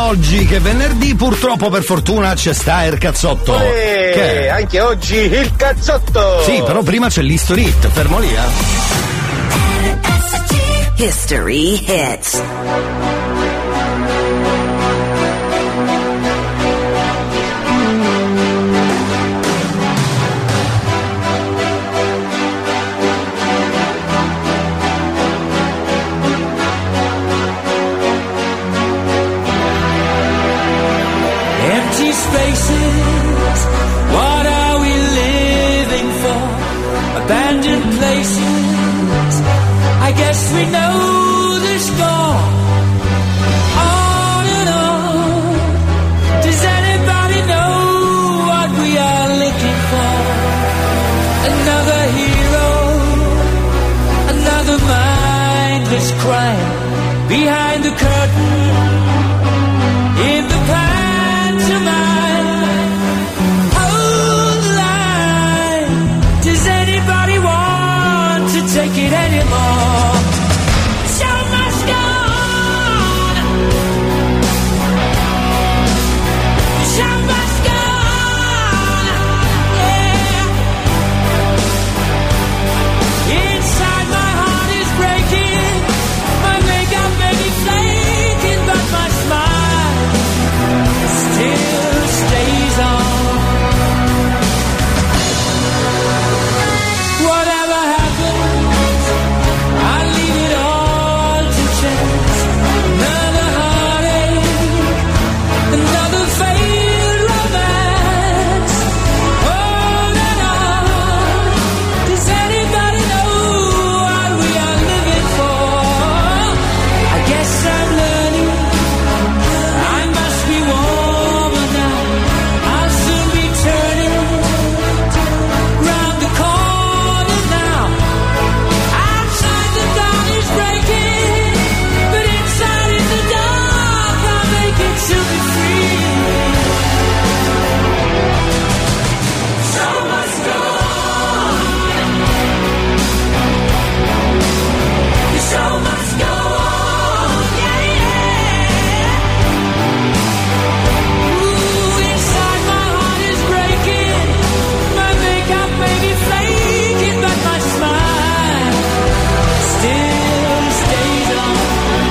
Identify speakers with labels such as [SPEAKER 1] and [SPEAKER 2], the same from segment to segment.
[SPEAKER 1] oggi che è venerdì, purtroppo per fortuna c'è sta il cazzotto.
[SPEAKER 2] Che? Anche oggi il cazzotto.
[SPEAKER 1] Sì, però prima c'è l'History Hit, fermo lì,
[SPEAKER 3] History Hits.
[SPEAKER 4] Empty spaces, what are we living for? Abandoned places, I guess we know the score. On and on, does anybody know what we are looking for? Another hero, another mindless crime, behind the curtain, in the past. Take it anymore. Show must go on. Show must go on. Yeah. Inside my heart is breaking. My makeup may be flaking, but my smile still stays on. Whatever happens, I leave it all to chance. Another heartache, another failed romance. On and on. Does anybody know what we are living for? I guess I'm learning. I must be warmer now. I'll soon be turning round the corner now. Outside the dawn is breaking, but inside is the dark. I'll make it to be free. Show must go on. The show must go on. Yeah, yeah. Ooh, inside my heart is breaking. My makeup may be flaking, but my smile still stays on.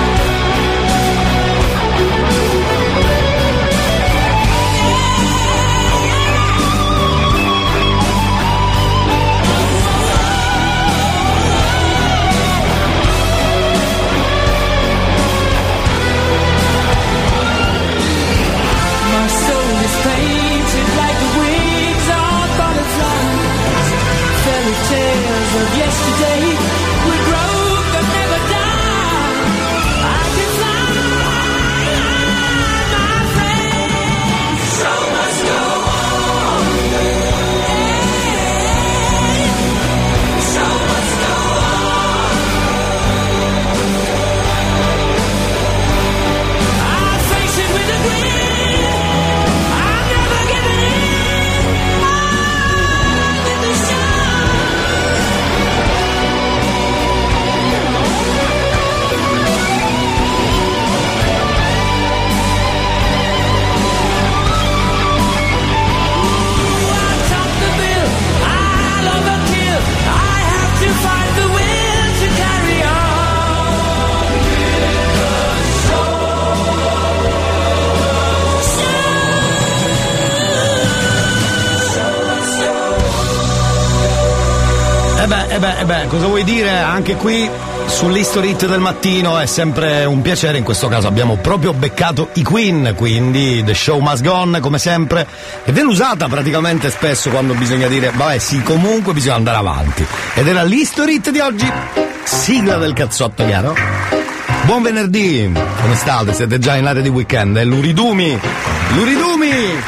[SPEAKER 4] My soul is painted like the wings of butterflies. Fairy tales of yesterday will grow but never die. I can fly, my friend. Show must go on. Show must go on. I face it with a grin. I'm never giving in. On with the show. I top the bill. I'll overkill. I have to find the will to carry on.
[SPEAKER 1] E beh, cosa vuoi dire? Anche qui sull'History Hit del mattino è sempre un piacere, in questo caso abbiamo proprio beccato i Queen, quindi The Show Must Go On, come sempre, e viene usata praticamente spesso quando bisogna dire, vabbè sì, comunque bisogna andare avanti. Ed era l'History Hit di oggi, sigla del cazzotto, chiaro? Buon venerdì, come state? Siete già in area di weekend, Luridumi! Luridumi!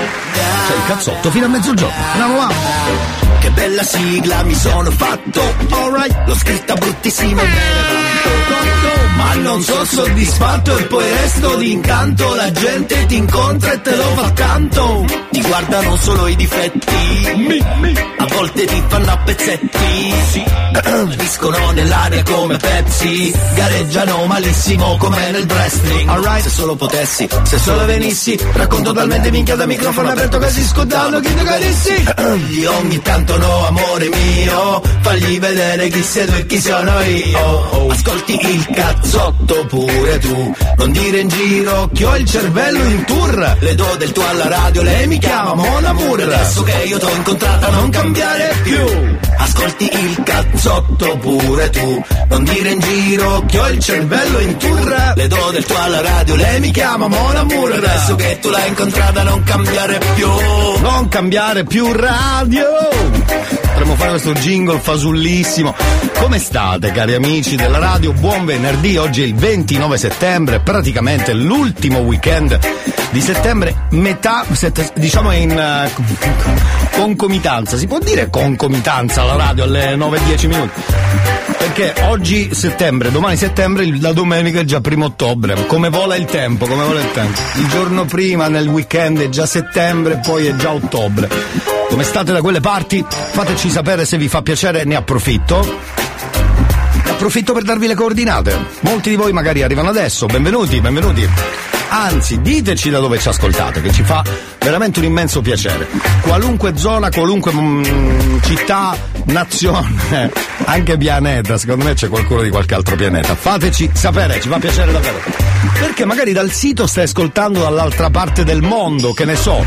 [SPEAKER 1] C'è il cazzotto fino a mezzogiorno. Andiamo va.
[SPEAKER 5] Che bella sigla mi sono fatto,
[SPEAKER 1] Alright.
[SPEAKER 5] l'ho scritta bruttissima e me ne vanto, ma non sono soddisfatto e poi resto d'incanto. La gente ti incontra e te lo fa tanto, ti guardano solo i difetti, a volte ti fanno a pezzetti, finiscono nell'aria come Pepsi, gareggiano malissimo come nel wrestling.
[SPEAKER 1] Alright.
[SPEAKER 5] Se solo potessi, se solo venissi, racconto talmente minchia da microfono aperto che si scordano chi ti carissi. Ogni tanto no, amore mio, fagli vedere chi sei tu e chi sono io. Ascolti il cazzotto pure tu, non dire in giro che ho il cervello in tour. Le do del tuo alla radio, lei mi chiama Mon Amour. Adesso che io t'ho incontrata non cambiare più. Ascolti il cazzotto pure tu, non dire in giro che ho il cervello in tour. Le do del tuo alla radio, lei mi chiama Mon Amour. Adesso che tu l'hai incontrata non cambiare più.
[SPEAKER 1] Non cambiare più radio. Potremmo fare questo jingle fasullissimo. Come state, cari amici della radio? Buon venerdì, oggi è il 29 settembre, praticamente l'ultimo weekend di settembre, metà, diciamo in concomitanza. Si può dire concomitanza alla radio alle 9:10 minuti? Perché oggi settembre, domani settembre, la domenica è già 1 ottobre. Come vola il tempo, come vola il tempo. Il giorno prima, nel weekend, è già settembre, poi è già ottobre. Come state da quelle parti? Fateci sapere se vi fa piacere, ne approfitto. Approfitto per darvi le coordinate. Molti di voi magari arrivano adesso, benvenuti. Anzi, diteci da dove ci ascoltate, che ci fa veramente un immenso piacere. Qualunque zona, qualunque città, nazione, anche pianeta, secondo me c'è qualcuno di qualche altro pianeta. Fateci sapere, ci fa piacere davvero. Perché magari dal sito stai ascoltando dall'altra parte del mondo, che ne so,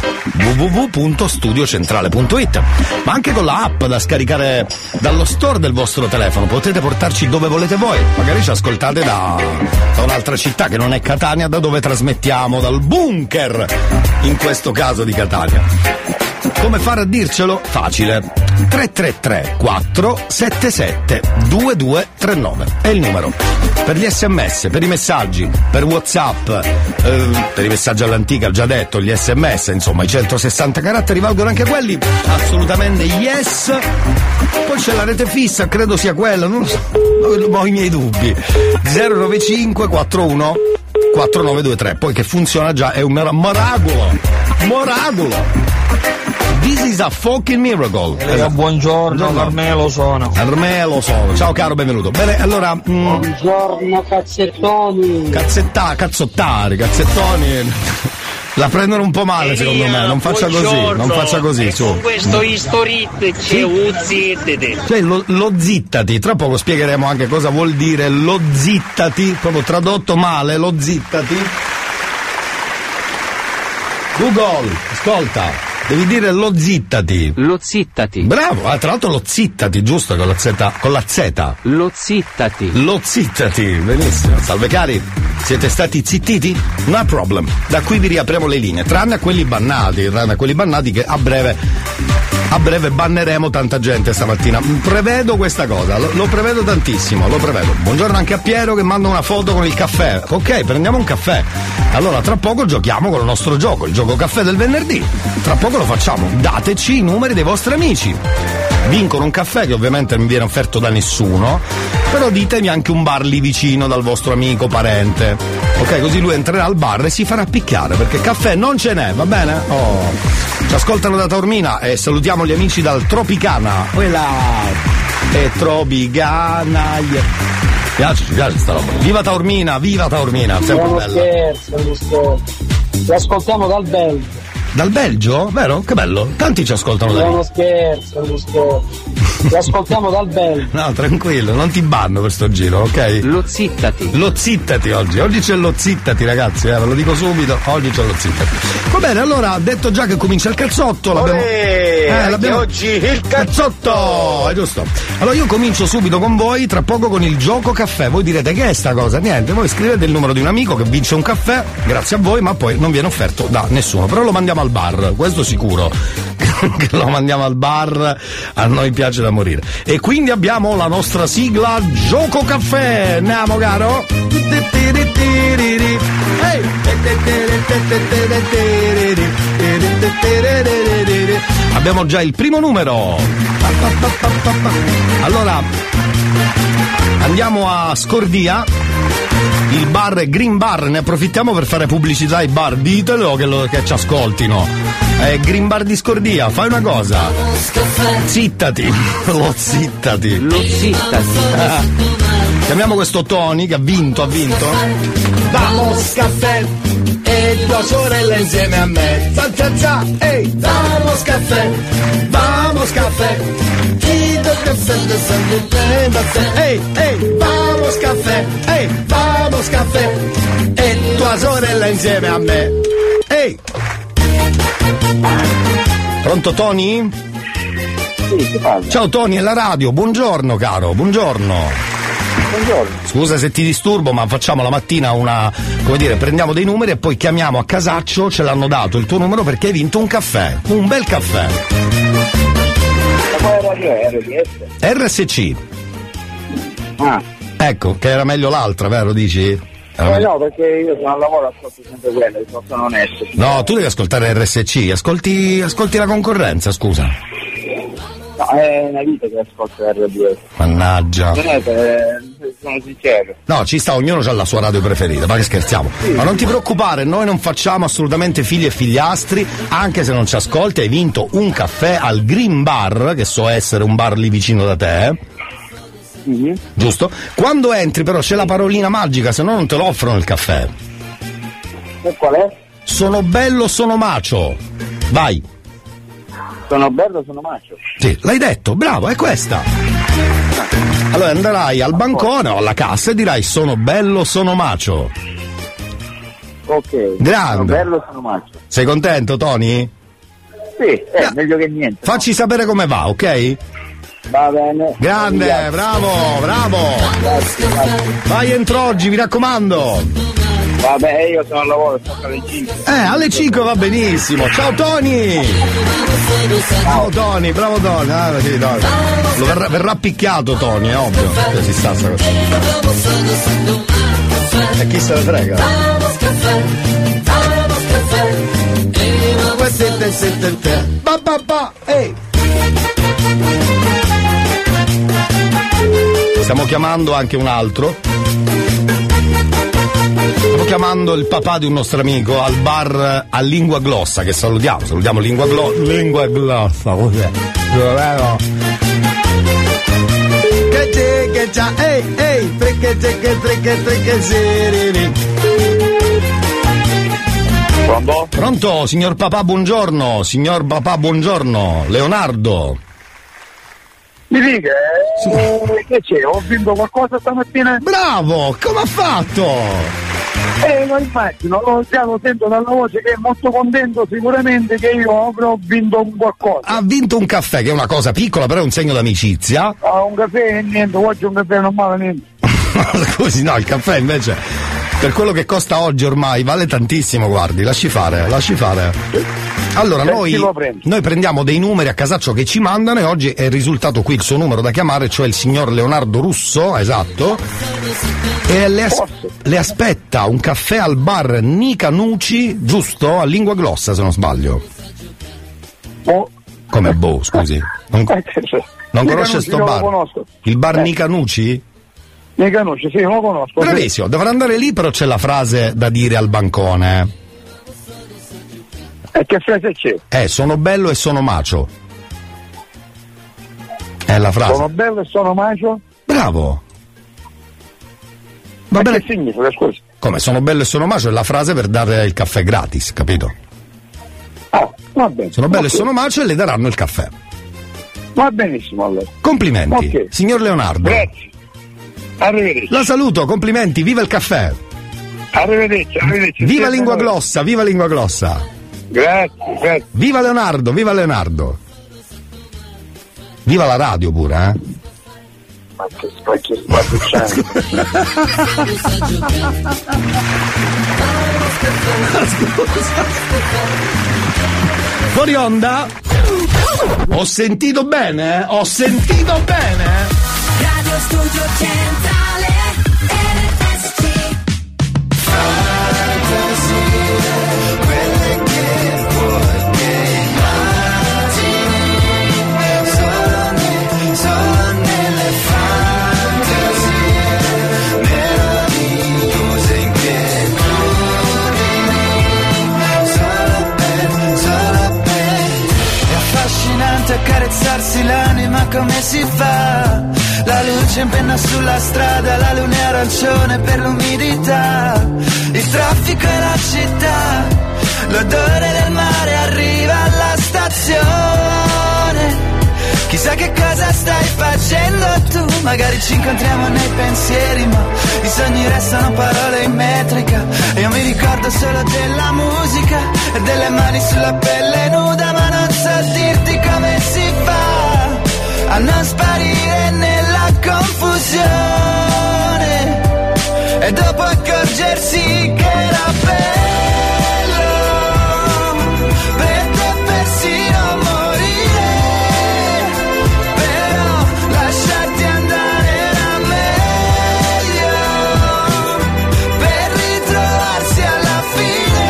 [SPEAKER 1] www.studiocentrale.it, ma anche con la app da scaricare dallo store del vostro telefono. Potete portarci dove volete voi. Magari ci ascoltate da un'altra città che non è Catania, da dove trasmettiamo, dal bunker, in questo caso di Catania. Come fare a dircelo? Facile. 333 477 2239 è il numero. Per gli SMS, per i messaggi, per WhatsApp, per i messaggi all'antica, ho già detto, gli SMS, insomma, i 160 caratteri valgono anche quelli. Assolutamente yes. Poi c'è la rete fissa, credo sia quella, non lo so, ho i miei dubbi. 095 41 4923, poi che funziona già, è un moragulo. This is a fucking miracle.
[SPEAKER 6] Buongiorno, Carmelo sono.
[SPEAKER 1] Ciao caro, benvenuto. Bene, allora.
[SPEAKER 6] Buongiorno, cazzettoni.
[SPEAKER 1] Cazzettoni. La prendono un po' male, secondo me. Non faccia così, su.
[SPEAKER 7] Con questo Historit c'è un zittati.
[SPEAKER 1] Cioè, lo zittati. Tra poco spiegheremo anche cosa vuol dire lo zittati. Proprio tradotto male, lo zittati. Google, ascolta. Devi dire lo zittati.
[SPEAKER 8] Lo zittati.
[SPEAKER 1] Bravo, tra l'altro lo zittati, giusto, con la Z.
[SPEAKER 8] Lo zittati.
[SPEAKER 1] Lo zittati, benissimo. Salve cari, siete stati zittiti? No problem. Da qui vi riapriamo le linee, tranne a quelli bannati che a breve banneremo tanta gente stamattina. Prevedo questa cosa, lo prevedo tantissimo, lo prevedo. Buongiorno anche a Piero che manda una foto con il caffè. Ok, prendiamo un caffè. Allora tra poco giochiamo con il nostro gioco, il gioco caffè del venerdì. Tra poco lo facciamo. Dateci i numeri dei vostri amici. Vincono un caffè che ovviamente non viene offerto da nessuno, però ditemi anche un bar lì vicino dal vostro amico, parente. Ok, così lui entrerà al bar e si farà picchiare, perché caffè non ce n'è, va bene? Oh. Ci ascoltano da Taormina e salutiamo gli amici dal Tropicana. Quella è Tropicana. Ci piace sta roba. Viva Taormina, sempre bella.
[SPEAKER 6] Scherzo. Li ascoltiamo dal Belgio.
[SPEAKER 1] Dal Belgio? Vero? Che bello. Tanti ci ascoltano da lì.
[SPEAKER 6] Uno scherzo. Li ascoltiamo dal Belgio.
[SPEAKER 1] No, tranquillo, non ti banno per sto giro, ok?
[SPEAKER 8] Lo zittati oggi.
[SPEAKER 1] Oggi c'è lo zittati, ragazzi, ve lo dico subito, oggi c'è lo zittati. Va bene, allora, detto già che comincia il cazzotto, l'abbiamo
[SPEAKER 2] oggi il cazzotto!
[SPEAKER 1] È giusto. Allora io comincio subito con voi, tra poco con il gioco caffè. Voi direte che è sta cosa? Niente, voi scrivete il numero di un amico che vince un caffè, grazie a voi, ma poi non viene offerto da nessuno. Però lo mandiamo al bar, questo sicuro. Che lo mandiamo al bar, a noi piace da morire. E quindi abbiamo la nostra sigla Gioco Caffè. Andiamo, caro. Abbiamo già il primo numero. Allora, andiamo a Scordia. Il bar è Green Bar, ne approfittiamo per fare pubblicità ai bar, ditelo che ci ascoltino. Green Bar di Scordia, fai una cosa. Zittati. Lo zittati. Chiamiamo questo Tony che ha vinto.
[SPEAKER 5] Vamos caffè e tua sorella insieme a me. Za, ehi, vamos caffè. Chi del caffè, ehi, vamos caffè e tua sorella insieme a me. Ehi.
[SPEAKER 1] Pronto Tony?
[SPEAKER 6] Sì, che parla?
[SPEAKER 1] Ciao Tony, è la radio, buongiorno caro, buongiorno. Scusa se ti disturbo, ma facciamo la mattina prendiamo dei numeri e poi chiamiamo a casaccio, ce l'hanno dato il tuo numero perché hai vinto un caffè, un bel caffè.
[SPEAKER 6] Ma quale radio è?
[SPEAKER 1] RSC.
[SPEAKER 6] Ah.
[SPEAKER 1] Ecco, che era meglio l'altra, vero dici?
[SPEAKER 6] No, perché io sono al lavoro, ascolto sempre quello, sono onesto.
[SPEAKER 1] No, tu devi ascoltare RSC, ascolti la concorrenza, scusa.
[SPEAKER 6] No, è una vita che ascolto RDS.
[SPEAKER 1] Mannaggia.
[SPEAKER 6] Non è sono sincero.
[SPEAKER 1] No, ci sta, ognuno ha la sua radio preferita, ma che scherziamo. Sì. Ma non ti preoccupare, noi non facciamo assolutamente figli e figliastri, anche se non ci ascolti, hai vinto un caffè al Green Bar, che so essere un bar lì vicino da te. Mm-hmm. Giusto? Quando entri però c'è la parolina magica, se no non te lo offrono il caffè.
[SPEAKER 6] E qual è?
[SPEAKER 1] Sono bello, sono macio. Vai.
[SPEAKER 6] Sono bello, sono macio.
[SPEAKER 1] Sì, l'hai detto, bravo, è questa. Allora andrai al bancone o alla cassa e dirai sono bello, sono macio.
[SPEAKER 6] Ok.
[SPEAKER 1] Grande.
[SPEAKER 6] Sono bello, sono macio.
[SPEAKER 1] Sei contento, Tony?
[SPEAKER 6] Sì, meglio che niente.
[SPEAKER 1] Facci sapere come va, ok?
[SPEAKER 6] Va bene.
[SPEAKER 1] Grande,
[SPEAKER 6] grazie.
[SPEAKER 1] bravo.
[SPEAKER 6] Grazie.
[SPEAKER 1] Vai entro oggi, mi raccomando.
[SPEAKER 6] Vabbè, io sono al lavoro, sto alle 5.
[SPEAKER 1] Alle 5 va benissimo. Ciao Tony! Ciao Tony, bravo Tony. Sì, Tony. Verrà picchiato Tony, è ovvio. Si sta sta cosa. E chi se ne frega? Ehi! Stiamo chiamando anche un altro. Stiamo chiamando il papà di un nostro amico al bar a Lingua Glossa, che salutiamo Lingua Glossa, cos'è? Che c'ha, ehi, Pronto, signor papà, buongiorno, Leonardo.
[SPEAKER 6] Mi dica, che c'è? Ho vinto qualcosa stamattina?
[SPEAKER 1] Bravo, come ha fatto?
[SPEAKER 6] Lo immagino, lo sento dalla voce che è molto contento sicuramente che io avrò vinto un qualcosa.
[SPEAKER 1] Ha vinto un caffè, che è una cosa piccola, però è un segno d'amicizia.
[SPEAKER 6] Un caffè e niente, oggi un caffè non vale niente.
[SPEAKER 1] Scusi, no, il caffè invece, per quello che costa oggi ormai, vale tantissimo, guardi, lasci fare. Allora, noi prendiamo dei numeri a casaccio che ci mandano e oggi è risultato qui il suo numero da chiamare, cioè il signor Leonardo Russo, esatto, e le aspetta un caffè al bar Nica Nuci, giusto? A Lingua Glossa, se non sbaglio. Come scusi? Non conosce sto bar? Il bar Nica Nuci?
[SPEAKER 6] Nica Nuci, sì, lo conosco.
[SPEAKER 1] Bravissimo, dovrà andare lì, però c'è la frase da dire al bancone.
[SPEAKER 6] E che frase c'è?
[SPEAKER 1] Sono bello e sono macio. È la frase.
[SPEAKER 6] Sono bello e sono macio?
[SPEAKER 1] Bravo. Va bene.
[SPEAKER 6] Che significa, scusa?
[SPEAKER 1] Come sono bello e sono macio è la frase per dare il caffè gratis, capito?
[SPEAKER 6] Va bene.
[SPEAKER 1] Sono bello e sono macio e le daranno il caffè.
[SPEAKER 6] Va benissimo allora.
[SPEAKER 1] Complimenti,
[SPEAKER 6] okay.
[SPEAKER 1] Signor Leonardo.
[SPEAKER 6] Grazie. Arrivederci.
[SPEAKER 1] La saluto, complimenti, viva il caffè.
[SPEAKER 6] Arrivederci.
[SPEAKER 1] Viva Lingua Glossa, viva Lingua Glossa.
[SPEAKER 6] Grazie.
[SPEAKER 1] Viva Leonardo. Viva la radio pure,
[SPEAKER 6] Ma che spacciano.
[SPEAKER 1] Fuori onda? Ho sentito bene? Radio
[SPEAKER 4] Studio Centrale RSC.
[SPEAKER 5] Quelle che puoi immaginare.
[SPEAKER 9] aiuta a carezzarsi l'anima, come si fa? La luce in penna sulla strada, la luna è arancione per l'umidità, il traffico e la città, l'odore del mare arriva alla stazione. Chissà che cosa stai facendo tu, magari ci incontriamo nei pensieri, ma i sogni restano parole in metrica. E io mi ricordo solo della musica e delle mani sulla pelle nuda, ma non so dirti come si fa a non sparire nella confusione e dopo accorgersi che era bello per te persino morire, però lasciarti andare era meglio per ritrovarsi alla fine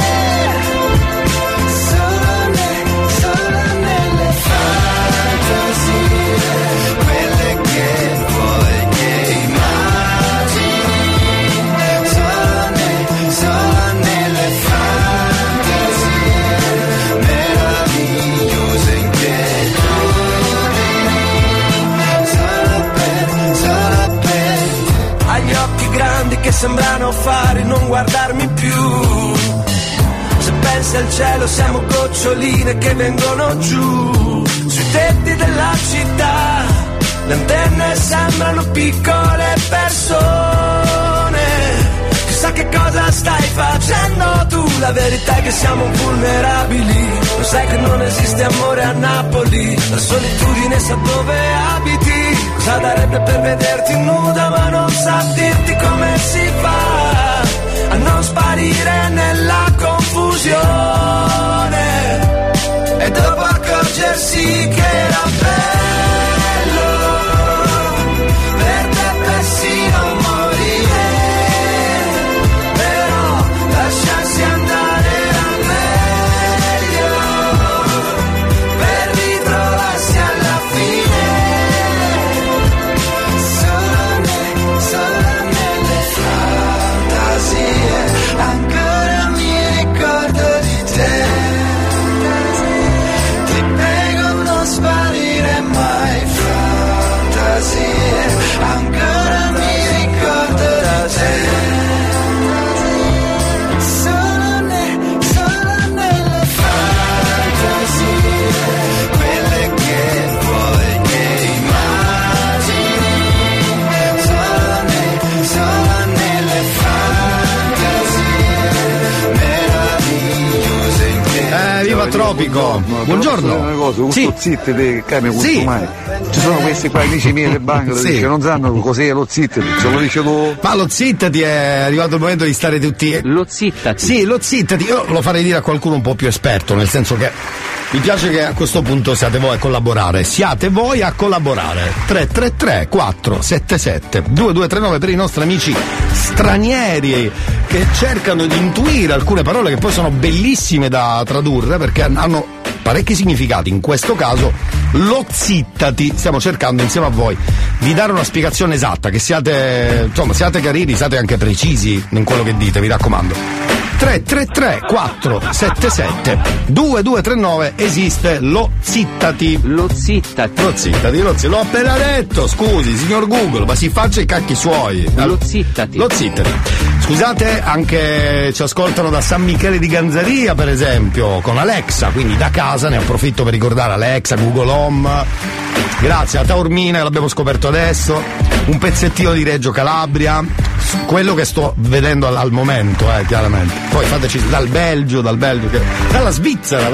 [SPEAKER 9] solo nelle fantasie, quelle che vuoi che immagini, solo nelle fantasie meravigliose inquietudini, solo per hai gli occhi grandi che sembrano fari non guardarmi più. Se pensi al cielo siamo goccioline che vengono giù sui tetti della città, le antenne sembrano piccole persone. Chissà che cosa stai facendo tu, la verità è che siamo vulnerabili. Lo sai che non esiste amore a Napoli, la solitudine sa dove abiti. Cosa darebbe per vederti nuda, ma non sa dirti come si fa a non sparire nella confusione e dopo accorgersi che era bello per te persino morire, però lasciarsi andare era meglio per ritrovarsi alla fine solo nelle fantasie. Ancora mi ricordo di te, ti prego non sparire mai, fantasie. Ancora mi ricordo di te, solo nelle fantasie, quelle che vuoi che immagini, solo nelle fantasie meravigliose inquietudini.
[SPEAKER 1] Viva Tropico! Buongiorno!
[SPEAKER 10] Una cosa,
[SPEAKER 1] Sì.
[SPEAKER 10] questo zitte dei cani
[SPEAKER 1] Sì.
[SPEAKER 10] mai. Ci sono questi qua amici miei del banco
[SPEAKER 1] Sì.
[SPEAKER 10] che non sanno cos'è lo zitte, se lo dice tu.
[SPEAKER 1] Ma lo zittati, è arrivato il momento di stare tutti.
[SPEAKER 8] Lo zittati.
[SPEAKER 1] Sì, lo zittati, io lo farei dire a qualcuno un po' più esperto, nel senso che mi piace che a questo punto siate voi a collaborare. Siate voi a collaborare. 333 477 2239 per i nostri amici stranieri che cercano di intuire alcune parole che poi sono bellissime da tradurre perché hanno parecchi significati. In questo caso lo zittati, stiamo cercando insieme a voi di dare una spiegazione esatta, che siate carini, siate anche precisi in quello che dite, mi raccomando. 333 477 2239 esiste lo zittati.
[SPEAKER 8] Lo zittati.
[SPEAKER 1] Lo zittati, l'ho appena detto, scusi signor Google, ma si faccia i cacchi suoi.
[SPEAKER 8] Lo zittati.
[SPEAKER 1] Lo zittati. Scusate, anche ci ascoltano da San Michele di Ganzaria per esempio, con Alexa, quindi da casa ne approfitto per ricordare Alexa, Google Home, grazie a Taormina che l'abbiamo scoperto adesso, un pezzettino di Reggio Calabria, quello che sto vedendo al momento, chiaramente. Poi fateci dal Belgio, dalla Svizzera.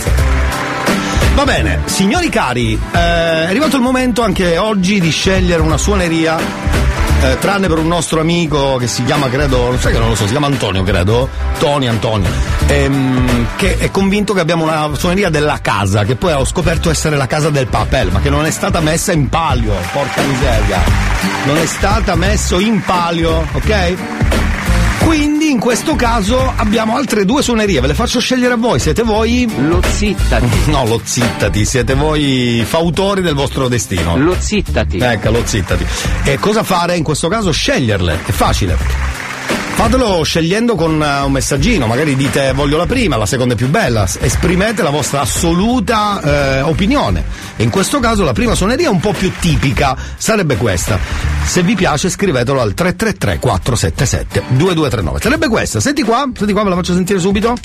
[SPEAKER 1] Va bene, signori cari, è arrivato il momento anche oggi di scegliere una suoneria, tranne per un nostro amico che si chiama, credo, sai che non lo so, si chiama Antonio, credo, Antonio, che è convinto che abbiamo una suoneria della casa, che poi ho scoperto essere la casa del papel, ma che non è stata messa in palio, porca miseria, non è stata messa in palio, ok? Quindi in questo caso abbiamo altre due suonerie, ve le faccio scegliere a voi, siete voi...
[SPEAKER 8] Lo zittati.
[SPEAKER 1] No, lo zittati, siete voi fautori del vostro destino.
[SPEAKER 8] Lo zittati.
[SPEAKER 1] Ecco, lo zittati. E cosa fare in questo caso? Sceglierle, è facile. Fatelo scegliendo con un messaggino, magari dite voglio la prima, la seconda è più bella, esprimete la vostra assoluta opinione. E in questo caso la prima suoneria un po' più tipica sarebbe questa. Se vi piace scrivetelo al 333 477 2239. Sarebbe questa, senti qua, ve la faccio sentire subito.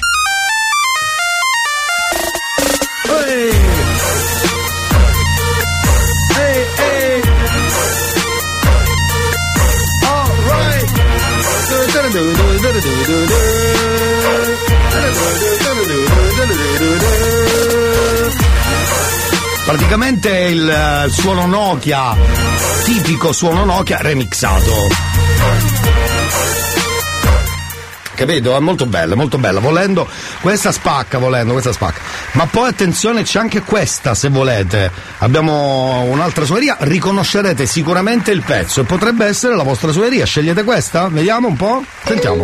[SPEAKER 1] Praticamente il suono Nokia, tipico suono Nokia remixato. Capito? È molto bella, volendo questa spacca. Ma poi attenzione, c'è anche questa se volete. Abbiamo un'altra suoneria, riconoscerete sicuramente il pezzo e potrebbe essere la vostra suoneria. Scegliete questa? Vediamo un po'? Sentiamo.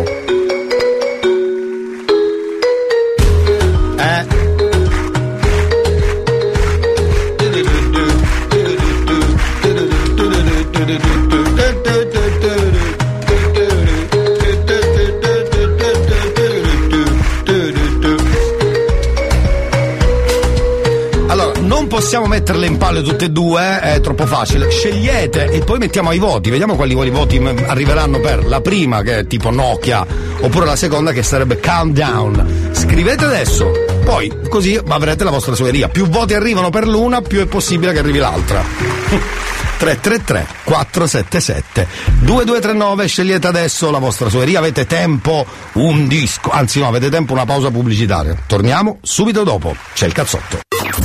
[SPEAKER 1] Possiamo metterle in palio tutte e due, è troppo facile. Scegliete e poi mettiamo ai voti, vediamo quali voti arriveranno per la prima, che è tipo Nokia, oppure la seconda, che sarebbe Countdown. Scrivete adesso, poi così avrete la vostra suoneria. Più voti arrivano per l'una, più è possibile che arrivi l'altra. 333 477 2239, scegliete adesso la vostra suoneria. Avete tempo un disco, anzi no, avete tempo una pausa pubblicitaria. Torniamo subito dopo, c'è il cazzotto.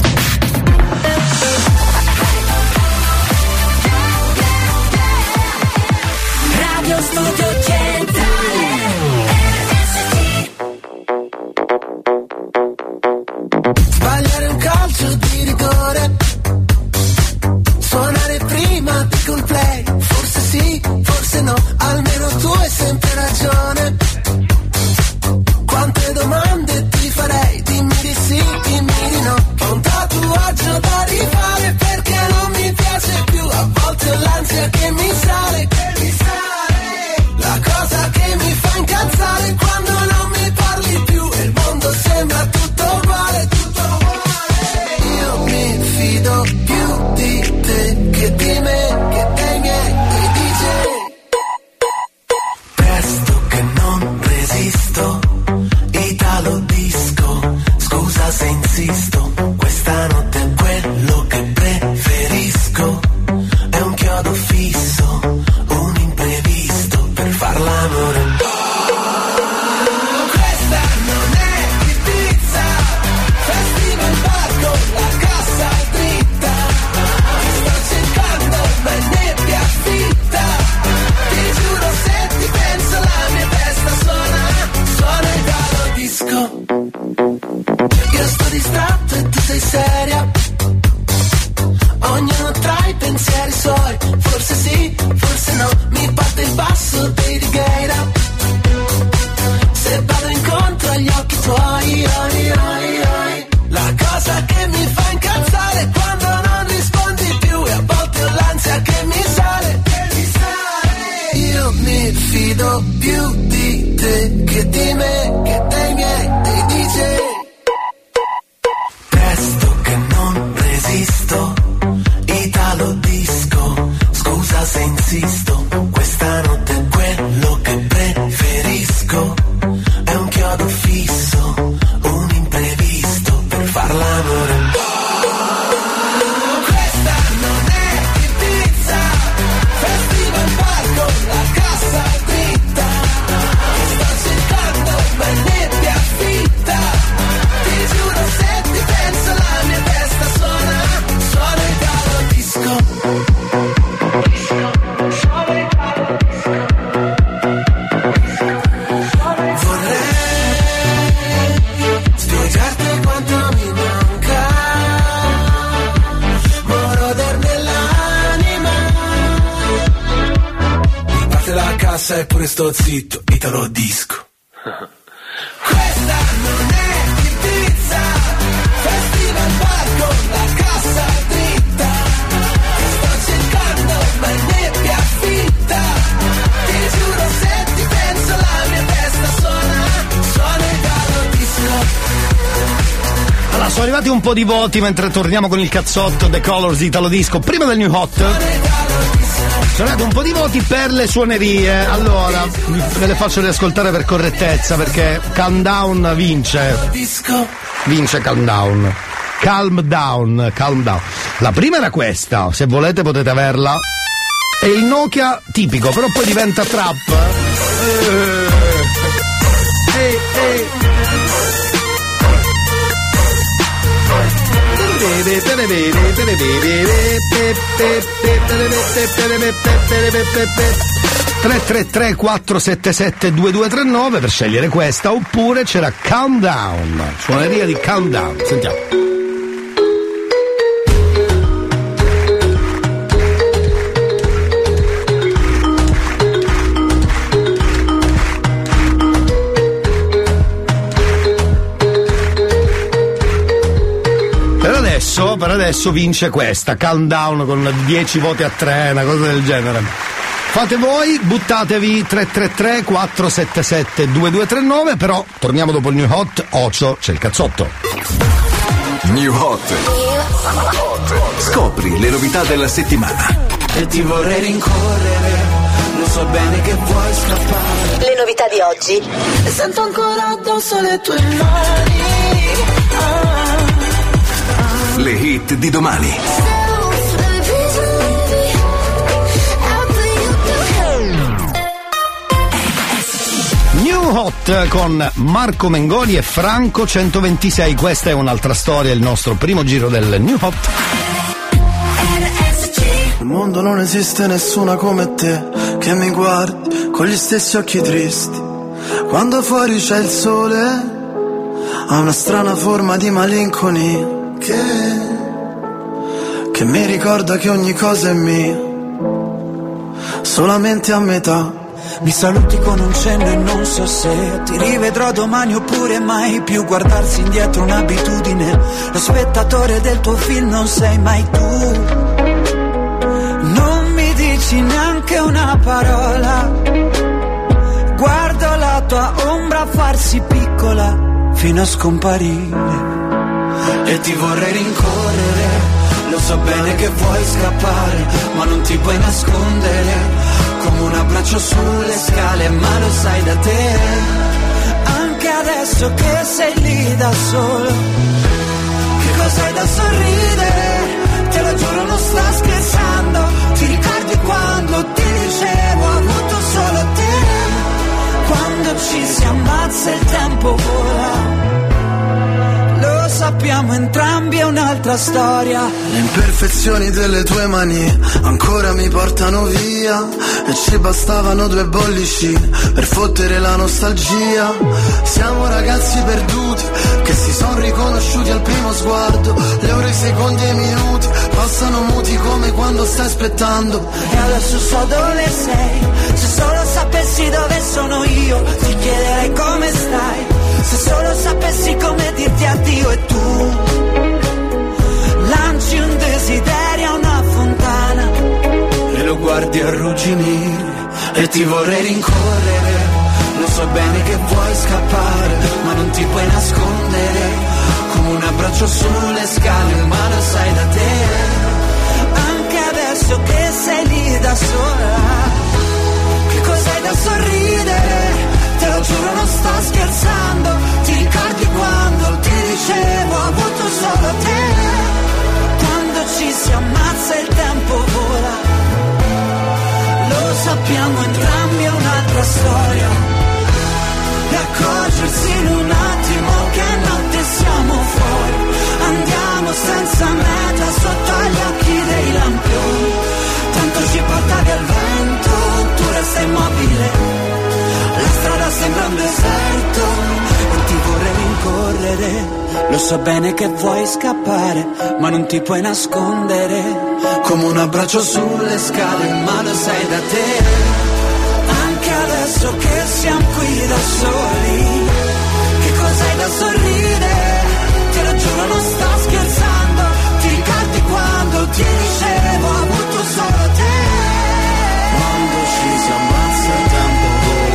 [SPEAKER 9] Sbagliare un calcio di rigore, suonare prima di col play, forse sì, forse no, almeno tu hai sempre ragione. Quante domande ti farei, dimmi di sì, dimmi di no. Ho un tatuaggio da rifare perché non mi piace più, a volte ho l'ansia che mi sale, la cosa che mi fa incazzare quando non mi parli più e il mondo sembra tutto uguale, io mi fido più di te che di me, che dei miei DJ. Presto che non resisto, Italo disco, scusa se insisto, questa notte è quello che preferisco, è un chiodo fisso, un imprevisto per far l'amore. Questa non è Ibiza, festival barco, la cassa è dritta, ti sto cercando ma è nebbia fitta, ti giuro se ti penso la mia testa suona Italo disco. Io sto distratto e tu sei seria, ognuno tra i pensieri suoi, forse sì, forse no, mi batte il basso dei Righeira, se vado incontro agli occhi tuoi, la cosa che mi fa incazzare è quando non rispondi più e a volte ho l'ansia che mi sale, io mi fido più di te che di me, che dei miei, dei DJ. Presto che non resisto, Italo disco, scusa se insisto, questa notte è quello che preferisco, è un chiodo fisso, un imprevisto per far l'amore. Questa non è Ibiza, festival barco, la cassa è dritta, ti sto cercando ma è nebbia fitta, ti giuro se ti penso la mia testa suona Italo disco. Vorrei spiegarti quanto mi manca, moroder nell'anima, mi parte la cassa e pure sto zitto, Italo disco. Questa non è Ibiza, festival barco, la cassa è dritta, ti sto cercando ma è nebbia fitta, ti giuro se ti penso la
[SPEAKER 1] arrivati un po' di voti mentre torniamo con il cazzotto The Colors Italo Disco. Prima del New Hot sono arrivati un po' di voti per le suonerie. Allora, ve le faccio riascoltare per correttezza, perché Calm Down vince. Vince Calm Down. Calm Down, Calm Down. La prima era questa, se volete potete averla. È il Nokia tipico, però poi diventa trap. (333 477 2239) per scegliere questa, oppure c'era Countdown, suoneria di Countdown. Sentiamo. Per adesso vince questa, Countdown, con 10 voti a 3, una cosa del genere. Fate voi, buttatevi 333 477 2239, però torniamo dopo il New Hot. Ocio, c'è il cazzotto.
[SPEAKER 11] New Hot. Scopri le novità della settimana.
[SPEAKER 9] E ti vorrei rincorrere, lo so bene che vuoi scappare.
[SPEAKER 3] Le novità di oggi.
[SPEAKER 9] E sento ancora addosso le tue mani.
[SPEAKER 11] Le hit di domani.
[SPEAKER 1] New Hot con Marco Mengoni e Franco 126. Questa è un'altra storia, il nostro primo giro del New Hot.
[SPEAKER 9] Nel mondo non esiste nessuna come te, che mi guardi con gli stessi occhi tristi. Quando fuori c'è il sole, ha una strana forma di malinconia che mi ricorda che ogni cosa è mia, solamente a metà. Mi saluti con un cenno e non so se ti rivedrò domani oppure mai più. Guardarsi indietro un'abitudine, lo spettatore del tuo film non sei mai tu. Non mi dici neanche una parola, guardo la tua ombra farsi piccola fino a scomparire. E ti vorrei rincorrere, lo so bene che vuoi scappare, ma non ti puoi nascondere, come un abbraccio sulle scale, ma lo sai da te. Anche adesso che sei lì da solo, che cos'hai da sorridere? Te lo giuro non sto scherzando, ti ricordi quando ti dicevo ho avuto solo te? Quando ci si ammazza il tempo vola, sappiamo entrambi è un'altra storia. Le imperfezioni delle tue mani ancora mi portano via, e ci bastavano 2 bollicine per fottere la nostalgia. Siamo ragazzi perduti che si sono riconosciuti al primo sguardo. Le ore, i secondi e i minuti passano muti come quando stai aspettando. E adesso so dove sei, se solo sapessi dove sono io ti chiederei come stai. Se solo sapessi come dirti addio e tu lanci un desiderio a una fontana e lo guardi arrugginire. E ti vorrei rincorrere, lo so bene che vuoi scappare, ma non ti puoi nascondere, come un abbraccio sulle scale, ma lo sai da te. Anche adesso che sei lì da sola, che cos'hai da sorridere? Te lo giuro non sto scherzando, ti ricordi quando ti dicevo ho avuto solo te? Quando ci si ammazza il tempo vola, lo sappiamo entrambi è un'altra storia. E accorgersi in un attimo che notte siamo fuori, andiamo senza meta sotto agli occhi dei lampioni. Tanto ci portavi al vento, tu resta immobile, la strada sembra un deserto e ti vorrei rincorrere. Lo so bene che vuoi scappare, ma non ti puoi nascondere, come un abbraccio sulle scale, ma lo sai da te. Anche adesso che siamo qui da soli, che cos'hai da sorridere? Te lo giuro non sto scherzando, ti ricordi quando ti dicevo ho avuto solo te? Quando ci si ammazza il tempo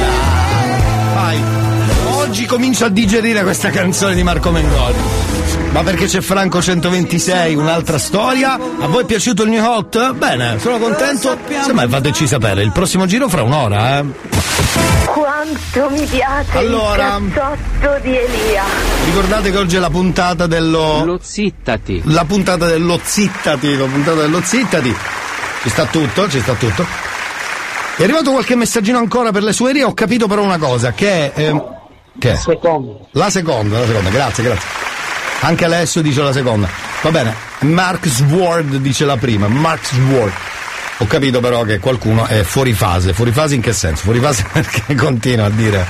[SPEAKER 9] vola.
[SPEAKER 1] Vai. Oggi comincio a digerire questa canzone di Marco Mengoni. Ma perché c'è Franco 126, un'altra storia. A voi è piaciuto il New Hot? Bene, sono contento. Semmai fateci sapere, il prossimo giro fra un'ora,
[SPEAKER 12] Quanto mi piace
[SPEAKER 1] allora,
[SPEAKER 12] il cazzotto di Elia.
[SPEAKER 1] Ricordate che oggi è la puntata
[SPEAKER 8] Lo zittati.
[SPEAKER 1] La puntata dello zittati. Ci sta tutto. È arrivato qualche messaggino ancora per le suerie, ho capito però una cosa, che è? La seconda, grazie. Anche Alessio dice la seconda. Va bene, Mark Sword dice la prima, Mark Sword. Ho capito però che qualcuno è fuori fase in che senso? Fuori fase perché continua a dire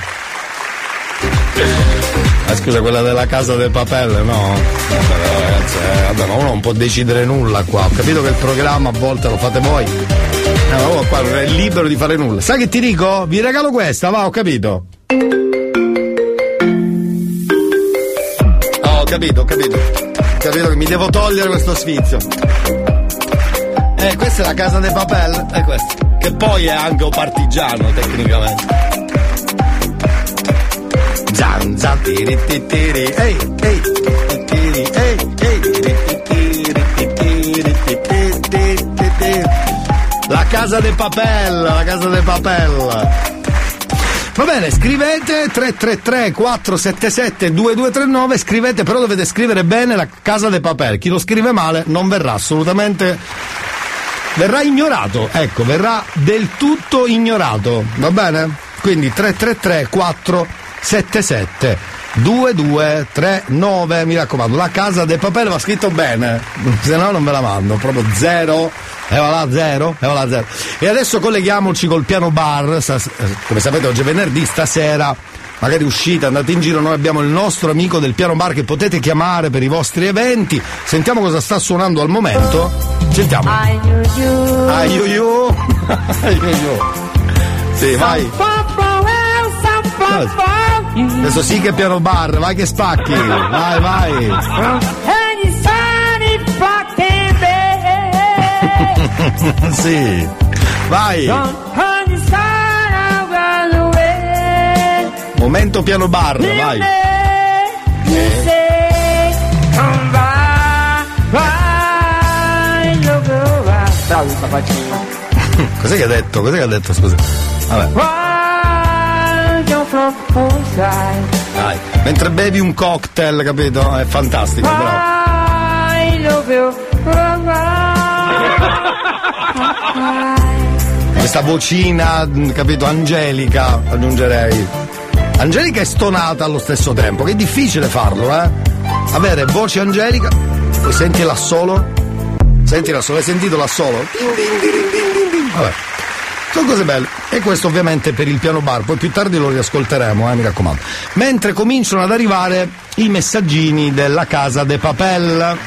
[SPEAKER 1] scusa, quella della Casa del Papel, no? Ragazzi, vabbè, ma uno non può decidere nulla qua. Ho capito che il programma a volte lo fate voi. Ma uno qua non è libero di fare nulla. Sai che ti dico? Vi regalo questa, va, ho capito. Ho capito che mi devo togliere questo sfizio. Questa è la Casa dei Papel, è questa. Che poi è anche un partigiano tecnicamente. Zanza tiri tiri, ehi. La Casa dei Papel. Va bene, scrivete 333 477 2239, scrivete, però dovete scrivere bene la Casa dei Papel. Chi lo scrive male non verrà assolutamente, verrà ignorato, ecco, verrà del tutto ignorato, va bene? Quindi 333 477 2239, mi raccomando, la Casa dei Papel va scritto bene, se no non ve la mando, proprio zero. E va là zero. E adesso colleghiamoci col piano bar. Come sapete oggi è venerdì, stasera magari uscite, andate in giro, noi abbiamo il nostro amico del piano bar che potete chiamare per i vostri eventi. Sentiamo cosa sta suonando al momento. Sentiamo. Aiuiu. Sì, vai. Adesso sì che è piano bar, vai che spacchi. Vai. Sì, vai. Momento piano bar, vai. Cos'è che ha detto? Scusa. Vabbè. Dai. Mentre bevi un cocktail, capito? È fantastico, bravo. Questa vocina, capito, angelica, aggiungerei. Angelica e stonata allo stesso tempo, che è difficile farlo, avere voce angelica. Poi senti l'assolo? Hai sentito l'assolo? Vabbè, sono cose belle. E questo ovviamente per il piano bar, poi più tardi lo riascolteremo, mi raccomando. Mentre cominciano ad arrivare i messaggini della Casa dei Papel.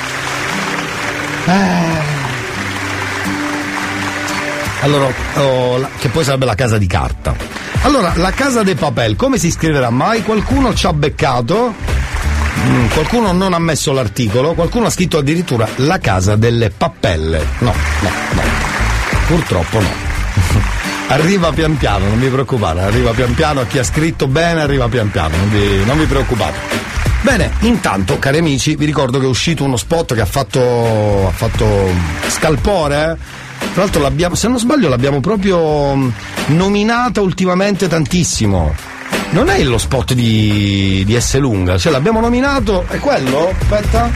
[SPEAKER 1] Allora, che poi sarebbe la casa di carta. Allora, la Casa dei Papel, come si scriverà mai? Qualcuno ci ha beccato, qualcuno non ha messo l'articolo, qualcuno ha scritto addirittura la Casa delle Pappelle. No. Purtroppo no. Arriva pian piano, non vi preoccupate, arriva pian piano, a chi ha scritto bene arriva pian piano, non vi preoccupate. Bene, intanto, cari amici, vi ricordo che è uscito uno spot che ha fatto scalpore, Tra l'altro se non sbaglio l'abbiamo proprio nominata ultimamente tantissimo. Non è lo spot di Esselunga, cioè l'abbiamo nominato, è quello? Aspetta.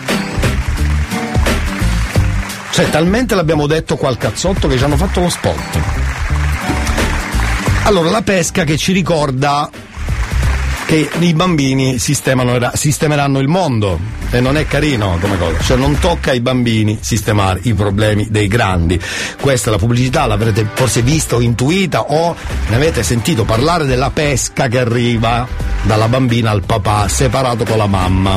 [SPEAKER 1] Cioè talmente l'abbiamo detto qua al cazzotto che ci hanno fatto lo spot. Allora, la pesca che ci ricorda che i bambini sistemeranno il mondo, e non è carino come cosa, cioè non tocca ai bambini sistemare i problemi dei grandi. Questa è la pubblicità, l'avrete forse vista o intuita, o ne avete sentito parlare della pesca che arriva dalla bambina al papà separato con la mamma,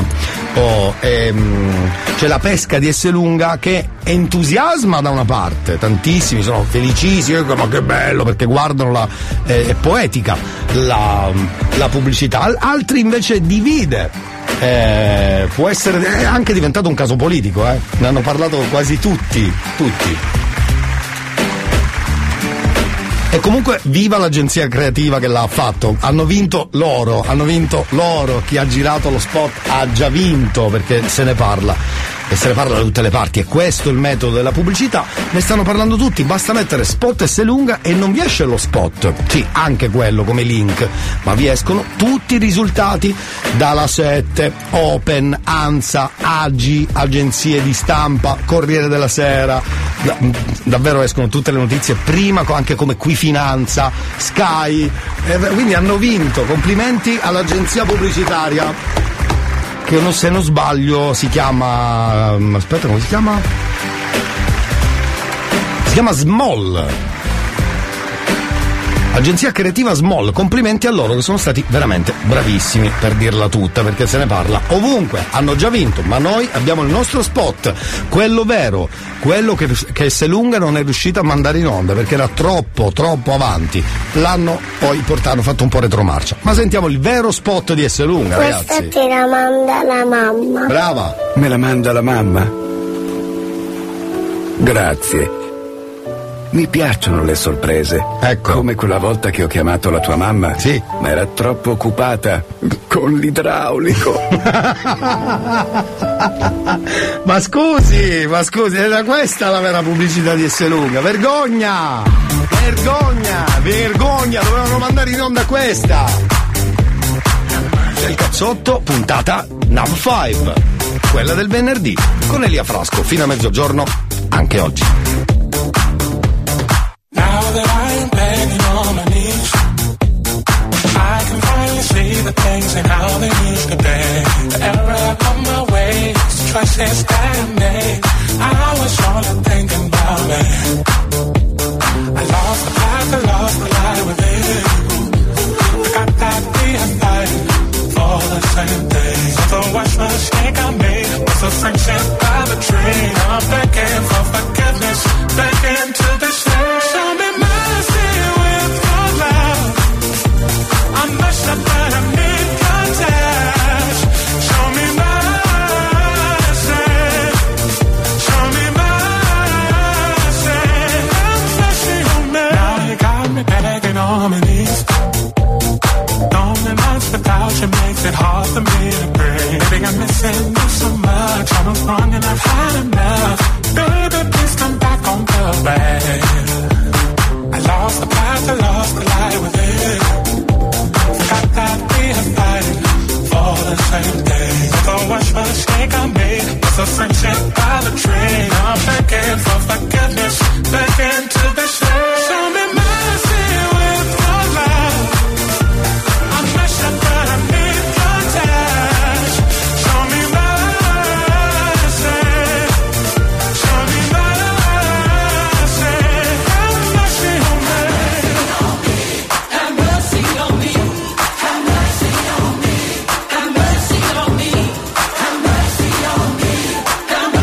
[SPEAKER 1] c'è la pesca di Esselunga che entusiasma da una parte, tantissimi sono felicissimi, ma che bello, perché guardano è poetica la pubblicità, altri invece divide, può essere anche diventato un caso politico, ne hanno parlato quasi tutti. E comunque viva l'agenzia creativa che l'ha fatto. Hanno vinto loro. Chi ha girato lo spot ha già vinto, perché se ne parla. E se ne parla da tutte le parti, e questo è il metodo della pubblicità. Ne stanno parlando tutti, basta mettere spot Esselunga e non vi esce lo spot, sì, anche quello come link, ma vi escono tutti i risultati dalla 7, Open, ANSA, AGI, agenzie di stampa, Corriere della Sera, davvero escono tutte le notizie prima, anche come Qui Finanza, Sky, quindi hanno vinto. Complimenti all'agenzia pubblicitaria, che se non sbaglio si chiama, aspetta, come si chiama? Si chiama Small, agenzia creativa Small. Complimenti a loro, che sono stati veramente bravissimi, per dirla tutta, perché se ne parla ovunque. Hanno già vinto, ma noi abbiamo il nostro spot, quello vero, quello che Esselunga non è riuscita a mandare in onda perché era troppo avanti. L'hanno poi portato, fatto un po' retromarcia. Ma sentiamo il vero spot di Esselunga, ragazzi.
[SPEAKER 13] Questa te la manda la mamma.
[SPEAKER 1] Brava.
[SPEAKER 14] Me la manda la mamma? Grazie. Mi piacciono le sorprese.
[SPEAKER 1] Ecco.
[SPEAKER 14] Come quella volta che ho chiamato la tua mamma.
[SPEAKER 1] Sì.
[SPEAKER 14] Ma era troppo occupata con l'idraulico.
[SPEAKER 1] Ma scusi, era questa la vera pubblicità di Esselunga. Vergogna, dovevano mandare in onda questa. Del cazzotto, puntata Number 5, quella del venerdì, con Elia Frasco, fino a mezzogiorno, anche oggi.
[SPEAKER 15] Now that I am begging on my knees, I can finally see the things and how they used to be. The error of my ways, the choices that I made, I was only thinking about me. I lost the path, I lost the light with you. I got that we are fighting for the same thing. So the worst mistake I made was a friendship by the tree. I'm begging for forgiveness, begging to be saved. Show me mercy with your love. I messed up but I need your touch. Show me mercy. Show me mercy. Have mercy on me. Now you got me begging on my knees. Lonely months without you makes it hard for me to breathe. Baby, I'm missing you so much. I was wrong and I've had enough. Baby, please come back on the way. I lost the path, I lost the light with it. Forgot that we are fighting for the same thing. The worst mistake I made was a friendship by the tree. I'm begging for forgiveness, begging to be saved. Show me mercy with your love. I messed up but I need your touch. Show me mercy. Show me mercy. Have mercy on me. Have mercy on me. Have mercy on me. Have mercy on me. Have mercy on me. Have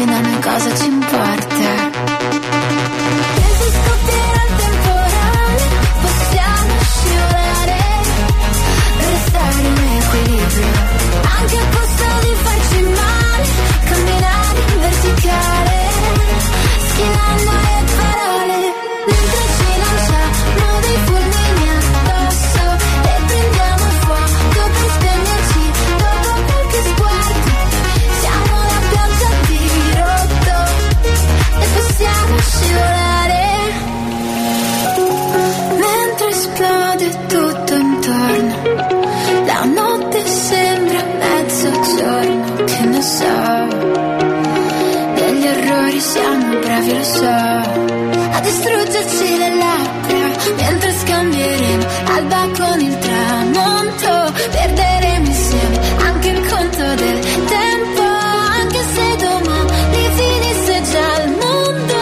[SPEAKER 16] fine a noi cosa ci importa? E se scoppierà il temporale possiamo scivolare, restare in equilibrio, anche a costo di farci male, camminare in verticale, schivando le parole, mentre ci lanciamo dei fulmini addosso e prendiamo fuoco per spegnerci dopo qualche sguardo. Siamo la pioggia dirotto e possiamo scivolare, mentre esplode tutto intorno. La notte sembra mezzogiorno, che ne so, degli errori siamo bravi, lo so, a distruggerci le labbra, mentre scambieremo alba con il tramonto, perderemo insieme anche il conto del tempo, anche se domani finisse già il mondo,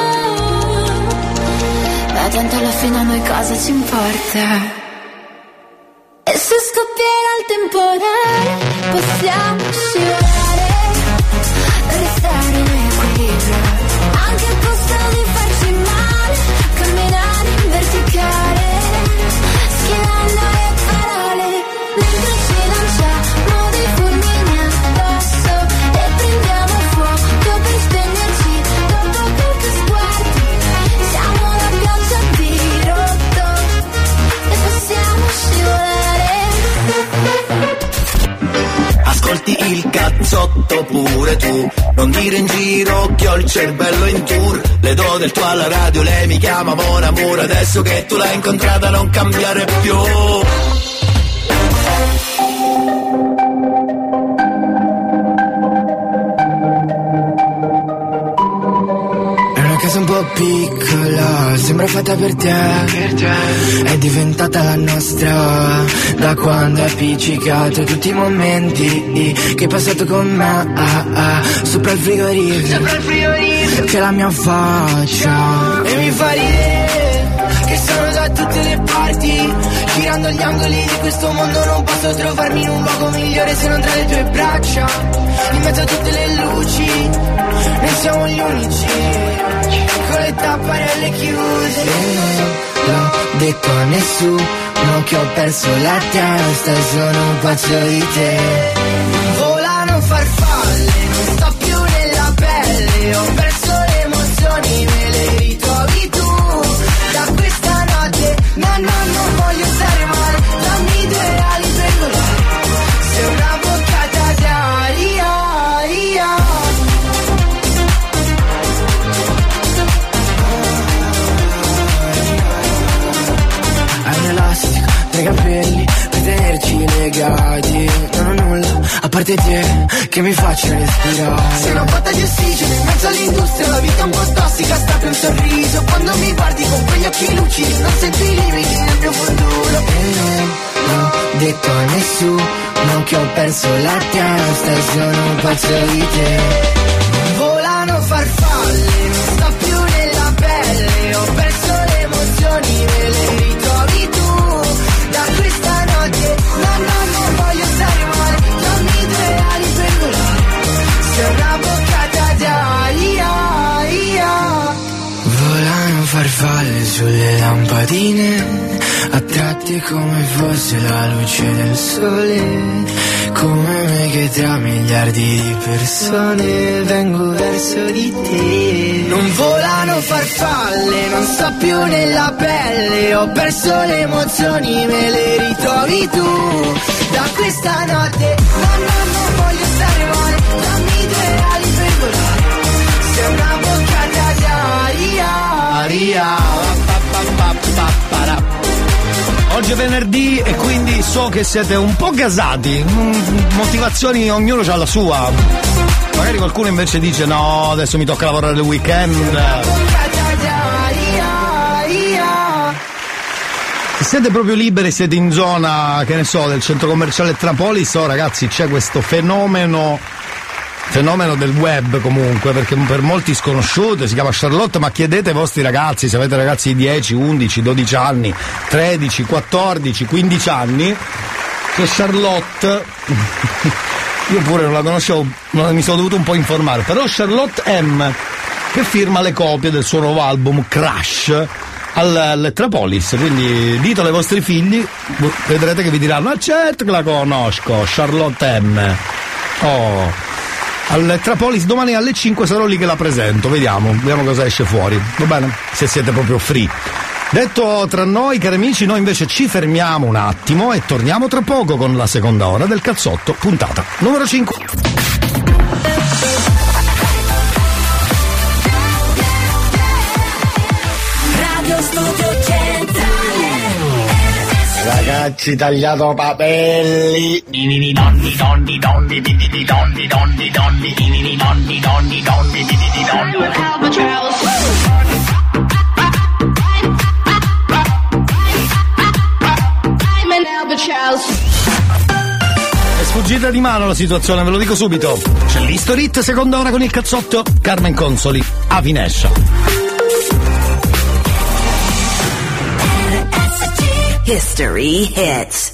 [SPEAKER 16] ma tanto alla fine a noi cosa ci importa? E se scoppierà il temporale possiamo scivolare, restare in equilibrio, anche a costo di farci male, camminare in verticale, schivando le parole, mentre ci lanciamo dei fulmini addosso e prendiamo fuoco per spegnerci dopo qualche sguardo. Siamo la pioggia dirotto e possiamo scivolare.
[SPEAKER 5] Ascolti il cazzotto pure tu, non dire in giro che ho il cervello in tour. Le do del tuo alla radio, lei mi chiama Mon Amour, adesso che tu l'hai incontrata non cambiare più.
[SPEAKER 17] Casa un po' piccola, sembra fatta per te, è diventata la nostra, da quando hai appiccicato tutti i momenti che hai passato con me, sopra il frigorifero, c'è la mia faccia, e mi fa ridere, che sono da tutte le parti, girando gli angoli di questo mondo non posso trovarmi in un luogo migliore se non tra le tue braccia, in mezzo a tutte le luci, noi siamo gli unici, con le tapparelle chiuse. L'ho detto a nessuno che ho perso la testa, sono un pazzo di te. Volano farfalle, non sto più nella pelle, ho perso le emozioni, me le ritrovi tu. Da questa notte, no, non voglio stare male, dammi due ali per volare, sei una boccata d'aria. Tra i capelli per tenerci legati, non ho nulla a parte te che mi faccia respirare. Sei una botta di ossigeno in mezzo all'industria, la vita è un po' tossica, sta per un sorriso. Quando mi guardi con quegli occhi lucidi non sento i limiti nel mio futuro. E non ho detto a nessuno che ho perso la testa, sono un pazzo di te. Volano farfalle, non sto più nella pelle, ho perso le emozioni, me le ritrovi tu. Da questa notte, non voglio stare male, dammi due ali per volare, sei una boccata d'aria. Volano farfalle sulle lampadine, a tratti come fosse la luce del sole, come me che tra miliardi di persone vengo verso di te. Non volano farfalle, non sto più nella pelle, ho perso le emozioni, me le ritrovi tu. Da questa notte, non voglio stare male, dammi due ali per volare, sei una boccata d'aria.
[SPEAKER 1] Oggi è venerdì e quindi so che siete un po' gasati. Motivazioni, ognuno ha la sua. Magari qualcuno invece dice no, adesso mi tocca lavorare il weekend. Se siete proprio liberi, siete in zona, che ne so, del centro commerciale Trapolis, ragazzi, c'è questo fenomeno del web comunque, perché per molti sconosciuto, si chiama Charlotte, ma chiedete ai vostri ragazzi, se avete ragazzi di 10, 11, 12 anni, 13, 14, 15 anni, che Charlotte io pure non la conoscevo, mi sono dovuto un po' informare, però Charlotte M, che firma le copie del suo nuovo album Crash all'Elettropolis, quindi ditelo ai vostri figli, vedrete che vi diranno: ah certo che la conosco, Charlotte M. Oh, all'Elettropolis domani alle 5 sarò lì che la presento, vediamo cosa esce fuori, va bene? Se siete proprio free. Detto tra noi, cari amici, noi invece ci fermiamo un attimo e torniamo tra poco con la seconda ora del Cazzotto, puntata numero 5.
[SPEAKER 16] Radio Studio Centrale.
[SPEAKER 2] Ragazzi, tagliato papelli.
[SPEAKER 1] È sfuggita di mano la situazione, ve lo dico subito. C'è l'History Hit, seconda ora con il Cazzotto, Carmen Consoli, Avinescia.
[SPEAKER 3] History Hits.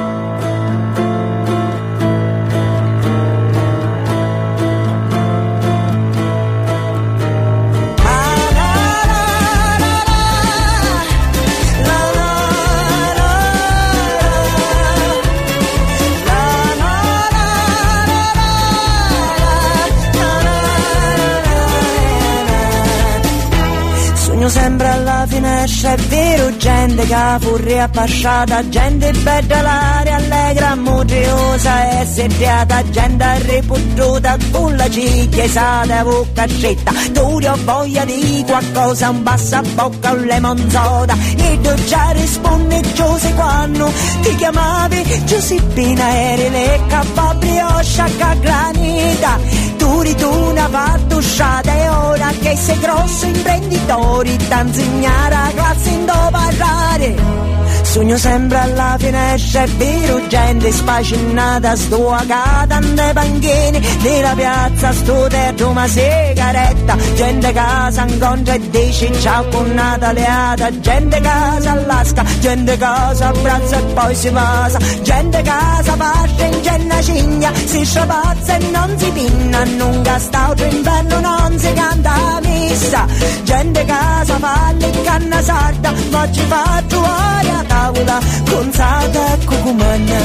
[SPEAKER 18] Sempre alla finestra, è vero, gente che fu riappasciata, gente bella l'aria allegra, motriosa e sediata, gente ripututa con la cicchiesata, bocca stretta, tu ho voglia di qualcosa, un passabocca, un lemon soda, e tu già rispondi Giuse quando ti chiamavi Giuseppina, eri le brioche a granita, tu ritorna pattusciata e ora che sei grosso imprenditore t'insegnare a classe in dove parlare. Sogno sempre alla finestra, è vero, gente spacinata, sto a casa nei panchini della piazza, sto tetto una sigaretta, gente che si incontra e dice ciao con Nataleata, gente che si allasca, gente che si abbraccia e poi si passa, gente che si parte in genna cigna, si strapazza e non si pinna, non gasta inverno, non si canta a messa, gente che si fa le canna sarda, ma ci fa trovare a tavola con sata e cucumana.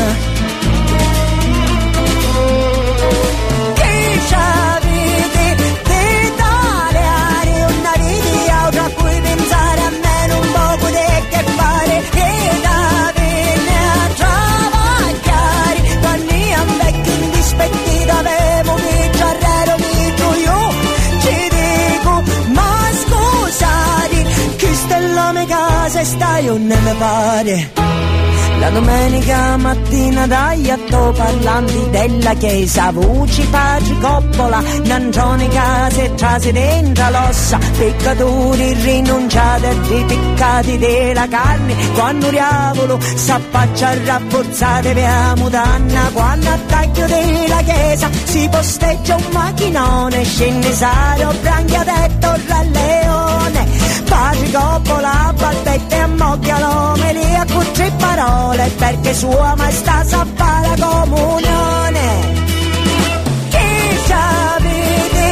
[SPEAKER 18] Chi c'avete d'Italia, una vita tra cui pensare a meno un poco di che fare, e da venne a travagliare, quando a vecchi indispettiti avevo mi giarrero mi io, ci dico ma scusate, che stella me casa stai o ne me pare. La domenica mattina dai atto parlanti della chiesa, voci, paci, coppola, nantronica, se trasi dentro l'ossa, peccatori rinunciati e ripiccati della carne, quando diavolo s'affaccia rafforzate per mutanna, quando a taglio della chiesa si posteggia un macchinone, scennesario, branchia detto il leone, paci, coppola, balbette e ammocchia l'omelia con tre parole, perché sua maestà sa fare la comunione. Chi c'avete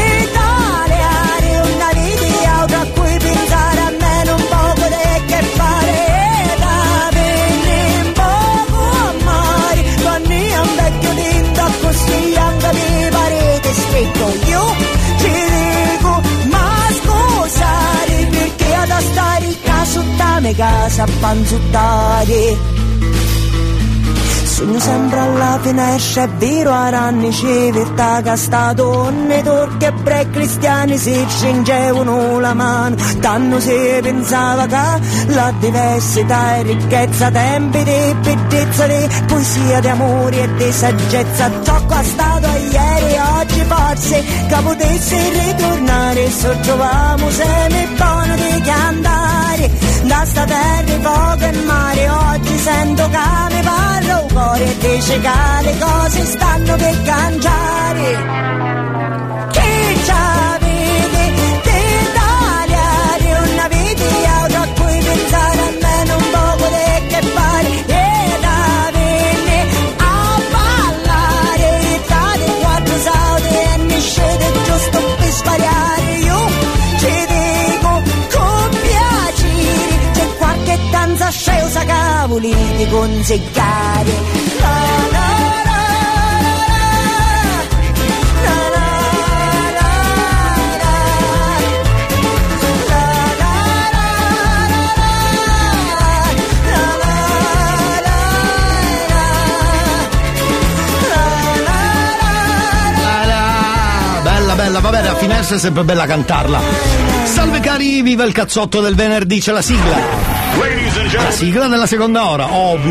[SPEAKER 18] d'Italia, una vita tra cui pensare a meno un poco di che fare, da venire un poco a mare, quando io un vecchio tinto così anche mi parete stretto, io ci dico ma scusate, perché ad stare il caso da me casa a panzuttare. Sogno sempre alla finestra, è vero, a anni civiltà che sta donne, turchi e bre cristiani si stringevano la mano, tanto si pensava che la diversità è ricchezza, tempi di bellezza, di poesia, di amore e di saggezza, troppo è stato ieri, oggi forse che potessi ritornare, se troviamo semi buono di cantare, da sta terra fuoco e mare, oggi sento che mi parlo cuore e dice che le cose stanno per cangiare. Chi c'avete d'Italia, una vita tra cui pensare a meno un poco di che fare, e da venire a ballare, consigliare.
[SPEAKER 1] Bella, va bene, a finestra è sempre bella cantarla. Salve cari, viva il cazzotto del venerdì, c'è la sigla. La sigla della seconda ora, ovvio.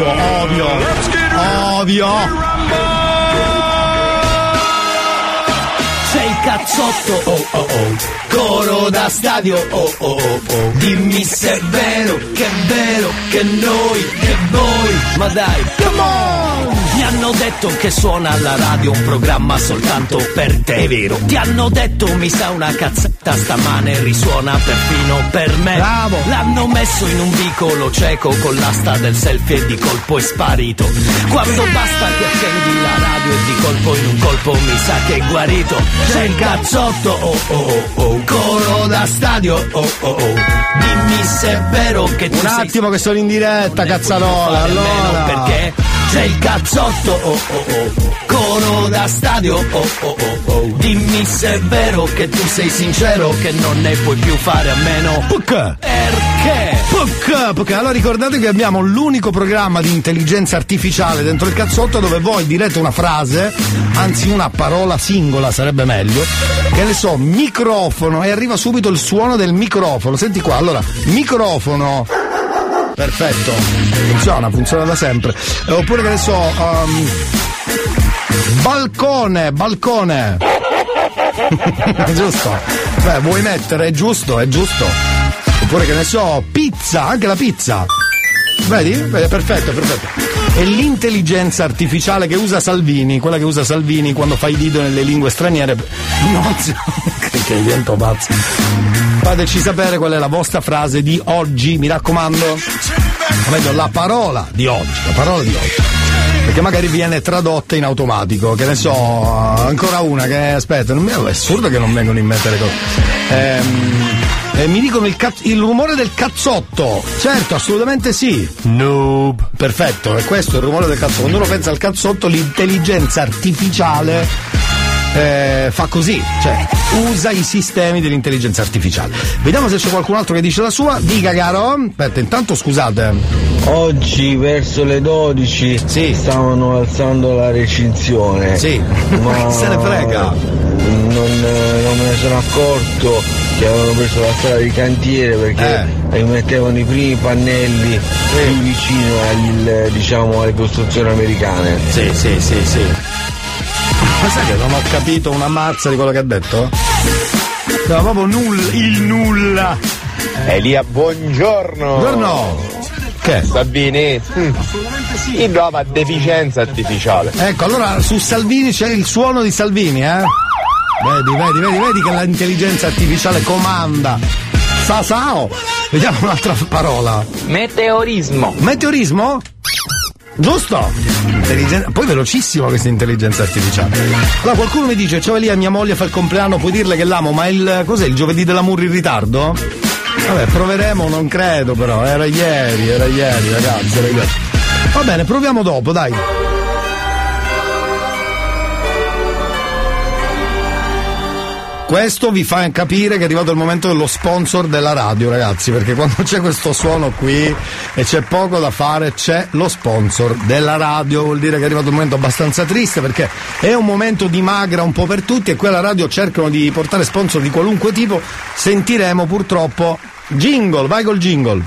[SPEAKER 1] C'è il cazzotto, coro da stadio, dimmi se è vero che noi, che voi, ma dai, come on! Ti hanno detto che suona alla radio un programma soltanto per te, è vero? Ti hanno detto mi sa una cazzetta stamane risuona perfino per me. Bravo! L'hanno messo in un vicolo cieco con l'asta del selfie e di colpo è sparito. Quando basta che accendi la radio e di colpo in un colpo mi sa che è guarito. C'è il cazzotto, coro da stadio, dimmi se è vero che tu
[SPEAKER 5] un attimo che sono in diretta, cazzarola, allora
[SPEAKER 1] perché c'è il cazzotto, coro da stadio, dimmi se è vero che tu sei sincero che non ne puoi più fare a meno. Perché? Allora ricordate che abbiamo l'unico programma di intelligenza artificiale dentro il cazzotto dove voi direte una frase, anzi una parola singola sarebbe meglio, che ne so, microfono, e arriva subito il suono del microfono. Senti qua, allora, microfono. Perfetto, funziona da sempre. Oppure che ne so, balcone. Giusto? Beh, vuoi mettere? È giusto. Oppure che ne so, pizza, anche la pizza. Vedi? Perfetto. È l'intelligenza artificiale che usa Salvini, quella che usa Salvini quando fa i video nelle lingue straniere. No, che divento pazzo. Fateci sapere qual è la vostra frase di oggi, mi raccomando. Meglio, la parola di oggi. Perché magari viene tradotta in automatico, che ne so, ancora una che aspetta, è assurdo che non vengono in mente le cose. Mi dicono il rumore del cazzotto. Certo, assolutamente sì. Noob. Perfetto, è questo il rumore del cazzotto. Quando uno pensa al cazzotto, l'intelligenza artificiale fa così, cioè usa i sistemi dell'intelligenza artificiale. Vediamo se c'è qualcun altro che dice la sua. Dica, caro. Aspetta, intanto scusate.
[SPEAKER 19] Oggi verso le 12 stavano alzando la recinzione.
[SPEAKER 1] Sì,
[SPEAKER 19] ma
[SPEAKER 1] se ne frega.
[SPEAKER 19] Non me ne sono accorto che avevano preso la strada di cantiere perché mettevano i primi pannelli più vicino alle costruzioni americane.
[SPEAKER 1] Sì. Ma sai che non ho capito una mazza di quello che ha detto? No, proprio nulla.
[SPEAKER 20] Elia, buongiorno.
[SPEAKER 1] Buongiorno. Che?
[SPEAKER 20] Salvini?
[SPEAKER 1] Assolutamente sì.
[SPEAKER 20] Il nuova deficienza artificiale.
[SPEAKER 1] Ecco, allora su Salvini c'è il suono di Salvini, eh? Vedi che l'intelligenza artificiale comanda. Sao. Vediamo un'altra parola. Meteorismo? Giusto? Poi velocissimo questa intelligenza artificiale. Allora qualcuno mi dice, cioè lì a mia moglie fa il compleanno, puoi dirle che l'amo, ma cos'è il giovedì dell'amore in ritardo? Vabbè, proveremo, non credo però, era ieri ragazzi. Va bene, proviamo dopo, dai. Questo vi fa capire che è arrivato il momento dello sponsor della radio, ragazzi, perché quando c'è questo suono qui e c'è poco da fare, c'è lo sponsor della radio. Vuol dire che è arrivato un momento abbastanza triste, perché è un momento di magra un po' per tutti e qui alla radio cercano di portare sponsor di qualunque tipo. Sentiremo purtroppo jingle, vai col jingle.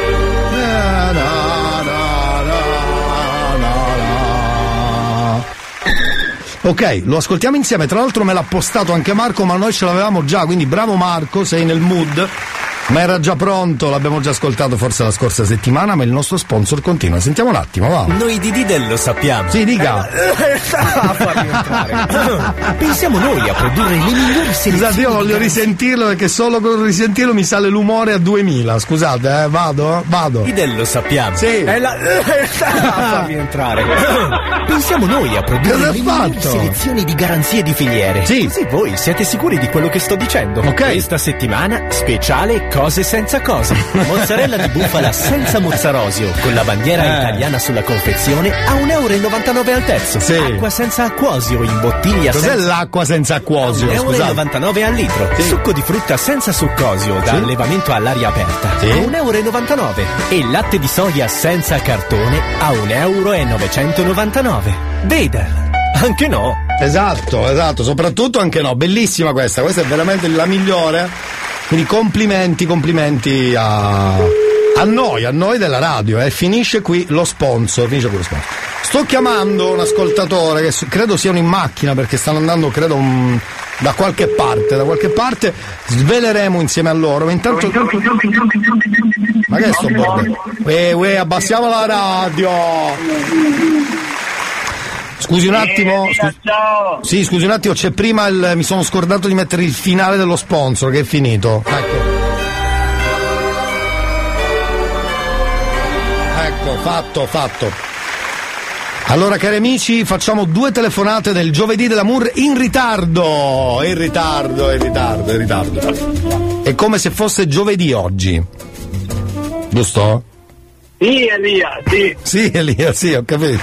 [SPEAKER 1] Ok, lo ascoltiamo insieme, tra l'altro me l'ha postato anche Marco, ma noi ce l'avevamo già, quindi bravo Marco, sei nel mood, ma era già pronto, l'abbiamo già ascoltato forse la scorsa settimana, ma il nostro sponsor continua. Sentiamo un attimo, va.
[SPEAKER 21] Noi di Didel lo sappiamo.
[SPEAKER 1] Sì, dica.
[SPEAKER 21] A farmi entrare. Pensiamo noi a produrre le migliori selezioni.
[SPEAKER 1] Scusate, io voglio risentirlo perché solo con risentirlo mi sale l'umore a 2000. Scusate, vado.
[SPEAKER 21] Didel lo sappiamo.
[SPEAKER 1] Sì.
[SPEAKER 21] A farmi entrare. Pensiamo noi a produrre le migliori selezioni di garanzie di filiere.
[SPEAKER 1] Sì.
[SPEAKER 21] Così voi siete sicuri di quello che sto dicendo.
[SPEAKER 1] Ok.
[SPEAKER 21] Questa settimana speciale cose senza cose. Mozzarella di bufala senza mozzarosio, con la bandiera italiana sulla confezione a €1,99 al pezzo.
[SPEAKER 1] Sì.
[SPEAKER 21] Acqua senza acquosio in bottiglia.
[SPEAKER 1] Cos'è l'acqua senza acquosio?
[SPEAKER 21] €1,99 al litro.
[SPEAKER 1] Sì.
[SPEAKER 21] Succo di frutta senza succosio da allevamento all'aria aperta
[SPEAKER 1] Sì.
[SPEAKER 21] a €1,99. E latte di soia senza cartone a €1,999. Veda, anche no.
[SPEAKER 1] Esatto, soprattutto anche no. Bellissima questa è veramente la migliore. Quindi complimenti a noi della radio. Finisce qui lo sponsor. Sto chiamando un ascoltatore che credo siano in macchina perché stanno andando, da qualche parte. Sveleremo insieme a loro. Ma intanto. Ma che è sto bordello? Abbassiamo la radio. Scusi un attimo. Sì, scusi un attimo, c'è prima mi sono scordato di mettere il finale dello sponsor che è finito. Ecco, fatto. Allora, cari amici, facciamo 2 telefonate del giovedì dell'Amour in ritardo. È come se fosse giovedì oggi. Giusto?
[SPEAKER 6] Sì, Elia, sì.
[SPEAKER 1] Sì, Elia, sì, ho capito.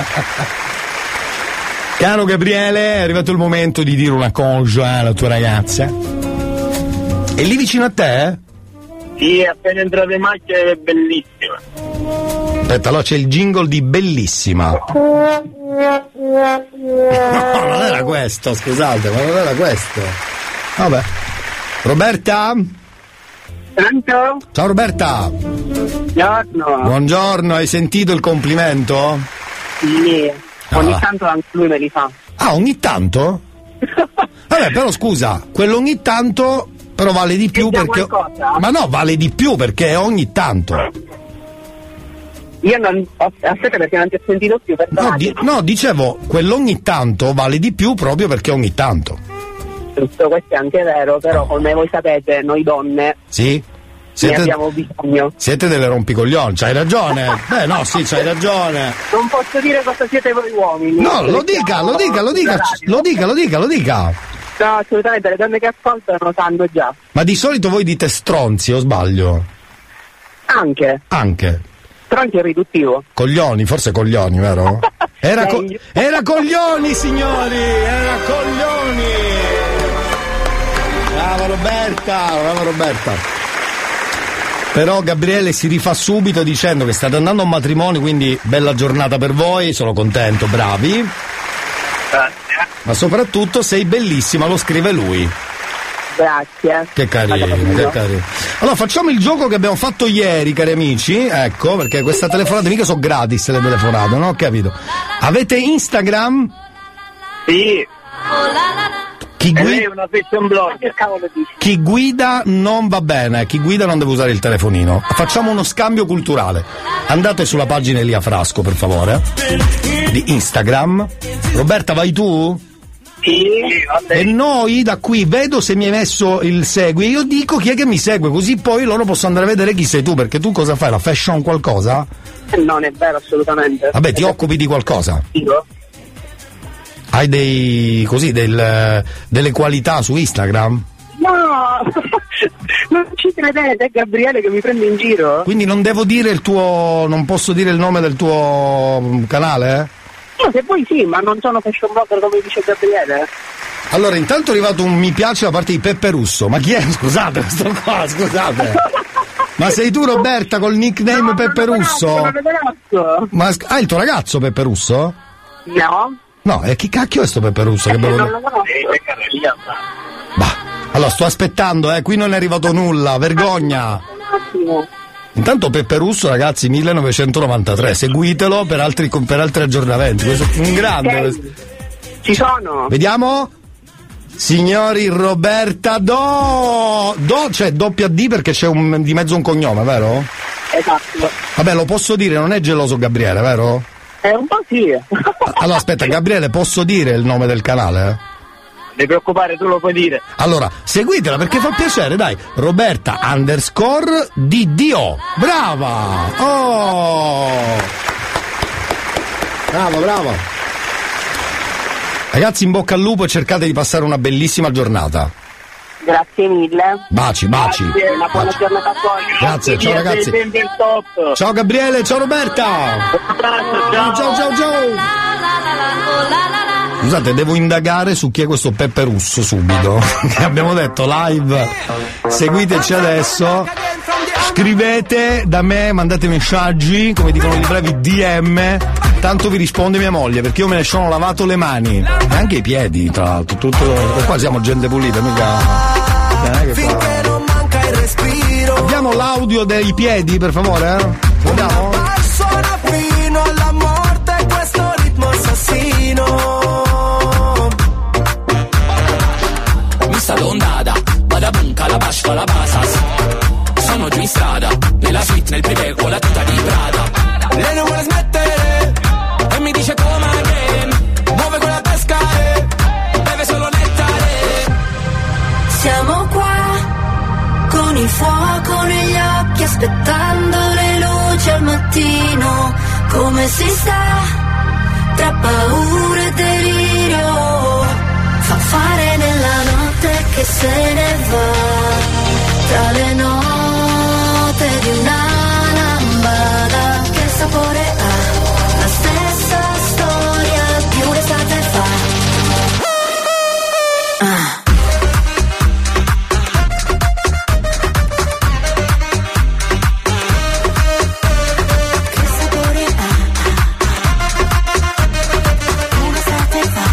[SPEAKER 1] Caro Gabriele, è arrivato il momento di dire una cosa alla tua ragazza. È lì vicino a te?
[SPEAKER 6] Sì, è appena entrato in macchina ed è bellissima.
[SPEAKER 1] Aspetta, allora c'è il jingle di Bellissima. No, non era questo, scusate, ma non era questo. Vabbè. Roberta?
[SPEAKER 6] Pronto?
[SPEAKER 1] Ciao Roberta. Buongiorno, hai sentito il complimento?
[SPEAKER 12] Sì, ogni tanto anche lui me li fa.
[SPEAKER 1] Ah, ogni tanto? Vabbè, però scusa, quello ogni tanto però vale di più perché.
[SPEAKER 12] Qualcosa?
[SPEAKER 1] Ma no, vale di più perché è ogni tanto.
[SPEAKER 12] Io non. Aspetta perché non ti ho sentito più,
[SPEAKER 1] No, dicevo, quello ogni tanto vale di più proprio perché ogni tanto.
[SPEAKER 12] Giusto, questo è anche vero, però come voi sapete, noi donne
[SPEAKER 1] Sì?
[SPEAKER 12] ne abbiamo bisogno.
[SPEAKER 1] Siete delle rompicoglioni, c'hai ragione. No, sì, c'hai ragione.
[SPEAKER 12] Non posso dire cosa siete voi uomini.
[SPEAKER 1] No, lo dica.
[SPEAKER 12] No, assolutamente, le donne che ascoltano sanno già.
[SPEAKER 1] Ma di solito voi dite stronzi, o sbaglio?
[SPEAKER 12] Anche. Stronzi è riduttivo.
[SPEAKER 1] Coglioni, forse coglioni, vero? Era coglioni, signori! Era coglioni! Brava Roberta! Però Gabriele si rifà subito dicendo che state andando a un matrimonio, quindi bella giornata per voi, sono contento, bravi. Ma soprattutto sei bellissima, lo scrive lui.
[SPEAKER 12] Grazie.
[SPEAKER 1] Che carino. Allora facciamo il gioco che abbiamo fatto ieri, cari amici. Ecco, perché questa telefonata mica sono gratis le telefonate, no? Ho capito. Avete Instagram?
[SPEAKER 6] Sì. Lei è una fashion blogger.
[SPEAKER 1] Chi guida non va bene, chi guida non deve usare il telefonino. Facciamo uno scambio culturale. Andate sulla pagina Elia Frasco, per favore, di Instagram. Roberta, vai tu?
[SPEAKER 6] Sì,
[SPEAKER 1] e noi da qui vedo se mi hai messo il segui, io dico chi è che mi segue, così poi loro possono andare a vedere chi sei tu, perché tu cosa fai? La fashion qualcosa?
[SPEAKER 12] Non è vero, assolutamente.
[SPEAKER 1] Vabbè, ti occupi di qualcosa?
[SPEAKER 12] Io?
[SPEAKER 1] Hai delle qualità su Instagram?
[SPEAKER 12] No, non ci credete, è Gabriele che mi prende in giro.
[SPEAKER 1] Quindi non devo dire non posso dire il nome del tuo canale?
[SPEAKER 12] No, se vuoi sì, ma non sono fashion blogger come dice Gabriele.
[SPEAKER 1] Allora, intanto è arrivato un mi piace da parte di Peppe Russo. Ma chi è? Scusate, questo qua, scusate. Ma sei tu Roberta col nickname Peppe Russo? Ma il tuo ragazzo Peppe Russo?
[SPEAKER 12] No.
[SPEAKER 1] No, e chi cacchio è sto Peppe Russo? Che bello.
[SPEAKER 12] Non lo conosco.
[SPEAKER 1] Bah, allora sto aspettando, qui non è arrivato nulla, vergogna.
[SPEAKER 12] Un attimo.
[SPEAKER 1] Intanto Peppe Russo, ragazzi, 1993, seguitelo per altri aggiornamenti. Questo è un grande.
[SPEAKER 12] Okay. Ci sono.
[SPEAKER 1] Vediamo. Signori, Roberta c'è doppia D perché c'è di mezzo un cognome, vero?
[SPEAKER 12] Esatto.
[SPEAKER 1] Vabbè, lo posso dire, non è geloso Gabriele, vero?
[SPEAKER 12] Un po' sì.
[SPEAKER 1] Allora aspetta, Gabriele, posso dire il nome del canale?
[SPEAKER 6] Non ti preoccupare, tu lo puoi dire.
[SPEAKER 1] Allora, seguitela perché fa piacere, dai. Roberta _DDO. Brava! Oh! Brava. Ragazzi, in bocca al lupo e cercate di passare una bellissima giornata.
[SPEAKER 12] Grazie mille.
[SPEAKER 1] Baci.
[SPEAKER 12] Grazie, una buona giornata a voi.
[SPEAKER 1] Grazie, ciao ragazzi. Ciao Gabriele, ciao Roberta. Ciao. Scusate, devo indagare su chi è questo Peppe Russo subito. Abbiamo detto live, seguiteci adesso. Scrivete da me, mandate messaggi, come dicono i brevi DM. Tanto vi risponde mia moglie, perché io me ne sono lavato le mani e anche i piedi, tra l'altro. Tutto qua siamo gente pulita, mica.
[SPEAKER 9] Finché non manca il respiro.
[SPEAKER 1] Abbiamo l'audio dei piedi, per favore? Andiamo?
[SPEAKER 9] Suona fino alla morte questo ritmo assassino.
[SPEAKER 7] Mi sta d'ondata, vada bunca, la pascia, la basas. Sono giù in strada, nella suite, nel privé, con la tuta di Prada.
[SPEAKER 9] Lei non vuole smettere e mi dice come again. Muove con la pesca e beve solo nettare.
[SPEAKER 16] Siamo qua con il fuoco negli occhi, aspettando le luci al mattino. Come si sta tra paura e delirio? Fa fare nella notte che se ne va, tra le note di una lambada. Che sapore ha? La stessa storia di un'estate fa. Che sapore ha? Un'estate fa.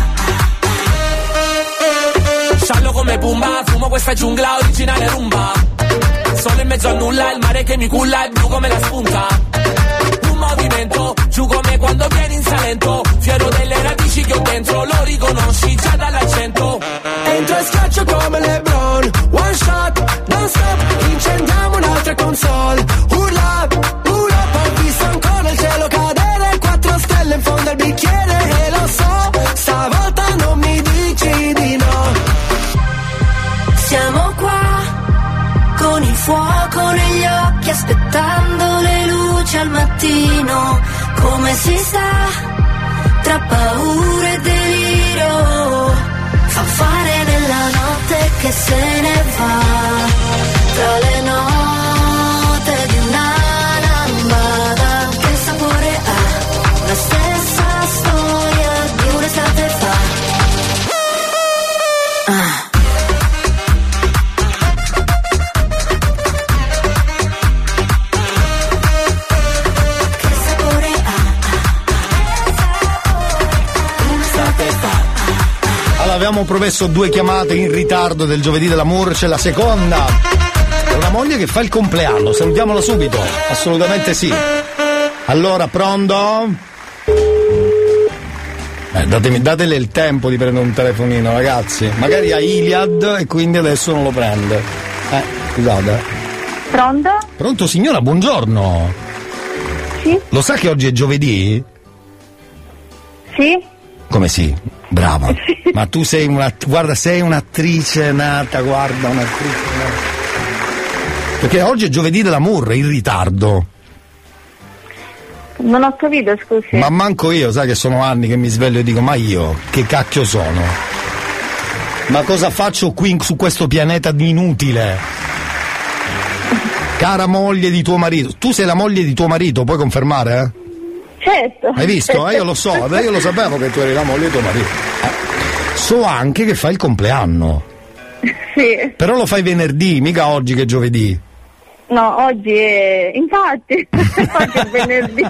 [SPEAKER 7] Sciallo come Pumba, fumo questa giungla originale rumba. Solo in mezzo a nulla, il mare che mi culla è blu come la spunta. Un movimento, giù come quando vieni in Salento. Fiero delle radici che ho dentro, lo riconosci già dall'accento.
[SPEAKER 9] Entro e schiaccio come LeBron. One shot, non stop, incendiamo un'altra console. Urla, ho visto ancora il cielo cadere. 4 stelle in fondo al bicchiere. E lo so, stavolta non mi dici di no.
[SPEAKER 16] Siamo qua con il fuoco negli occhi, aspettando le luci al mattino. Come si sta tra paura e delirio? Fa fare nella notte che se ne va, tra le note di una lambada. Che sapore ha? La stessa storia di un'estate fa.
[SPEAKER 1] Allora, avevamo promesso 2 chiamate in ritardo del giovedì dell'amore, c'è la seconda. È una moglie che fa il compleanno, salutiamola subito. Assolutamente sì. Allora, pronto? Datele il tempo di prendere un telefonino, ragazzi. Magari ha Iliad e quindi adesso non lo prende. Scusate.
[SPEAKER 12] Pronto?
[SPEAKER 1] Pronto signora, buongiorno.
[SPEAKER 12] Sì?
[SPEAKER 1] Lo sa che oggi è giovedì?
[SPEAKER 12] Sì?
[SPEAKER 1] Come sì? Brava. Sì. Ma tu sei sei un'attrice nata, guarda, un'attrice nata. Perché oggi è giovedì dell'amore, in ritardo.
[SPEAKER 12] Non ho capito, scusi.
[SPEAKER 1] Ma manco io, sai che sono anni che mi sveglio e dico, ma io che cacchio sono? Ma cosa faccio qui su questo pianeta di inutile? Cara moglie di tuo marito. Tu sei la moglie di tuo marito, puoi confermare?
[SPEAKER 12] Certo.
[SPEAKER 1] Hai visto? Io lo so, io lo sapevo che tu eri la moglie di tuo marito. So anche che fai il compleanno.
[SPEAKER 12] Sì.
[SPEAKER 1] Però lo fai venerdì, mica oggi che è giovedì.
[SPEAKER 12] No, oggi è... infatti, oggi è venerdì.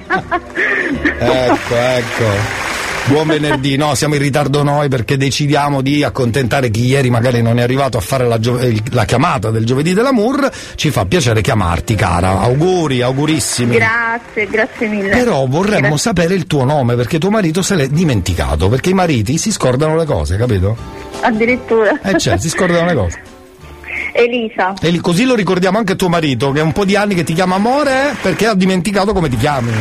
[SPEAKER 1] Ecco. Buon venerdì, no, siamo in ritardo noi perché decidiamo di accontentare chi ieri magari non è arrivato a fare la chiamata del giovedì dell'amour. Ci fa piacere chiamarti, cara. Auguri, augurissimi.
[SPEAKER 12] Grazie mille.
[SPEAKER 1] Però vorremmo sapere il tuo nome perché tuo marito se l'è dimenticato, perché i mariti si scordano le cose, capito?
[SPEAKER 12] Addirittura.
[SPEAKER 1] Si scordano le cose.
[SPEAKER 12] Elisa.
[SPEAKER 1] E così lo ricordiamo anche a tuo marito, che è un po' di anni che ti chiama amore perché ha dimenticato come ti chiami.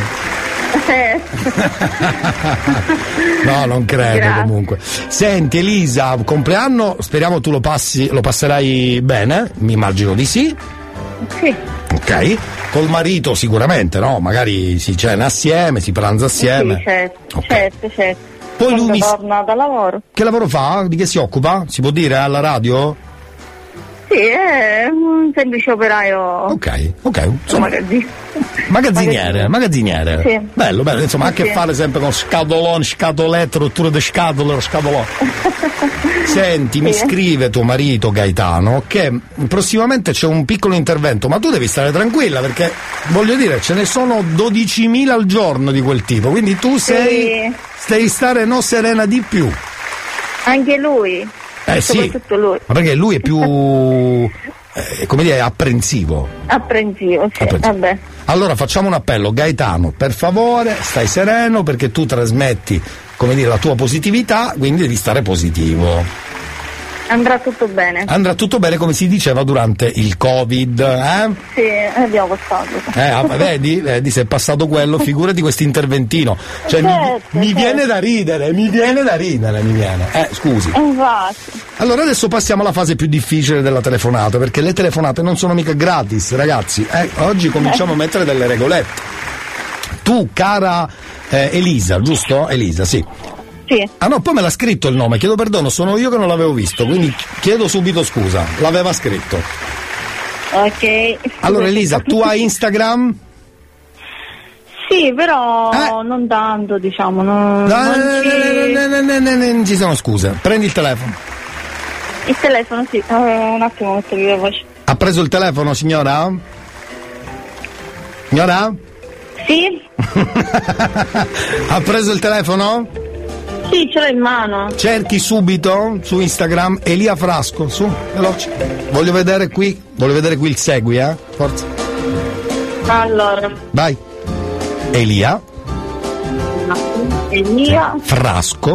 [SPEAKER 1] No, non credo. Grazie. Comunque. Senti Elisa, compleanno, speriamo tu lo passerai bene, mi immagino di sì.
[SPEAKER 12] Sì.
[SPEAKER 1] Ok. Col marito sicuramente, no? Magari si cena assieme, si pranza assieme.
[SPEAKER 12] Sì, certo,
[SPEAKER 1] okay.
[SPEAKER 12] certo.
[SPEAKER 1] Poi lui
[SPEAKER 12] torna da lavoro.
[SPEAKER 1] Che lavoro fa? Di che si occupa? Si può dire alla radio?
[SPEAKER 12] Sì, è un semplice operaio.
[SPEAKER 1] Ok. Insomma,
[SPEAKER 12] magazziniere.
[SPEAKER 1] Sì. Bello, insomma, ha a che fare sempre con scatoloni, scatolette, rotture di scatole, scatoloni. Senti, mi scrive tuo marito Gaetano che prossimamente c'è un piccolo intervento, ma tu devi stare tranquilla perché, voglio dire, ce ne sono 12.000 al giorno di quel tipo, quindi tu devi stare serena di più.
[SPEAKER 12] Anche lui.
[SPEAKER 1] Soprattutto lui. Ma perché lui è più come dire, apprensivo.
[SPEAKER 12] Apprensivo. Vabbè.
[SPEAKER 1] Allora facciamo un appello, Gaetano, per favore, stai sereno perché tu trasmetti, come dire, la tua positività, quindi devi stare positivo.
[SPEAKER 12] Andrà tutto bene.
[SPEAKER 1] Andrà tutto bene, come si diceva durante il Covid,
[SPEAKER 12] Sì, abbiamo passato.
[SPEAKER 1] Vedi, se è passato quello, figurati questo interventino. Cioè, mi viene da ridere, scusi.
[SPEAKER 12] Infatti.
[SPEAKER 1] Allora adesso passiamo alla fase più difficile della telefonata, perché le telefonate non sono mica gratis, ragazzi. Oggi cominciamo a mettere delle regolette. Tu, cara Elisa, giusto? Elisa, sì.
[SPEAKER 12] Sì.
[SPEAKER 1] Ah no, poi me l'ha scritto il nome, chiedo perdono, sono io che non l'avevo visto, quindi chiedo subito scusa, l'aveva scritto.
[SPEAKER 12] Ok.
[SPEAKER 1] Allora Elisa, tu hai Instagram?
[SPEAKER 12] Sì, però non tanto, diciamo, non
[SPEAKER 1] ci sono scuse, prendi il telefono.
[SPEAKER 12] Il telefono, sì, un attimo metto via la voce.
[SPEAKER 1] Ha preso il telefono, signora? Signora?
[SPEAKER 12] Sì.
[SPEAKER 1] Ha preso il telefono?
[SPEAKER 12] Sì, ce l'ho in mano.
[SPEAKER 1] Cerchi subito su Instagram Elia Frasco, su, veloce. Voglio vedere qui il segui, forza.
[SPEAKER 12] Allora.
[SPEAKER 1] Vai. Elia Frasco.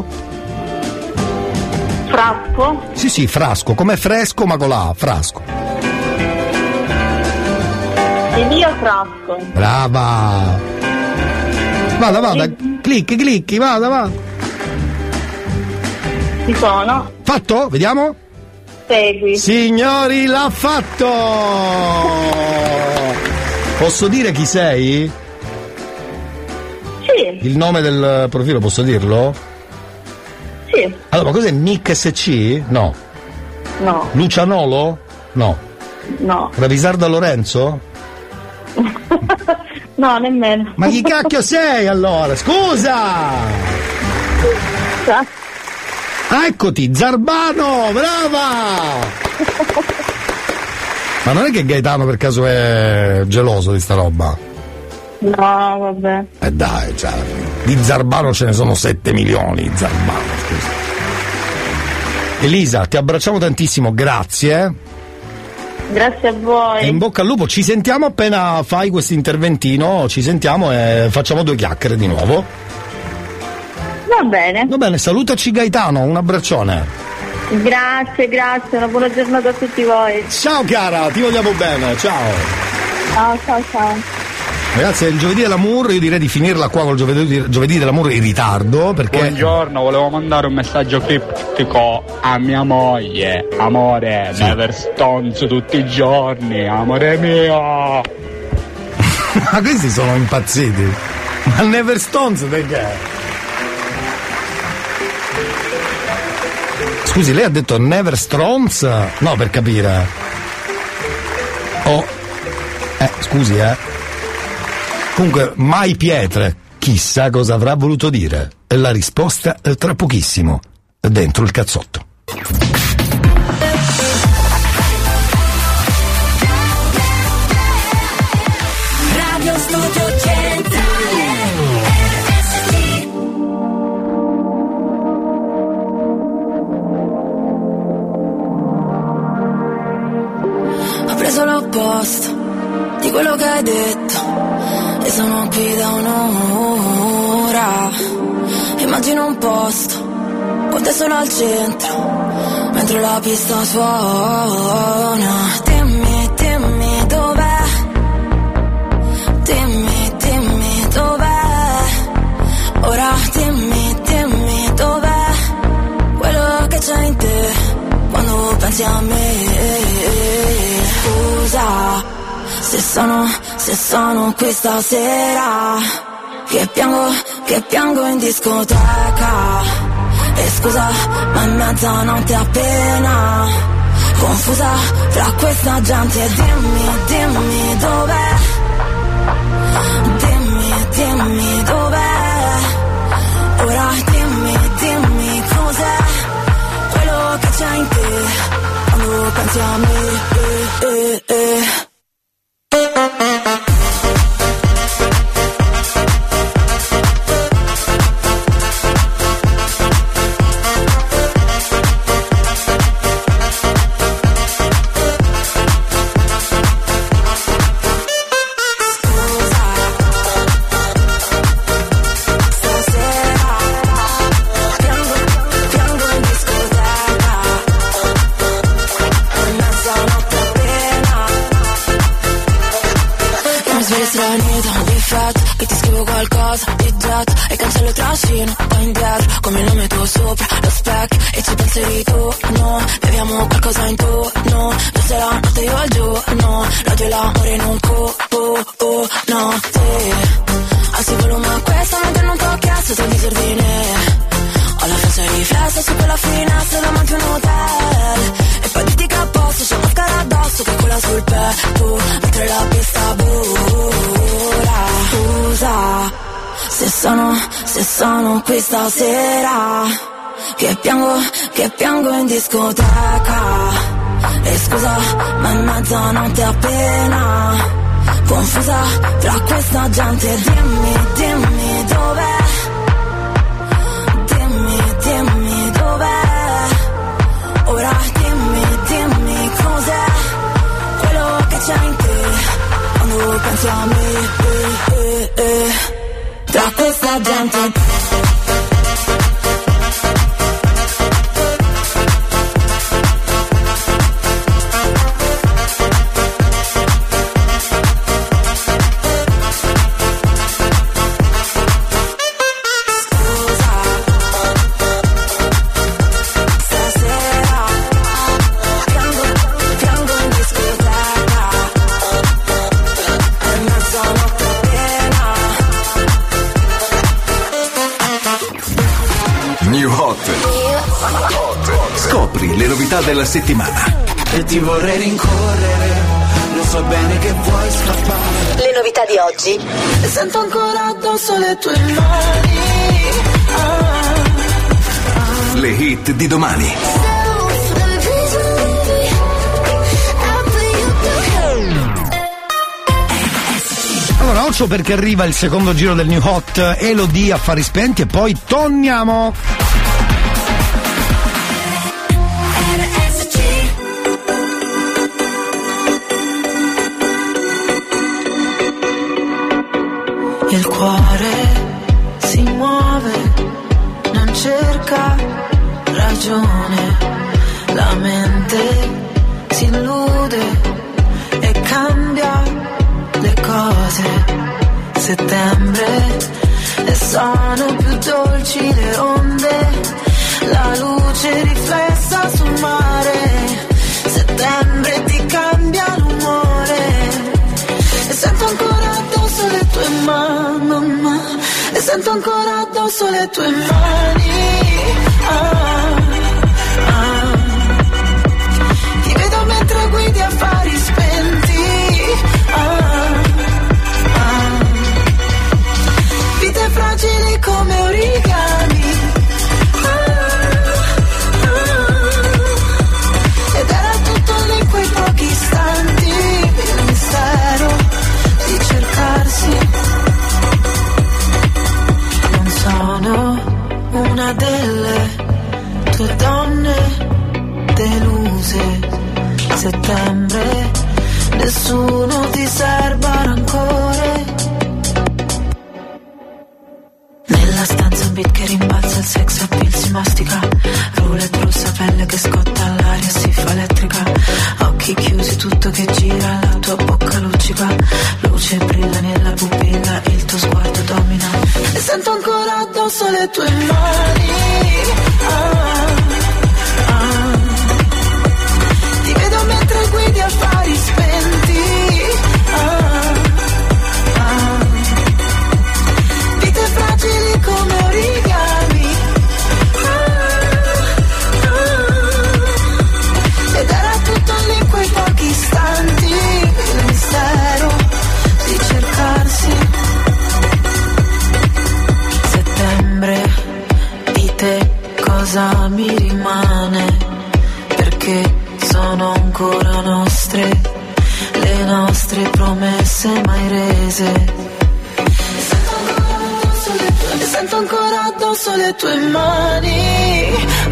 [SPEAKER 12] Frasco?
[SPEAKER 1] Sì, Frasco, come fresco ma con la A, Frasco.
[SPEAKER 12] Elia Frasco.
[SPEAKER 1] Brava. Vada, clicchi, vada.
[SPEAKER 12] Ci sono.
[SPEAKER 1] Fatto? Vediamo?
[SPEAKER 12] Segui.
[SPEAKER 1] Signori, l'ha fatto! Posso dire chi sei?
[SPEAKER 12] Sì.
[SPEAKER 1] Il nome del profilo posso dirlo?
[SPEAKER 12] Sì.
[SPEAKER 1] Allora, ma cos'è Nick SC? No. Lucianolo? No. Ravisarda Lorenzo?
[SPEAKER 12] No, nemmeno.
[SPEAKER 1] Ma chi cacchio sei allora? Scusa! Eccoti, Zarbano, brava! Ma non è che Gaetano per caso è geloso di sta roba?
[SPEAKER 12] No, vabbè.
[SPEAKER 1] Dai, di Zarbano ce ne sono 7 milioni, Zarbano, scusa. Elisa, ti abbracciamo tantissimo, grazie.
[SPEAKER 12] Grazie a voi.
[SPEAKER 1] E in bocca al lupo, ci sentiamo appena fai questo interventino, ci sentiamo e facciamo 2 chiacchiere di nuovo.
[SPEAKER 12] Va bene,
[SPEAKER 1] salutaci Gaetano, un abbraccione.
[SPEAKER 12] Grazie, una buona giornata a tutti voi.
[SPEAKER 1] Ciao cara, ti vogliamo bene, ciao.
[SPEAKER 12] Ciao.
[SPEAKER 1] Ragazzi, è il giovedì dell'amour, io direi di finirla qua col giovedì dell'amour in ritardo, perché...
[SPEAKER 4] Buongiorno, volevo mandare un messaggio criptico a mia moglie. Amore, sì. Never Stones tutti i giorni, amore mio.
[SPEAKER 1] Ma questi sono impazziti. Ma Never Stones perché? Scusi, lei ha detto Never Stones? No, per capire. Scusi, Comunque, mai pietre. Chissà cosa avrà voluto dire. E la risposta è tra pochissimo. Dentro il cazzotto.
[SPEAKER 16] Radio Studio Centrale.
[SPEAKER 22] Ho preso l'opposto di quello che hai detto e sono qui da un'ora. Immagino un posto con te solo al centro mentre la pista suona. Dimmi dov'è, dimmi dov'è. Ora dimmi dov'è quello che c'è in te quando pensi a me. Scusa se sono qui stasera che piango in discoteca. E scusa, ma è mezzanotte appena confusa fra questa gente. Dimmi dov'è, dimmi dov'è, ora dimmi cos'è quello che c'è in te quando pensi a me. E cancello il trascino, poi indietro, come il nome tuo sopra lo specchio, e ci pensi no, beviamo qualcosa intorno, questa è la notte io al giorno, l'odio e l'amore in un no, te, alzi il volume a questa notte non t'ho chiesto del disordine, ho la faccia riflessa su quella finestra davanti a un hotel, e poi dirti che a posto c'è mascara addosso che cola sul petto, mentre la pista vola, scusa. Se sono qui stasera che piango in discoteca, e scusa ma è mezzanotte appena, confusa tra questa gente. Dimmi dov'è, dimmi dov'è, ora dimmi cos'è quello che c'è in te quando pensi a me. Tra questa gente.
[SPEAKER 10] Scopri le novità della settimana.
[SPEAKER 9] E ti vorrei rincorrere, lo so bene che vuoi scappare.
[SPEAKER 3] Le novità di oggi.
[SPEAKER 9] E sento ancora addosso le tue mani.
[SPEAKER 10] Le hit di domani.
[SPEAKER 1] Allora, occhio perché arriva il secondo giro del New Hot, Elodie, Affari Spenti, e poi torniamo.
[SPEAKER 9] Il cuore si muove, non cerca ragione, la mente si illude e cambia le cose. Settembre e sono più dolci le onde, la luce riflessa sul mare. Settembre ti cambia l'umore e sento ancora addosso le tue mani, e sento ancora addosso le tue mani. Ti vedo mentre guidi Affari Spenti. Vite fragili come origami. Ed era tutto lì in quei pochi istanti, il mistero di cercarsi. Non sono una delle tue donne deluse. Settembre, nessuno ti serba rancore. Nella stanza un beat che rimbalza, il sex appeal si mastica, roulette rossa, pelle che scotta all'aria, si fa elettrica, occhi chiusi, tutto che gira, la tua bocca luccica, luce brilla nella pupilla, il tuo sguardo domina, e sento ancora addosso le tue mani. Ti vedo mentre guidi Affari Spenti. Vite fragili come origami. Ed era tutto
[SPEAKER 8] nostre promesse mai rese. Sento ancora addosso le tue mani.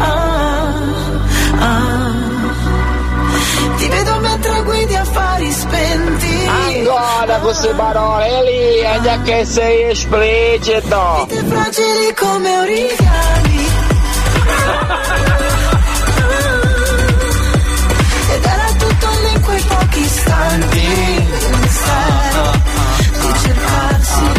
[SPEAKER 8] Ti vedo mentre guidi affari spenti.
[SPEAKER 20] Ancora queste parole lì, già che sei esplicito.
[SPEAKER 8] Vite fragili come origami. Ed era tutto lì in quei pochi istanti. Di cercarsi.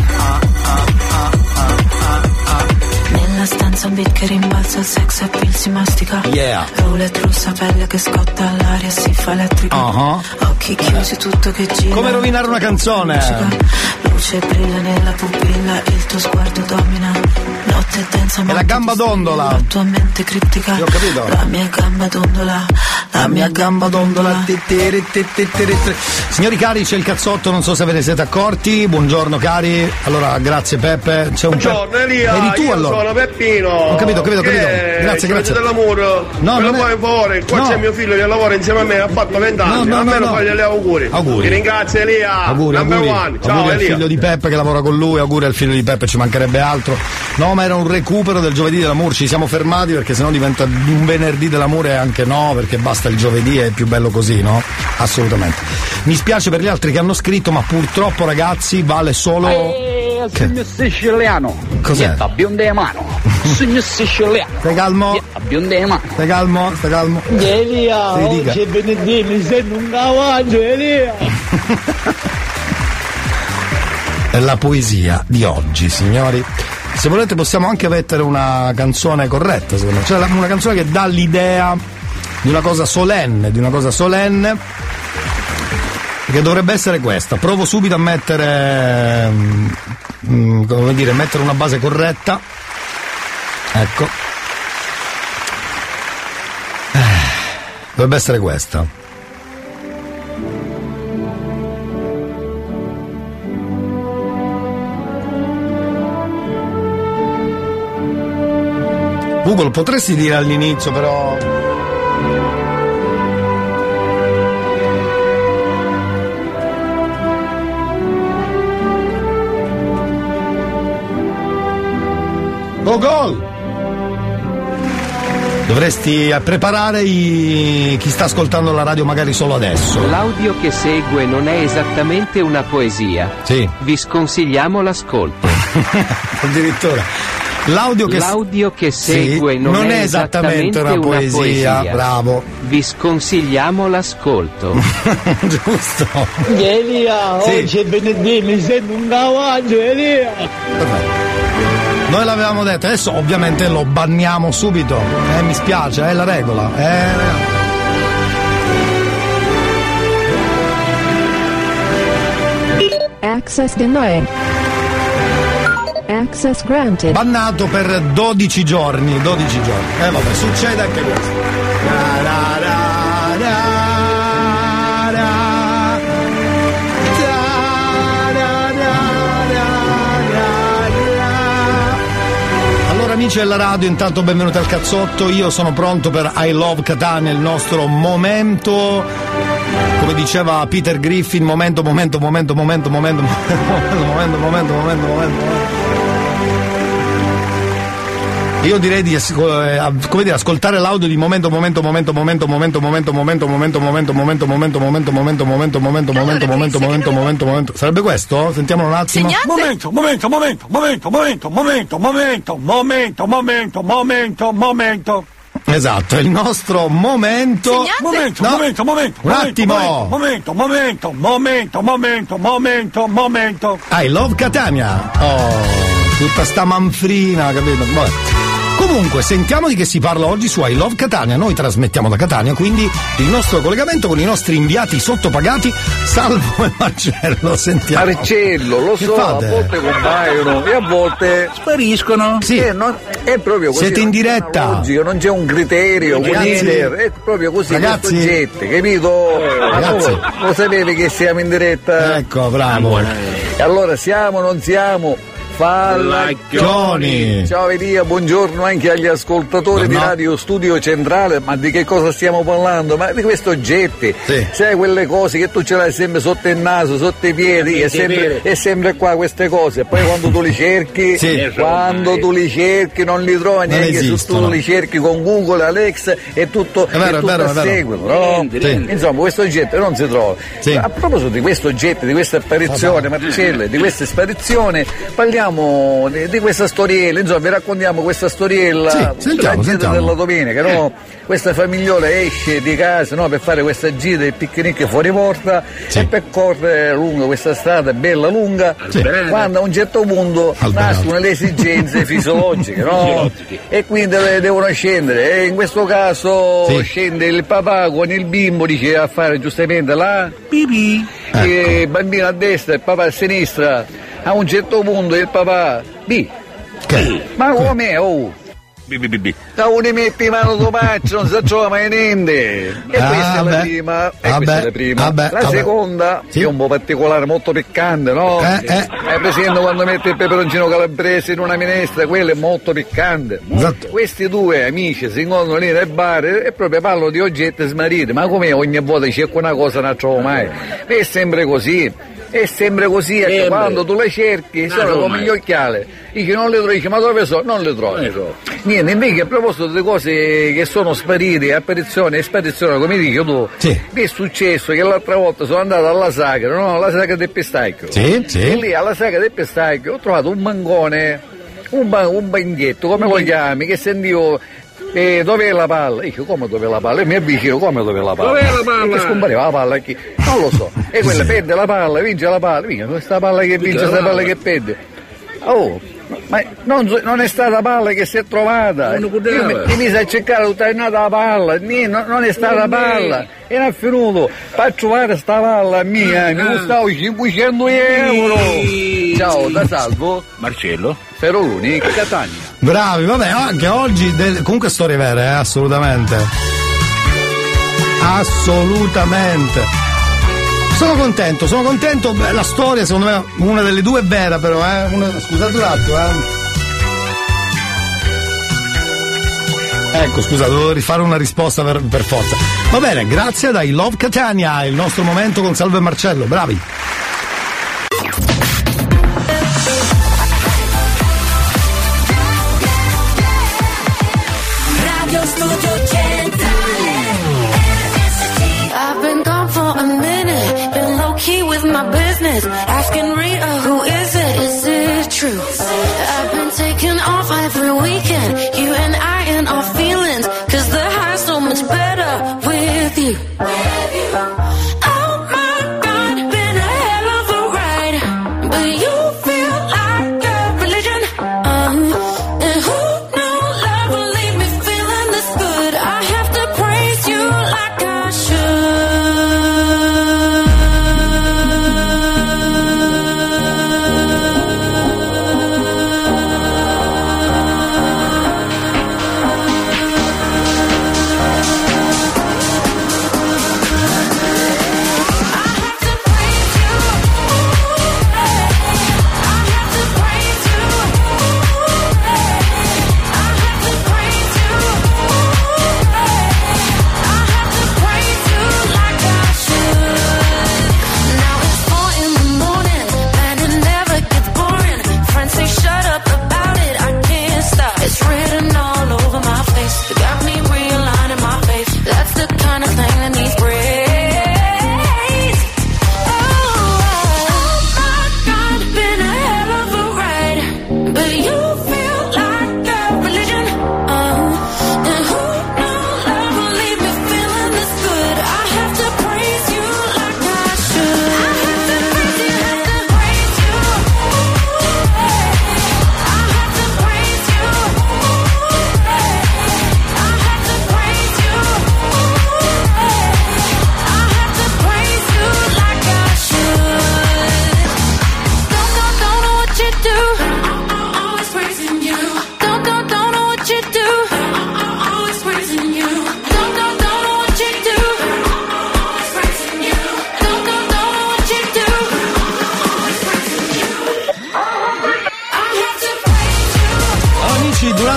[SPEAKER 8] Nella stanza un beat che rimbalza, il sex appeal si mastica.
[SPEAKER 1] Yeah.
[SPEAKER 8] Roulette russa, pelle che scotta, l'aria si fa elettrica. Occhi chiusi, tutto che gira.
[SPEAKER 1] Come rovinare una canzone?
[SPEAKER 8] Luce brilla nella pupilla, il tuo sguardo domina. Notte densa,
[SPEAKER 1] ma la gamba dondola.
[SPEAKER 8] La tua mente criptica.
[SPEAKER 1] Io ho capito.
[SPEAKER 8] La mia gamba dondola. La mia gamba dondola.
[SPEAKER 1] Signori cari, c'è il cazzotto, non so se ve ne siete accorti. Buongiorno cari. Allora, grazie Peppe. C'è un
[SPEAKER 11] buongiorno Elia.
[SPEAKER 1] Eri tu
[SPEAKER 11] io
[SPEAKER 1] allora?
[SPEAKER 11] Sono Peppino.
[SPEAKER 1] Ho capito. Grazie.
[SPEAKER 11] dell'amore.
[SPEAKER 1] No,
[SPEAKER 11] me lo fai un favore. Qua c'è mio figlio che lavora insieme a me, ha fatto 20 anni. Almeno fagli gli auguri. Ti ringrazio Elia.
[SPEAKER 1] Auguri.
[SPEAKER 11] Ciao
[SPEAKER 1] al
[SPEAKER 11] Elia.
[SPEAKER 1] figlio di Peppe che lavora con lui, auguri al figlio di Peppe, ci mancherebbe altro. No, ma era un recupero del giovedì dell'amore, ci siamo fermati perché sennò diventa un venerdì dell'amore e anche no, perché basta il giovedì, è più bello così, no? Assolutamente. Mi spiace per gli altri che hanno scritto, ma purtroppo ragazzi vale solo...
[SPEAKER 4] Signor siciliano.
[SPEAKER 1] Cos'è?
[SPEAKER 4] Bionde mano. Signor siciliano.
[SPEAKER 1] Stai calmo?
[SPEAKER 4] Bionde mano.
[SPEAKER 1] Stai calmo.
[SPEAKER 23] Elia, oggi è venerdì, mi sento un cavallo, Elia.
[SPEAKER 1] È la poesia di oggi, signori. Se volete possiamo anche mettere una canzone corretta, secondo me. Cioè una canzone che dà l'idea di una cosa solenne, che dovrebbe essere questa. Provo subito a mettere mettere una base corretta. Ecco. Dovrebbe essere questa. Google, potresti dire all'inizio però... Google! Dovresti preparare chi sta ascoltando la radio magari solo adesso.
[SPEAKER 24] L'audio che segue non è esattamente una poesia.
[SPEAKER 1] Sì.
[SPEAKER 24] Vi sconsigliamo l'ascolto.
[SPEAKER 1] Addirittura. L'audio che segue
[SPEAKER 24] sì,
[SPEAKER 1] non è esattamente una poesia. Bravo.
[SPEAKER 24] Vi sconsigliamo l'ascolto.
[SPEAKER 1] Giusto.
[SPEAKER 23] Elia, oggi è venerdì, mi sento un cavallo, Elia.
[SPEAKER 1] Perfetto. Noi l'avevamo detto, adesso ovviamente lo banniamo subito. Mi spiace, è la regola.
[SPEAKER 25] Access denied. Access granted.
[SPEAKER 1] Bannato per 12 giorni. Vabbè, succede anche questo. Amici della radio, intanto benvenuti al cazzotto. Io sono pronto per I Love Catania, il nostro momento, come diceva Peter Griffin, momento. Io direi di ascoltare l'audio di momento. Sarebbe questo? Sentiamolo un attimo. Momento. Esatto, è il nostro momento. Un attimo. Momento. I Love Catania. Tutta sta manfrina, capito? Vabbè. Comunque, sentiamo di che si parla oggi su I Love Catania. Noi trasmettiamo da Catania, quindi il nostro collegamento con i nostri inviati sottopagati, Salvo e Marcello. Sentiamo.
[SPEAKER 26] Marcello, lo so,
[SPEAKER 1] fate?
[SPEAKER 26] A volte compaiono e a volte spariscono.
[SPEAKER 1] Sì.
[SPEAKER 26] È proprio così.
[SPEAKER 1] Siete in diretta.
[SPEAKER 26] Logico, non c'è un criterio, è proprio così.
[SPEAKER 1] Ragazzi,
[SPEAKER 26] soggetti, capito?
[SPEAKER 1] Ragazzi,
[SPEAKER 26] lo sapevi che siamo in diretta?
[SPEAKER 1] Ecco, bravo.
[SPEAKER 26] E allora siamo, non siamo.
[SPEAKER 1] Fallacchioni.
[SPEAKER 26] Ciao Elia, buongiorno anche agli ascoltatori di Radio Studio Centrale. Ma di che cosa stiamo parlando? Ma di questi oggetti, sai, quelle cose che tu ce l'hai sempre sotto il naso, sotto i piedi, è sempre qua queste cose. Poi quando tu li cerchi, tu li cerchi non li trovi neanche se tu li cerchi con Google, Alexa e tutto a seguito, no? Insomma, questo oggetto non si trova. A proposito di questo oggetto, di questa apparizione, Marcello, di questa sparizione, parliamo di questa storiella, insomma, vi raccontiamo questa storiella la gita della domenica, no? Questa famigliola esce di casa, no, per fare questa gita del picnic fuori porta e percorre lungo questa strada bella lunga, quando a un certo punto nascono le esigenze fisiologiche, no? E quindi devono scendere, e in questo caso scende il papà con il bimbo, dice a fare giustamente la pipì, il bambino a destra e il papà a sinistra. A un certo punto il papà ma come? Da uno metti mano domaccio, non si trova mai niente. E questa è la prima. La seconda è un po' particolare, molto piccante, no? Hai presente quando metti il peperoncino calabrese in una minestra? Quello è molto piccante. Questi due amici si incontrano lì nel bar e proprio parlano di oggetti smarriti. Ma come ogni volta cerco una cosa non la trovo mai? È sempre così. È sempre così, quando tu le cerchi sono come gli occhiali, dici non le trovi, ma dove sono? Non le trovi. Niente, invece a proposito di cose che sono sparite, apparizione e sparizione, come dici tu, mi è successo che l'altra volta sono andato alla sagra, no? La sagra del pistacchio. E lì alla sagra del pistacchio ho trovato un bancone, un banchetto, come lo chiami, che sentivo. Dov'è la palla? Dico, come dov'è la palla? E mi avvicino, come dov'è la palla? Dov'è la palla? Che scompariva la palla qui? Non lo so. E quella perde la palla, vince la palla. Mica questa palla che vince, questa palla che perde. Oh, ma non è stata palla che si è trovata. Io mi mise a cercare tutta la palla, non è stata palla. E non è finito. Per trovare sta palla mia, mi costavo 500 euro. Ciao, da Salvo.
[SPEAKER 2] Marcello.
[SPEAKER 26] Feroluni, Catania.
[SPEAKER 1] Bravi, vabbè, anche oggi comunque storie vere, assolutamente. Sono contento. Beh, la storia secondo me una delle due è vera, però, scusate un attimo, Ecco, scusa, dovevo rifare una risposta per forza. Va bene, grazie dai Love Catania, il nostro momento con Salvo e Marcello, bravi.
[SPEAKER 22] My business, asking Rita, who is it? Is it true? I've been taking off every weekend, you and I in our feelings, 'cause the high's so much better with you. Oh my God, been a hell of a ride, but you feel like a religion. And who knew love would leave me feeling this good? I have to praise you like I should.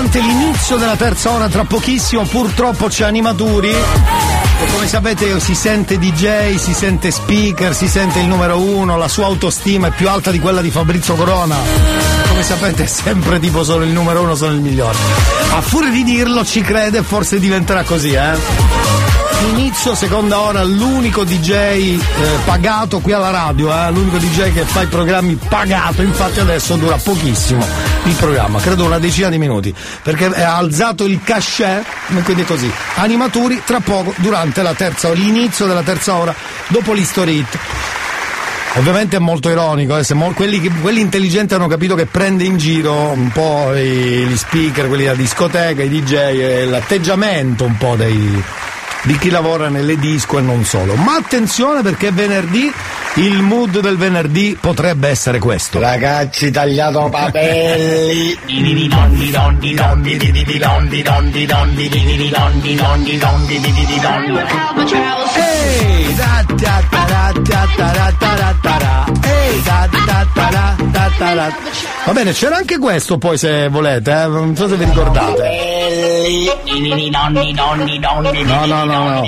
[SPEAKER 1] ovviamente l'inizio della terza ora tra pochissimo, purtroppo c'è Animaturi. E come sapete si sente DJ, si sente speaker, si sente il numero uno, la sua autostima è più alta di quella di Fabrizio Corona. Come sapete è sempre tipo sono il numero uno, sono il migliore. A furia di dirlo ci crede, forse diventerà così, Inizio seconda ora, l'unico DJ pagato qui alla radio, l'unico DJ che fa i programmi pagato, infatti adesso dura pochissimo il programma, credo una decina di minuti, perché ha alzato il cachet, quindi è così. Animaturi tra poco, durante la terza ora, l'inizio della terza ora, dopo l'History Hit. Ovviamente è molto ironico, quelli intelligenti hanno capito che prende in giro un po' gli speaker, quelli da discoteca, i DJ, e l'atteggiamento un po' di chi lavora nelle disco e non solo. Ma attenzione, perché è venerdì, il mood del venerdì potrebbe essere questo.
[SPEAKER 5] Ragazzi, tagliato papelli.
[SPEAKER 1] Va bene, c'era anche questo poi se volete, non so se vi ricordate. No.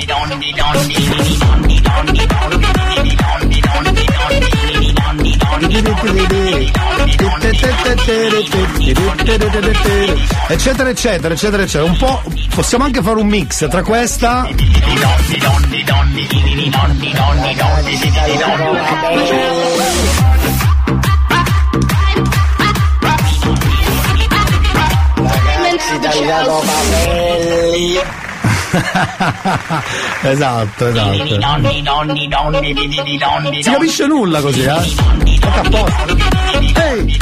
[SPEAKER 1] Eccetera eccetera eccetera eccetera. Un po' possiamo anche fare un mix tra questa
[SPEAKER 5] tagliato papelli.
[SPEAKER 1] Esatto. Si capisce nulla così, Tocca a posto. Ehi!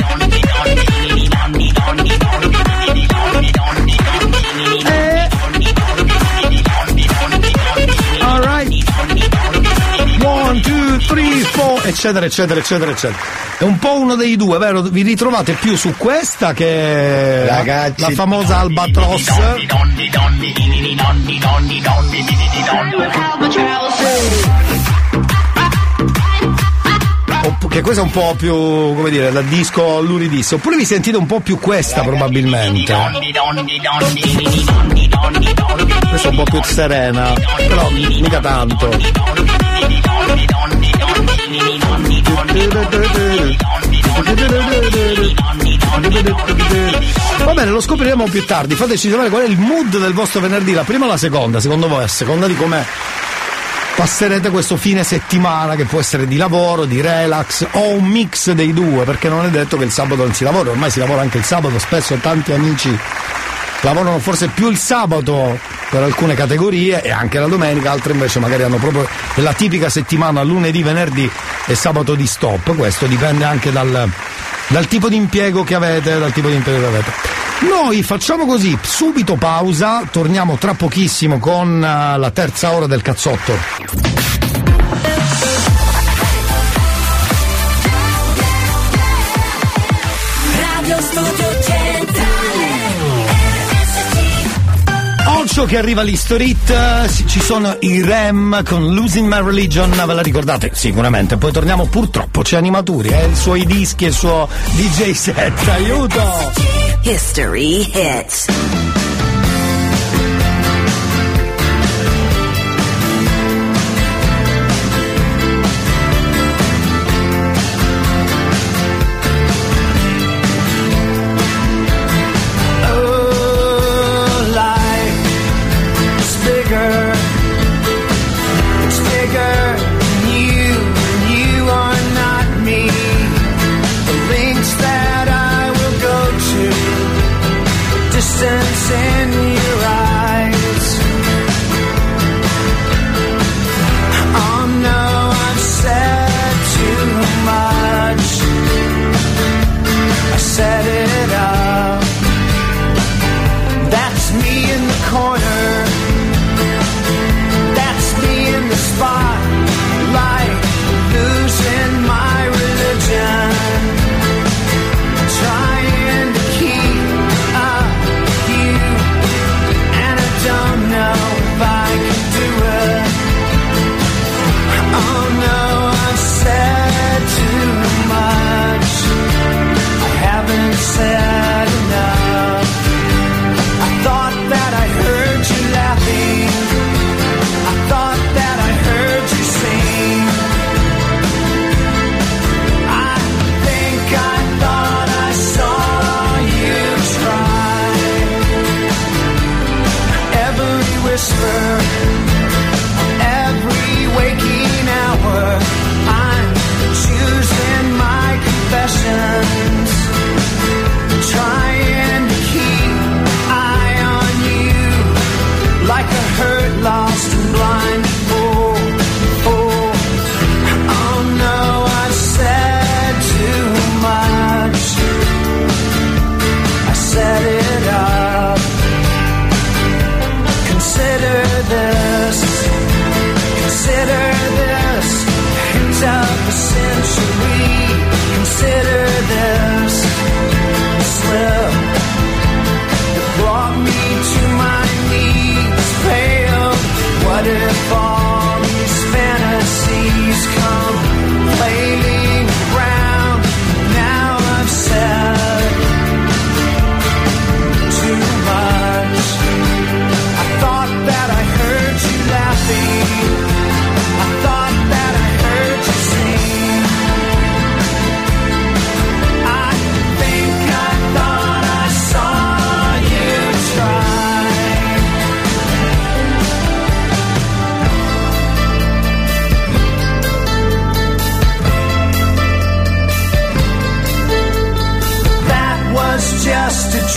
[SPEAKER 1] Alright. 1, 2, 3, 4, eccetera eccetera eccetera eccetera. È un po' uno dei due, vero? Vi ritrovate più su questa che
[SPEAKER 5] ragazzi,
[SPEAKER 1] la famosa Albatross. Che questa è un po' più, come dire, da disco luridissimo. Oppure vi sentite un po' più questa probabilmente. Questa è un po' più serena, però mica tanto. Va bene, lo scopriremo più tardi. Fateci sapere qual è il mood del vostro venerdì, la prima o la seconda, secondo voi, a seconda di come passerete questo fine settimana, che può essere di lavoro, di relax o un mix dei due, perché non è detto che il sabato non si lavora, ormai si lavora anche il sabato, spesso tanti amici lavorano forse più il sabato per alcune categorie e anche la domenica, altre invece magari hanno proprio la tipica settimana lunedì, venerdì e sabato di stop. Questo dipende anche dal tipo di impiego che avete, Noi facciamo così, subito pausa, torniamo tra pochissimo con la terza ora del cazzotto. Occhio che arriva l'History Hit, ci sono i Rem con Losing My Religion, ve la ricordate? Sicuramente, poi torniamo, purtroppo c'è Animaturi, i suoi dischi e il suo DJ set, aiuto!
[SPEAKER 3] History Hits.
[SPEAKER 9] Distance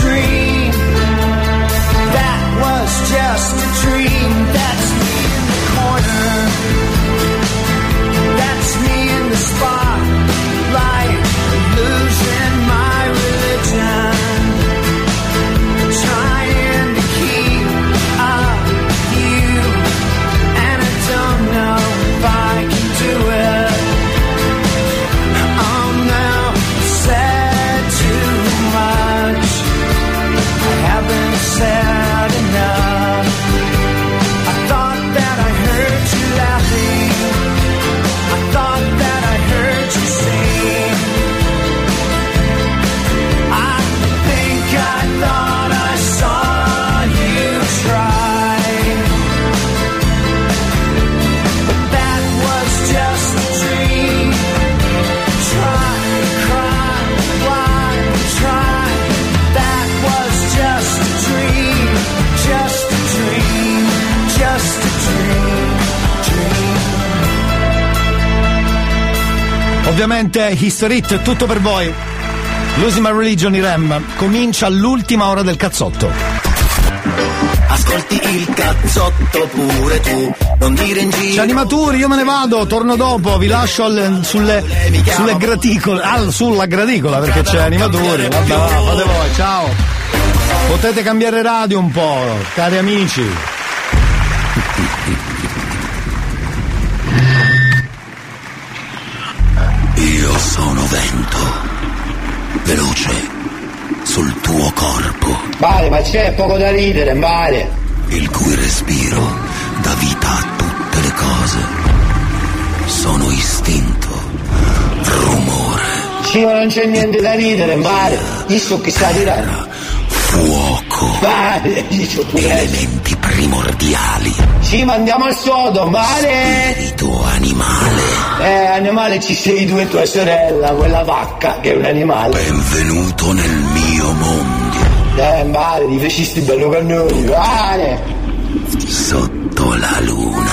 [SPEAKER 9] dream. That was just a dream. That's me in the corner. That's me in the spotlight, losing my religion, trying to keep up with you, and I don't know if I can do it. Oh no, said too much. I haven't said enough. I thought that I heard you laughing. I thought that I heard you sing. I think I thought I saw you try, but that was just a dream. Try, cry, why try? That was just a dream, just a dream, just a dream, dream.
[SPEAKER 1] Ovviamente History Hit, tutto per voi. Losing My Religion, i Rem. Comincia l'ultima ora del cazzotto.
[SPEAKER 5] Ascolti il cazzotto pure tu, non dire in giro.
[SPEAKER 1] C'è Animaturi, io me ne vado, torno dopo, vi lascio sulle graticole, sulla graticola perché c'è Animaturi. Vabbè, fate voi, ciao. Potete cambiare radio un po', cari amici.
[SPEAKER 5] Io sono vento, veloce sul tuo corpo.
[SPEAKER 23] Vale, ma c'è poco da ridere, vale.
[SPEAKER 5] Il cui respiro dà vita a tutte le cose. Sono istinto, rumore.
[SPEAKER 23] Sì, ma non c'è niente da ridere, vale. Dico che sta tirando.
[SPEAKER 5] Fuoco.
[SPEAKER 23] Vale, dico pure.
[SPEAKER 5] Elementi primordiali.
[SPEAKER 23] Sì, ma andiamo al sodo, vale.
[SPEAKER 5] Spirito animale.
[SPEAKER 23] Animale ci sei tu e tua sorella, quella vacca che è un animale.
[SPEAKER 5] Benvenuto nel mio mondo.
[SPEAKER 23] Vale, ti facesti bello con noi, vale.
[SPEAKER 5] Sotto la luna.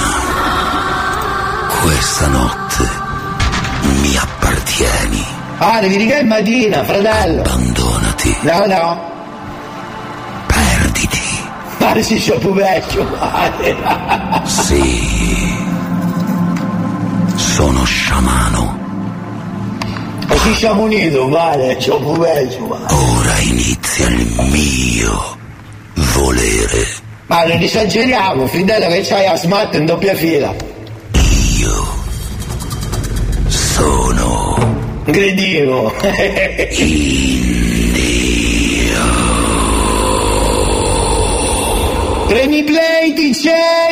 [SPEAKER 5] Questa notte mi appartieni.
[SPEAKER 23] Vale, ti riga è mattina, fratello.
[SPEAKER 5] Abbandonati.
[SPEAKER 23] No.
[SPEAKER 5] Perditi.
[SPEAKER 23] Vale, si c'è più vecchio, vale.
[SPEAKER 5] Sì. Sono sciamano.
[SPEAKER 23] Ma ci siamo uniti, vale, c'ho più vecchio, vale.
[SPEAKER 5] Ora inizia il mio volere.
[SPEAKER 23] Ma non esageriamo, Fidela, che c'hai la smart in doppia fila.
[SPEAKER 5] Io sono
[SPEAKER 23] Gredino. Premi play, DJ!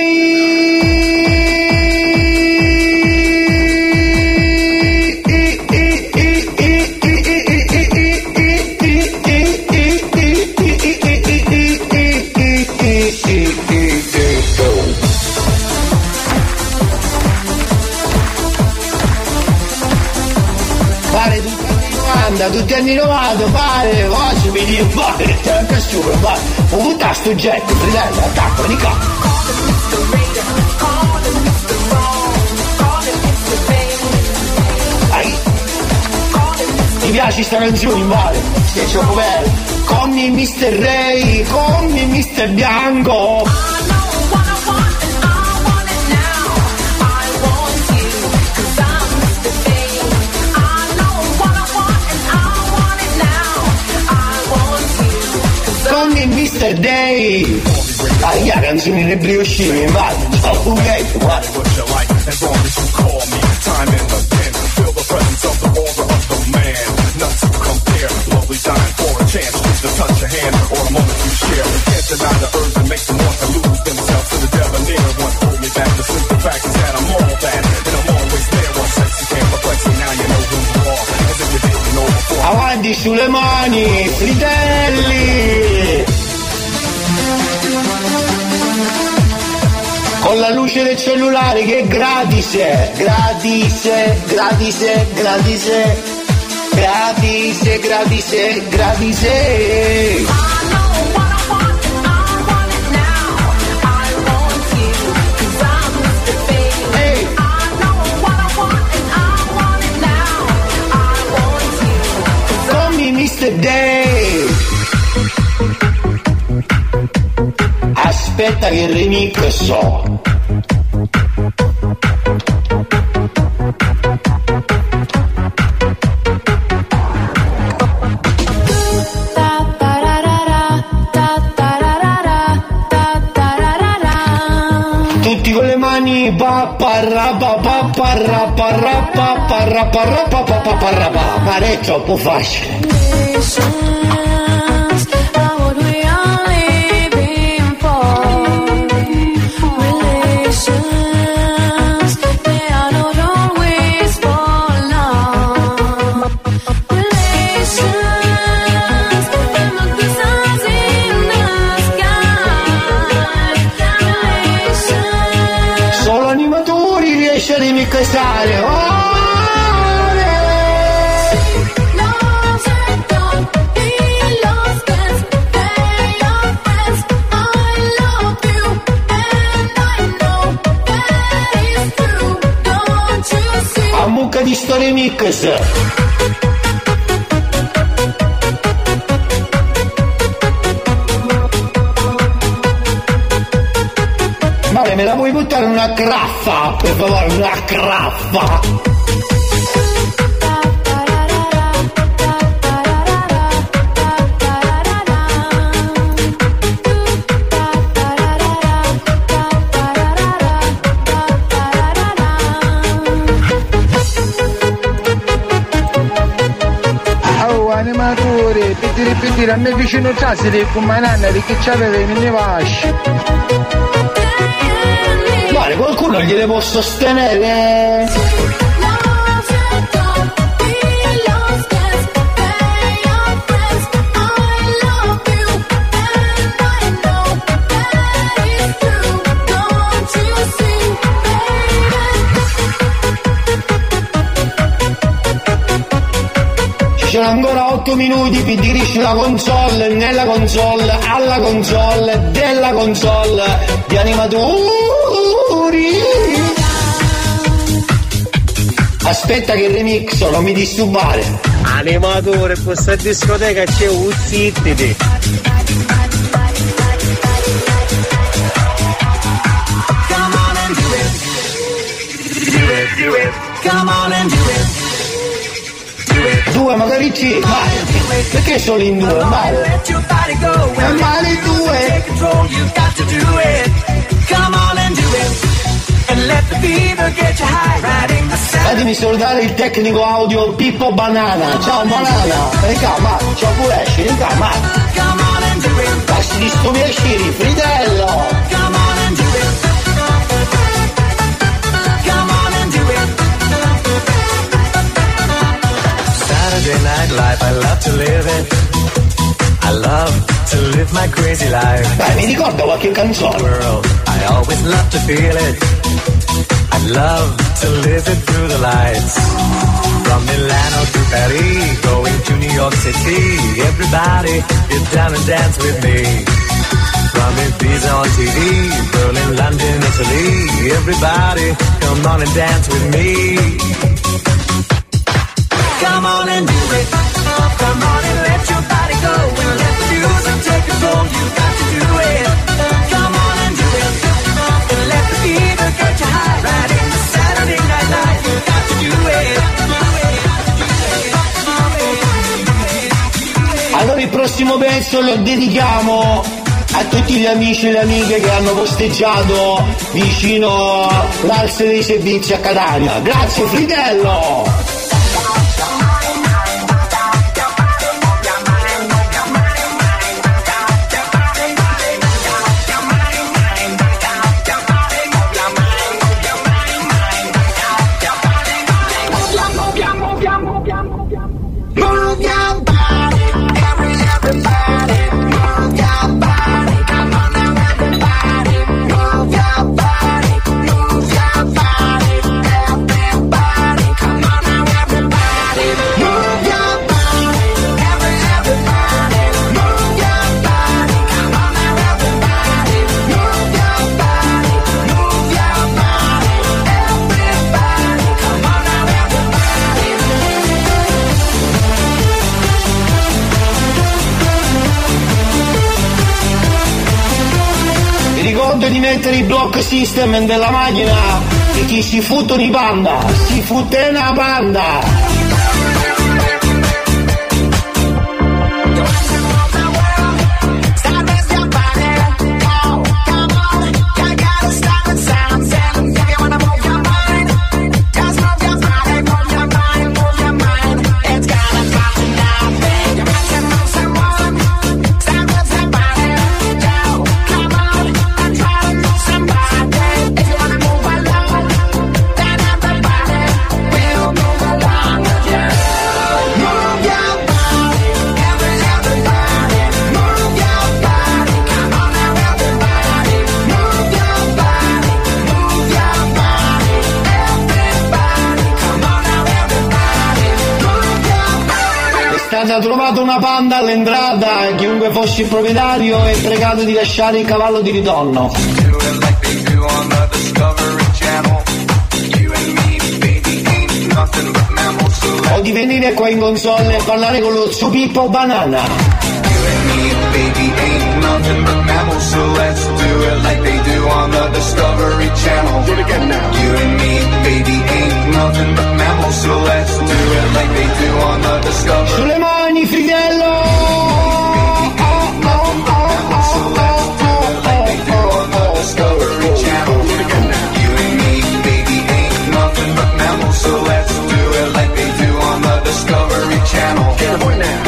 [SPEAKER 23] Pare tutti anni 90, pare, oggi mi dico, pare, c'è anche super, pare, un butta sto getto, fratello, attacco, di qua. Mi piace sta canzone, pare, che c'è bello, commi Mr. Ray, commi Mr. Bianco. Commi Mr. Day. Yeah, canzoni le briochini, ma ok, guarda. Avanti sulle mani, fratelli! Con la luce del cellulare che è gratis, gratis, gratis, gratis, gratis, gratis, gratis. Mr. Day. aspetta che il remix so. Tutti con le mani ma è troppo facile. Solo animatori riesce a remixare. A mucca di sto remix. Vale, me la vuoi buttare una craffa? Per favore, una craffa.
[SPEAKER 2] Animatore, per a me vicino Trasile con mia nonna perché c'aveva i miei vasci.
[SPEAKER 23] Vale, qualcuno gliele può sostenere? Ci sono ancora 8 minuti per dirigere la console, nella console, alla console, della console di animatori. Aspetta che il remix non mi disturbare.
[SPEAKER 2] Animatore, questa discoteca c'è un zittiti.
[SPEAKER 9] Come on and do it.
[SPEAKER 23] Due magari sì, vai. Perché solo in due? Vai. Male due. Fatemi salutare il tecnico audio Pippo Banana. Ciao Banana. Raga, ma ciao pure esci, raga, ma. Passi di sto piacere, fritello.
[SPEAKER 9] Saturday night life, I love to live it. I love to live my crazy life.
[SPEAKER 23] Dai, mi ricordo qualche canzone.
[SPEAKER 9] World, I always love to feel it. I love to live it through the lights. From Milano to Paris, going to New York City. Everybody, get down and dance with me. From Ibiza on TV, Berlin, London, Italy. Everybody, come on and dance with me. Come on and do it. Come on and let your body go. And let the music take control. You got to do it. Come on and do it. And let the fever get you high. Right in the Saturday Night Live. You got to do it.
[SPEAKER 23] Allora il prossimo pezzo lo dedichiamo a tutti gli amici e le amiche che hanno posteggiato vicino l'Alse dei Servizi a Catania. Grazie fratello! di mettere i block system della macchina e chi si fottono i panda, si fotte una panda. Ha trovato una panda all'entrata e chiunque fosse il proprietario è pregato di lasciare il cavallo di ritorno. O di venire qua in console e parlare con lo zio Pippo Banana.
[SPEAKER 9] Baby ain't nothing but mammals, so let's do it like they do on the Discovery Channel. Do it again now. You and me, baby ain't nothing but mammals, so let's do it like they do on the Discovery.
[SPEAKER 23] Sulle mani, frigello!
[SPEAKER 9] Discovery Channel. Do it again now. You and me, baby ain't nothing but mammals, so let's do it like they do on the Discovery Channel. Get the boy now.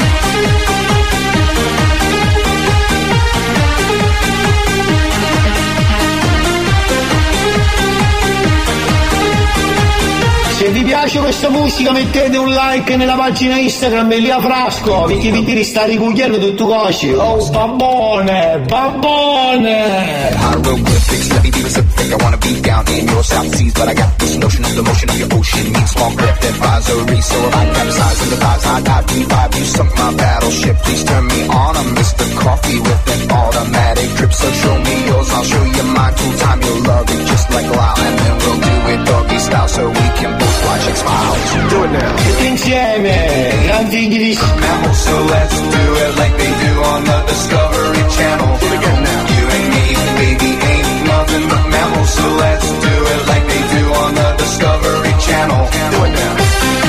[SPEAKER 23] Se vi piace questa musica mettete un like nella pagina Instagram Elia Frasco, perché vi devi stare cugliando tutto così. Oh bambone, bambone!
[SPEAKER 9] Hieroglyphics, let me be specific. I wanna be down in your South Seas, but I got this notion of the motion of your ocean. Need small grip advisory, so if I capsize in the thighs, I got revive. You sunk my battleship, please turn me on. I'm Mr. Coffee with an automatic drip, so show me yours, I'll show you mine. Full time, you'll love it just like Lyle, and then we'll do it doggy style, so we can both watch X-Files. Do it now.
[SPEAKER 23] Tutti insieme, grandi figli di
[SPEAKER 9] mammals, so let's do it like they do on the Discovery Channel. Do it again now. You and me, baby, ain't nothing but mammals, so let's do it like they do on the Discovery Channel. Do it now.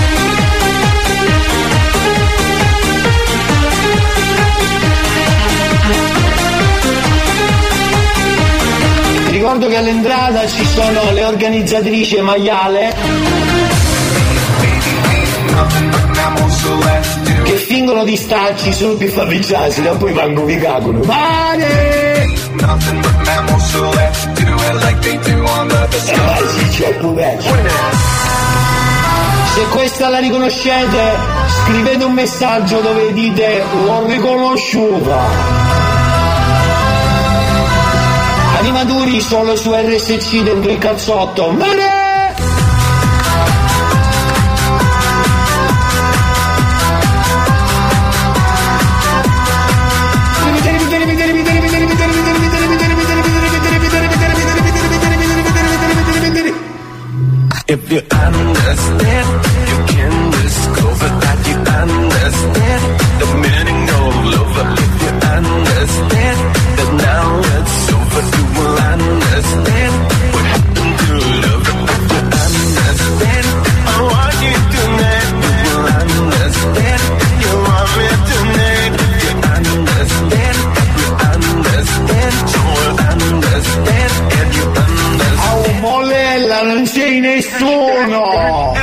[SPEAKER 23] Ricordo che all'entrata ci sono le organizzatrici e maiale che fingono di starci solo per far ricciarsi, da poi vanno vi cagano. Mare! Sì, c'è pure. Se questa la riconoscete, scrivete un messaggio dove dite l'ho riconosciuta. Animaturi solo su RSC dentro il cazzotto. Mare!
[SPEAKER 9] If you understand, you can discover that you understand the meaning of love. If you understand that now it's over, you will understand what happened to love. If you understand, I want you tonight. You will understand, you want me tonight. If you understand, you will understand, and you understand.
[SPEAKER 23] Oh, Molella, non sei nessuno!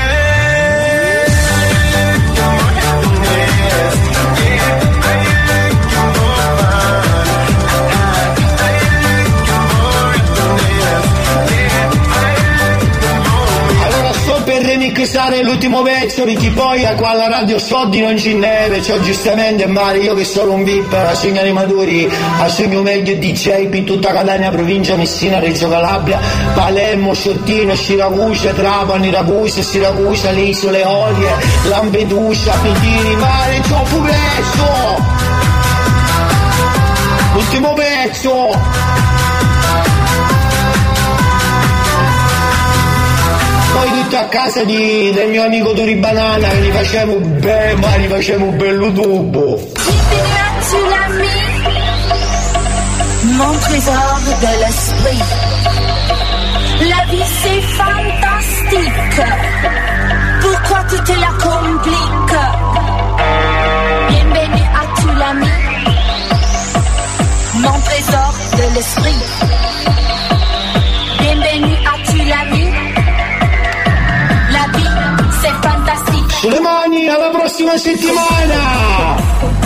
[SPEAKER 23] Per remixare l'ultimo pezzo, perché poi a qua alla radio soldi non ci neve, c'ho giustamente male, io che sono un VIP, assegno animatori, assegno meglio DJ in tutta Catania, provincia, Messina, Reggio Calabria, Palermo, Sciottino, Siracusa, Trapani, Ragusa, Siracusa, le isole Olie, Lampedusa, Pitiri, mare, troppo presto! Ultimo pezzo! Poi tutto a casa del mio amico Turi Banana, che gli facciamo ma gli facciamo un bello tubo.
[SPEAKER 16] mon trésor de l'esprit. La vie c'est fantastique, pourquoi tu te la compliques? Bienvenue à tu l'ami, mon trésor de l'esprit. Bienvenue à tu l'ami, la vie c'est fantastique.
[SPEAKER 23] Sulle mani, alla prossima settimana!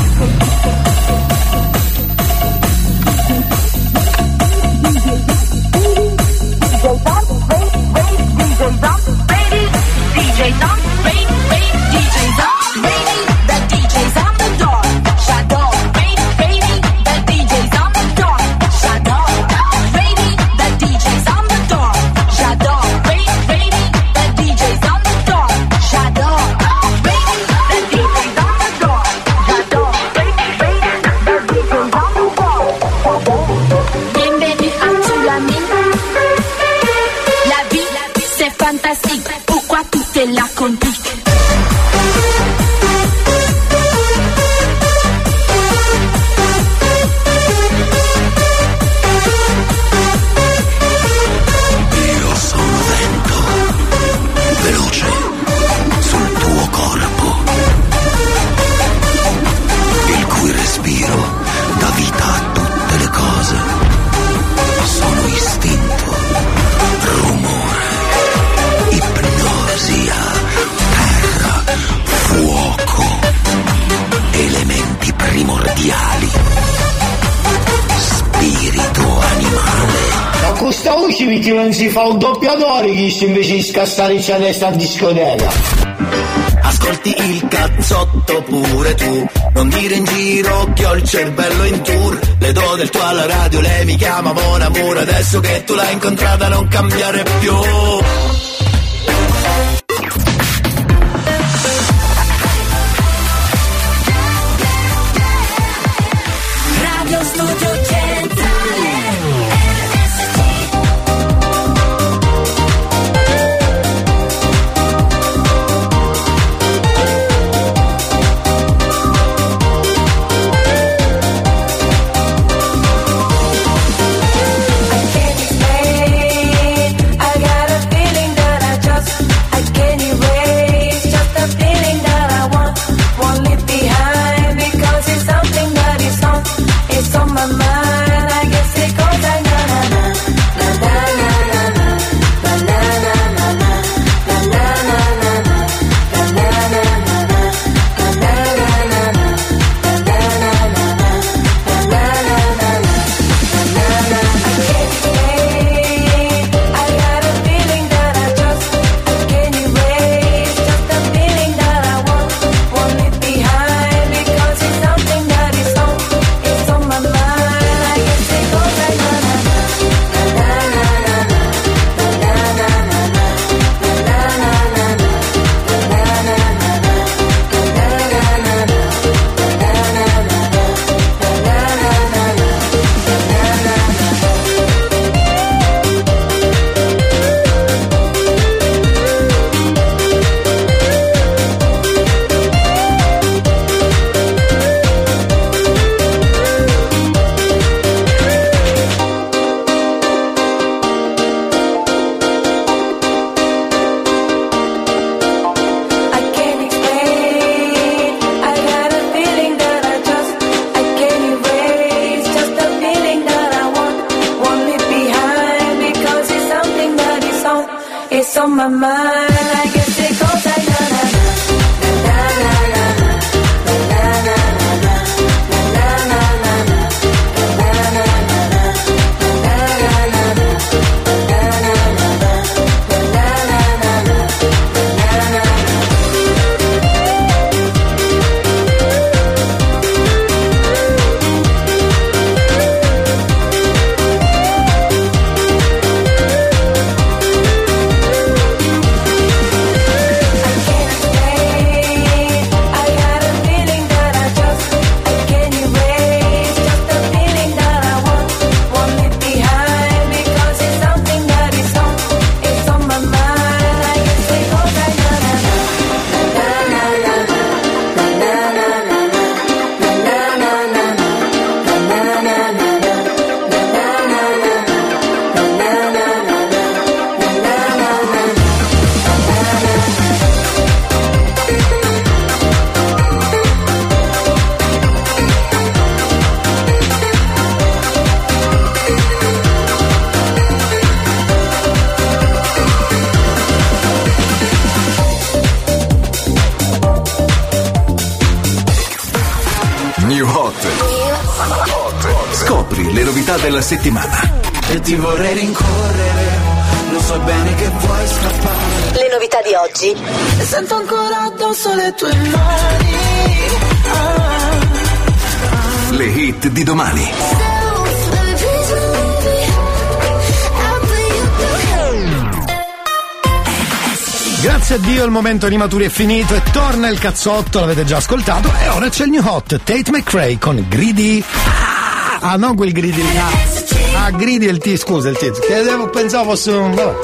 [SPEAKER 16] Pourquoi tout est la complique?
[SPEAKER 5] Io sono vento, veloce sul tuo corpo, il cui respiro dà vita a tutte le cose. Sono istinto, rumore, ipnosia, terra, fuoco, elementi primordiali, spirito animale.
[SPEAKER 23] Ma con questa voce non si fa un doppiatore che invece di scassare a testa a discoteca.
[SPEAKER 5] Ascolti il cazzotto pure tu, non dire in giro che ho il cervello in tour. Le do del tuo alla radio, lei mi chiama Mon Amour. Adesso che tu l'hai incontrata non cambiare più.
[SPEAKER 16] Radio Studio
[SPEAKER 13] on my mind. I guess it goes like na na na na na na na
[SPEAKER 10] Scopri le novità della settimana.
[SPEAKER 9] E ti vorrei rincorrere, lo so bene che vuoi scappare.
[SPEAKER 3] Le novità di oggi.
[SPEAKER 9] E sento ancora addosso le tue mani.
[SPEAKER 10] Le hit di domani.
[SPEAKER 1] Grazie a Dio il momento animaturi è finito e torna il cazzotto, l'avete già ascoltato, e ora c'è il new hot, Tate McRae con Greedy. Ah, non quel Greedy lì. Ah, Greedy è il T, scusa, il T. Che pensavo fosse un... Vabbè.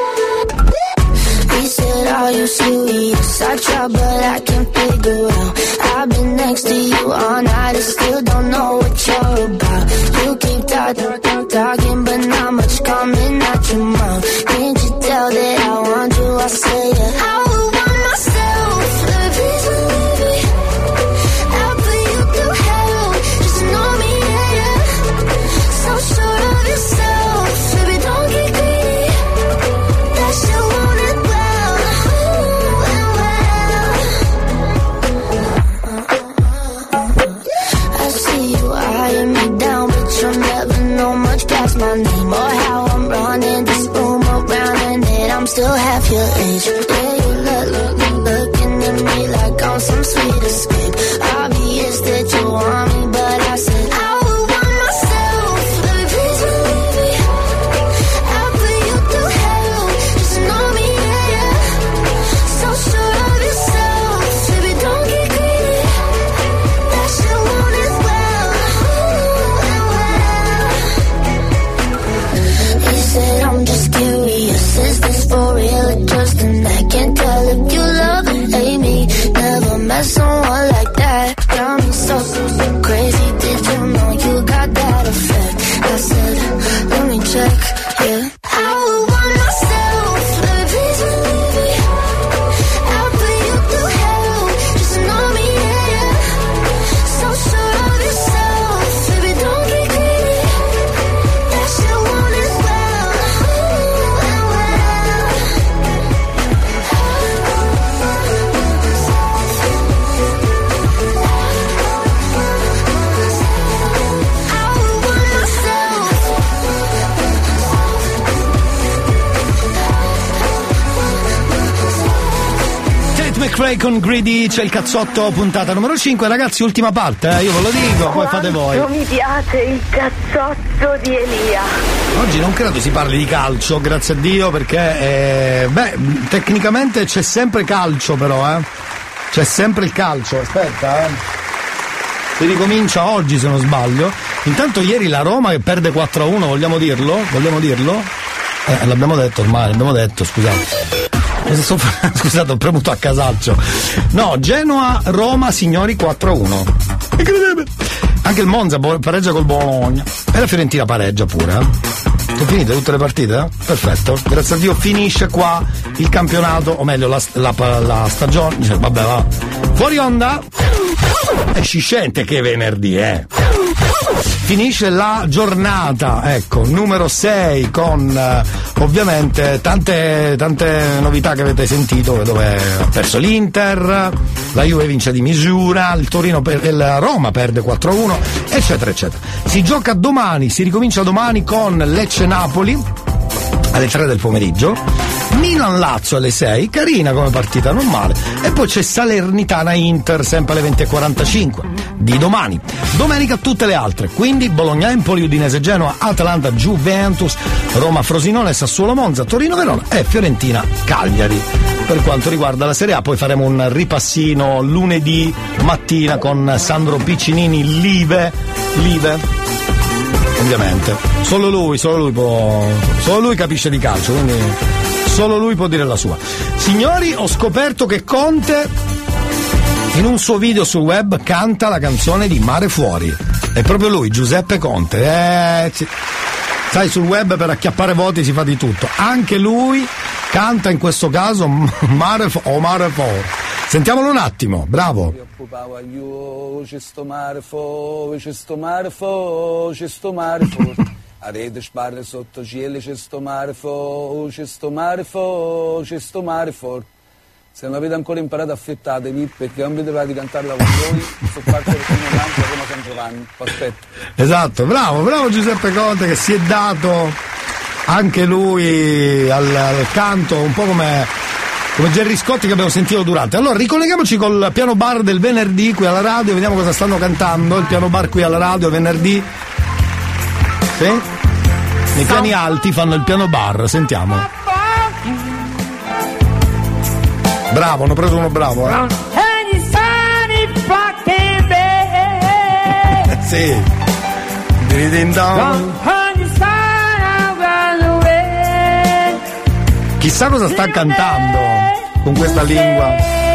[SPEAKER 16] Are you serious? I try but I can't figure out. I've been next to you all night and still don't know what you're about. You keep talking but not much coming out your mouth. Can't you tell that I want you? I say it. I would want myself. Please believe me. I'll put you through hell. Just know me, yeah. So sure of yourself. Baby, don't get greedy. That shit won't end well. Past my name or how I'm running this room around and that I'm still half your age. Yeah, you looking at me like I'm some sweet escape. Obvious that you want me, but I said I would want myself. Baby, please believe me. I'll put you through hell. Just know me, yeah. So sure of yourself. Baby, don't get greedy. That shit won't end well. Said I'm just curious, is this for real or just an act? Can't tell if you love or hate me. Never met someone like that. Got me so crazy. Did you know you got that effect? I said, let me check, yeah. I would want myself, baby, please believe me. I'll put you through hell. Just know me, yeah. So sure of yourself, baby, don't get greedy. That shit won't end well.
[SPEAKER 1] McRae con Greedy, c'è il cazzotto, puntata numero 5, ragazzi, ultima parte, io ve lo dico, poi fate voi.
[SPEAKER 12] Non mi piace il cazzotto di Elia.
[SPEAKER 1] Oggi non credo si parli di calcio, grazie a Dio, perché tecnicamente c'è sempre calcio, però c'è sempre il calcio, aspetta si ricomincia oggi se non sbaglio. Intanto ieri la Roma che perde 4-1, vogliamo dirlo? L'abbiamo detto ormai, scusate. Scusate, ho premuto a casaccio. No, Genoa-Roma, signori, 4-1. Incredibile. Anche il Monza pareggia col Bologna. E la Fiorentina pareggia pure. Sono finite tutte le partite? Perfetto. Grazie a Dio finisce qua il campionato, o meglio la stagione. Cioè, vabbè, va. Fuori onda. È sciscente che è venerdì, Finisce la giornata, ecco, numero 6 con ovviamente tante novità che avete sentito, dove ha perso l'Inter, la Juve vince di misura, il Roma perde 4-1, eccetera eccetera. Si gioca domani, si ricomincia domani con Lecce-Napoli alle 3 del pomeriggio, Milan-Lazio alle 6, carina come partita, non male, e poi c'è Salernitana-Inter sempre alle 20:45 di domani. Domenica tutte le altre, quindi Bologna-Empoli, Udinese-Genoa, Atalanta-Juventus, Roma-Frosinone, Sassuolo-Monza, Torino-Verona e Fiorentina-Cagliari. Per quanto riguarda la Serie A poi faremo un ripassino lunedì mattina con Sandro Piccinini, Live, ovviamente. Solo lui capisce di calcio, quindi solo lui può dire la sua. Signori, ho scoperto che Conte in un suo video sul web canta la canzone di Mare Fuori. È proprio lui, Giuseppe Conte. Sai, sul web per acchiappare voti si fa di tutto. Anche lui canta in questo caso Mare Fuori. Sentiamolo un attimo, bravo.
[SPEAKER 9] C'è sto mare fuori. A rete sparre sotto cieli, c'è sto mare fuori. Se non avete ancora imparato affettatevi, perché non vi dovete cantarla con voi, su parte perché non manca come se
[SPEAKER 26] San Giovanni, aspetta.
[SPEAKER 1] Esatto, bravo Giuseppe Conte che si è dato anche lui al canto, un po' come Gerry Scotti che abbiamo sentito durante. Allora ricolleghiamoci col piano bar del venerdì qui alla radio, vediamo cosa stanno cantando. Il piano bar qui alla radio venerdì, sì? Nei piani alti fanno il piano bar, sentiamo. Bravo, hanno preso uno bravo, sì. Chissà cosa sta cantando con questa lingua.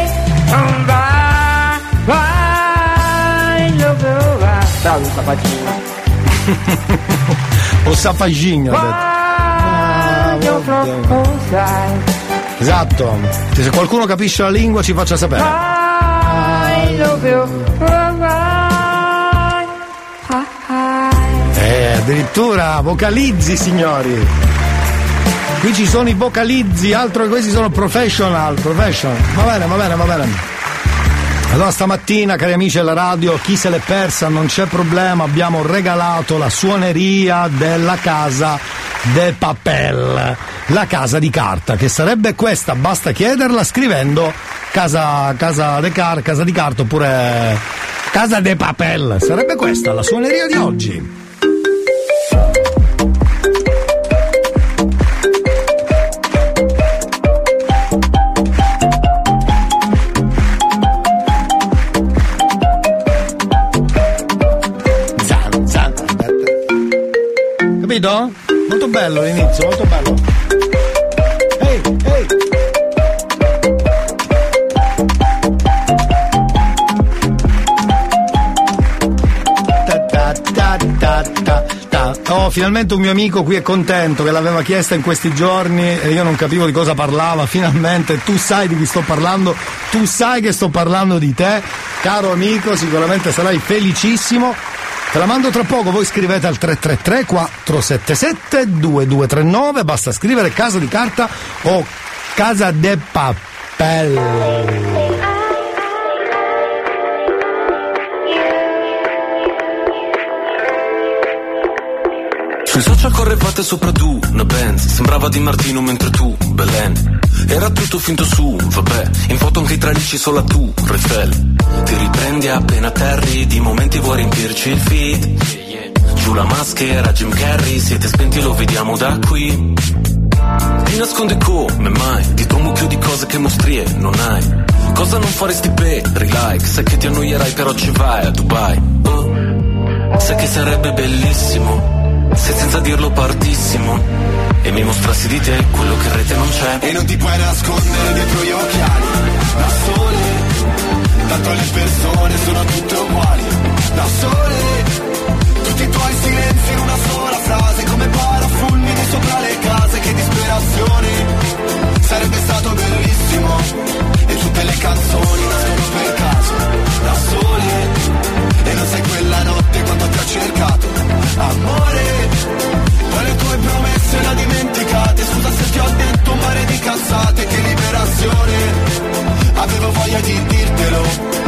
[SPEAKER 1] O Safagin, ha detto. Esatto. Se qualcuno capisce la lingua ci faccia sapere. Addirittura vocalizzi, signori. Qui ci sono i vocalizzi, altro che questi sono professional. Va bene. Allora stamattina, cari amici della radio, chi se l'è persa non c'è problema, abbiamo regalato la suoneria della casa de papel, la casa di carta, che sarebbe questa, basta chiederla scrivendo casa di carta oppure casa de papel, sarebbe questa la suoneria di oggi. Capito? Molto bello l'inizio, molto bello. Ehi. Oh, finalmente un mio amico qui è contento, che l'aveva chiesta in questi giorni e io non capivo di cosa parlava. Finalmente tu sai di chi sto parlando, tu sai che sto parlando di te, caro amico, sicuramente sarai felicissimo. Te la mando tra poco, voi scrivete al 333-477-2239, basta scrivere casa di carta o casa de papel.
[SPEAKER 14] Sui social correvate sopra tu, una Benz, sembrava Di Martino mentre tu, Belen. Era tutto finto su, vabbè, in foto anche i tralicci solo tu, Eiffel. Ti riprendi appena atterri, di momenti vuoi riempirci il feed. Giù la maschera, Jim Carrey, siete spenti lo vediamo da qui. Ti nasconde come mai, dietro un mucchio di cose che mostrie non hai. Cosa non faresti per like, sai che ti annoierai però ci vai a Dubai. Oh, sai che sarebbe bellissimo se senza dirlo partissimo e mi mostrassi di te quello che in rete non c'è.
[SPEAKER 9] E non ti puoi nascondere dietro gli occhiali da sole, tanto le persone sono tutte uguali. Da sole, tutti i tuoi silenzi in una sola frase, come parafulmini sopra le case. Che disperazione, sarebbe stato bellissimo. E tutte le canzoni nascono per caso, da sole. E non sai quella notte quando ti ho cercato, amore. Poi le tue promesse le ho dimenticate. Scusa se ti ho detto un mare di cazzate. Che liberazione, avevo voglia di dirtelo.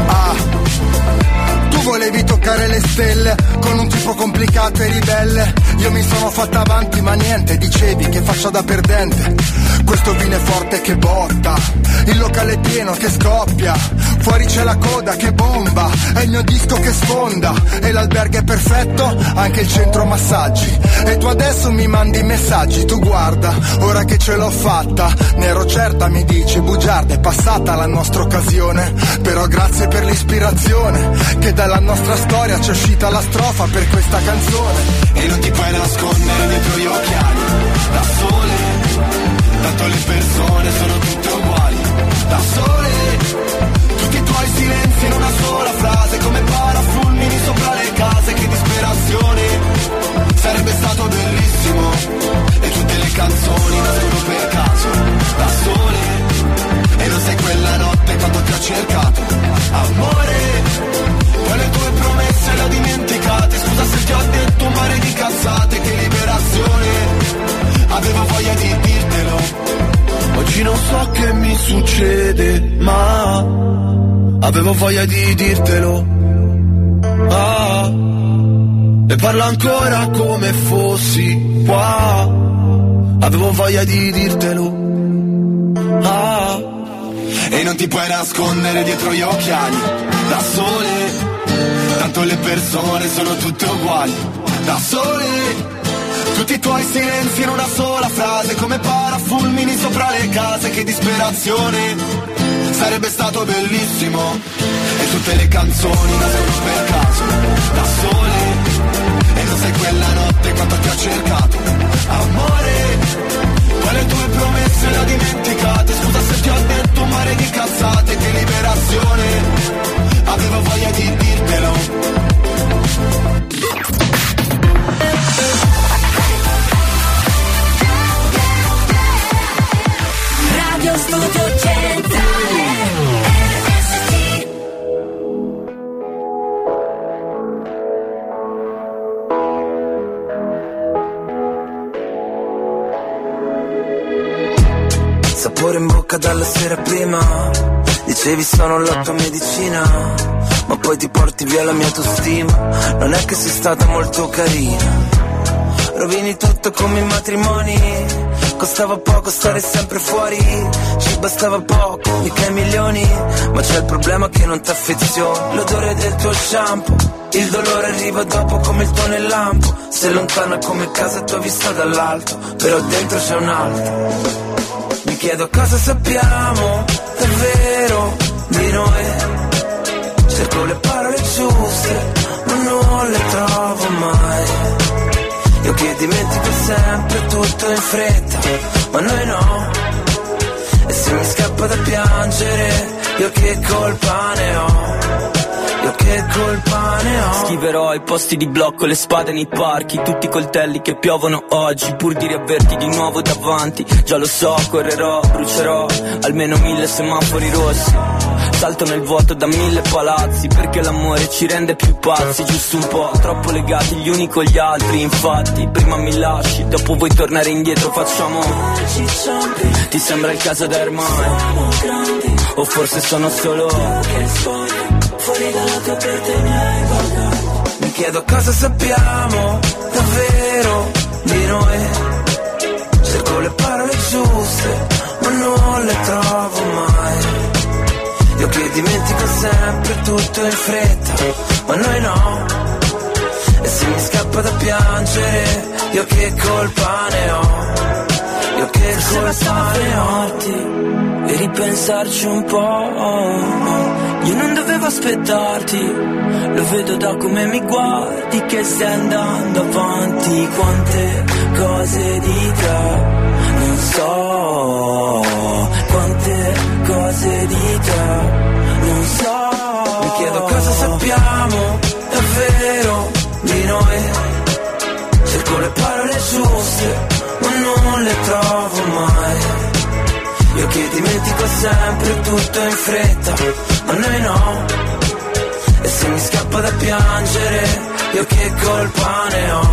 [SPEAKER 15] Tu volevi toccare le stelle con un tipo complicato e ribelle. Io mi sono fatta avanti ma niente, dicevi che faccia da perdente. Questo vino è forte che botta, il locale è pieno che scoppia, fuori c'è la coda che bomba, è il mio disco che sfonda. E l'albergo è perfetto, anche il centro massaggi. E tu adesso mi mandi messaggi, tu guarda, ora che ce l'ho fatta. Ne ero certa, mi dici, bugiarda, è passata la nostra occasione. Però grazie per l'ispirazione, che dalla nostra storia c'è uscita la strofa per questa canzone.
[SPEAKER 9] E non ti puoi nascondere dietro gli occhiali, da sole, tanto le persone sono tutte uguali. Da sole, tutti i tuoi silenzi in una sola frase, come parafulmini sopra le case. Che disperazione, sarebbe stato bellissimo. E tutte le canzoni nascono per caso, da sole. E non sei quella notte quando ti ho cercato, amore. Poi le tue promesse le ho dimenticate. Scusa se ti ho detto un mare di cazzate. Che liberazione, avevo voglia di dirtelo. Oggi non so che mi succede, ma avevo voglia di dirtelo. e parlo ancora come fossi qua. Avevo voglia di dirtelo. E non ti puoi nascondere dietro gli occhiali da sole, tanto le persone sono tutte uguali. Da sole, tutti i tuoi silenzi in una sola frase, come parafulmini sopra le case. Che disperazione, sarebbe stato bellissimo. E tutte le canzoni nascono per caso, da sole. E non sai quella notte quanto ti ho cercato, amore. Poi le tue promesse le ho dimenticate. Scusa se ti ho detto un mare di cazzate. Che liberazione, avevo voglia di dirtelo.
[SPEAKER 13] Radio Studio Centrale RSC.
[SPEAKER 9] Sapore in bocca dalla sera prima, dicevi sono la tua medicina, ma poi ti porti via la mia autostima. Non è che sei stata molto carina, rovini tutto come i matrimoni. Costava poco stare sempre fuori, ci bastava poco, mica i milioni. Ma c'è il problema che non t'affezioni, l'odore del tuo shampoo, il dolore arriva dopo come il tuo nel lampo. Sei lontana come casa tua vista dall'alto, però dentro c'è un altro. Mi chiedo cosa sappiamo davvero di noi. Cerco le parole giuste, ma non le trovo mai. Io che dimentico sempre tutto in fretta, ma noi no. E se mi scappa da piangere, io che colpa ne ho? Io che colpa ne ho?
[SPEAKER 6] Scriverò ai posti di blocco, le spade nei parchi, tutti i coltelli che piovono oggi, pur di riaverti di nuovo davanti. Già lo so, correrò, brucerò almeno 1000 semafori rossi. Salto nel vuoto da 1000 palazzi, perché l'amore ci rende più pazzi. Giusto un po', troppo legati gli uni con gli altri. Infatti, prima mi lasci, dopo vuoi tornare indietro, facciamo. Ti sembra il caso da ormai? O forse sono solo fuori dalla tua porta i miei bagagli.
[SPEAKER 9] Mi chiedo cosa sappiamo davvero di noi. Cerco le parole giuste, ma non le trovo mai. Io che dimentico sempre tutto in fretta, ma noi no. E se mi scappa da piangere, io che colpa ne ho? Io che colpa ne ho?
[SPEAKER 6] E ripensarci un po'. Io non dovevo aspettarti, lo vedo da come mi guardi che stai andando avanti. Quante cose di te non so, quante cose di te non so.
[SPEAKER 9] Mi chiedo cosa sappiamo davvero di noi. Cerco le parole giuste, ma non le trovo mai. Io che dimentico sempre tutto in fretta, ma noi no. E se mi scappa da piangere, io che colpa ne ho?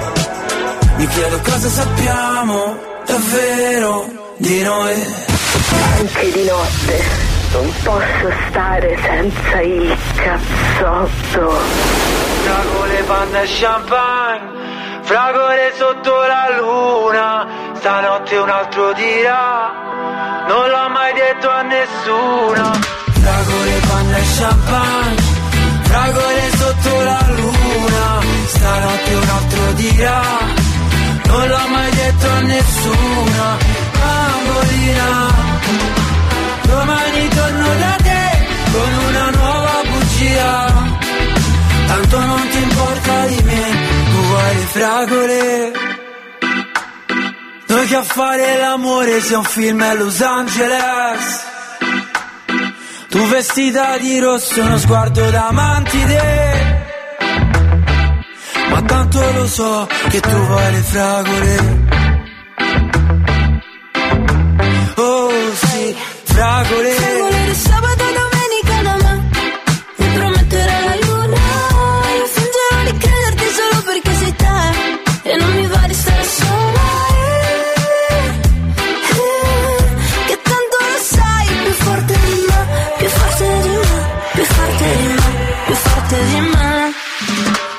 [SPEAKER 9] Mi chiedo cosa sappiamo davvero di noi.
[SPEAKER 12] Anche di notte non posso stare senza il cazzotto.
[SPEAKER 7] Fragole, panna e champagne, fragole sotto la luna. Stanotte un altro dirà, non l'ho mai detto a nessuno.
[SPEAKER 9] Fragole, panna e champagne, fragole sotto la luna. Stanotte un altro dirà, non l'ho mai detto a nessuno. Bambolina, domani torno da te con una nuova bugia. Tanto non ti importa di me, tu vuoi le fragole. Noi che a fare l'amore sia un film a Los Angeles. Tu vestita di rosso, uno sguardo da mantide. Ma tanto lo so che tu vuoi le fragole. Oh sì, fragole.
[SPEAKER 16] Fragole di sabato e domenica da me. Mi prometterai la luna. Io fingevo di crederti solo perché sei te. E non mi va di stare sola. Che tanto lo sai, più forte di me. Più forte di me, più forte di me, più forte di me.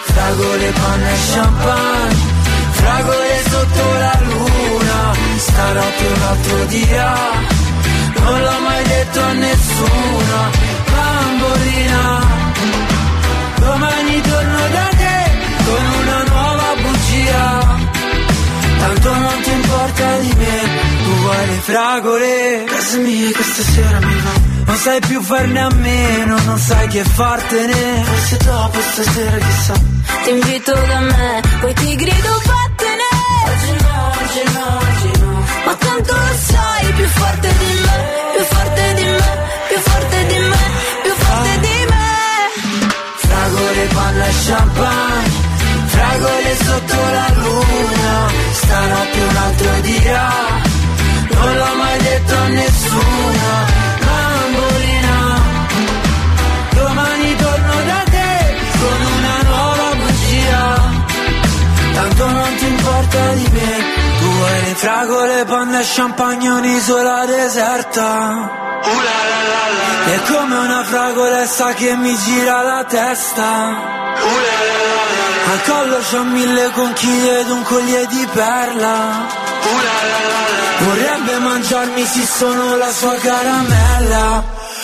[SPEAKER 9] fragole, panna e champagne, fragole sotto la luna, stanotte un altro dirà, non l'ho mai detto a nessuno, bambolina, domani torno da te con una nuova bugia, tanto non ti importa di me, tu vuoi le fragole, casa mia questa sera mi va, non sai più farne a meno, non sai che fartene, forse dopo stasera chissà,
[SPEAKER 16] ti invito da me, poi ti grido vattene, oggi no, oggi no, oggi no, ma tanto lo sai, più forte di me, più forte di me, più forte di me, più forte di me.
[SPEAKER 9] Fragole, panna e champagne, fragole sotto la luna, stanotte un altro dirà, non l'ho mai detto a nessuno, bambolina, domani torno da te con una nuova bugia, tanto non ti importa di me, tu vuoi le fragole, panna e champagne, un'isola deserta. È come una fragolessa che mi gira la testa. Al collo c'ho 1000 conchiglie ed un collier di perla. Vorrebbe mangiarmi sì sono la sua caramella.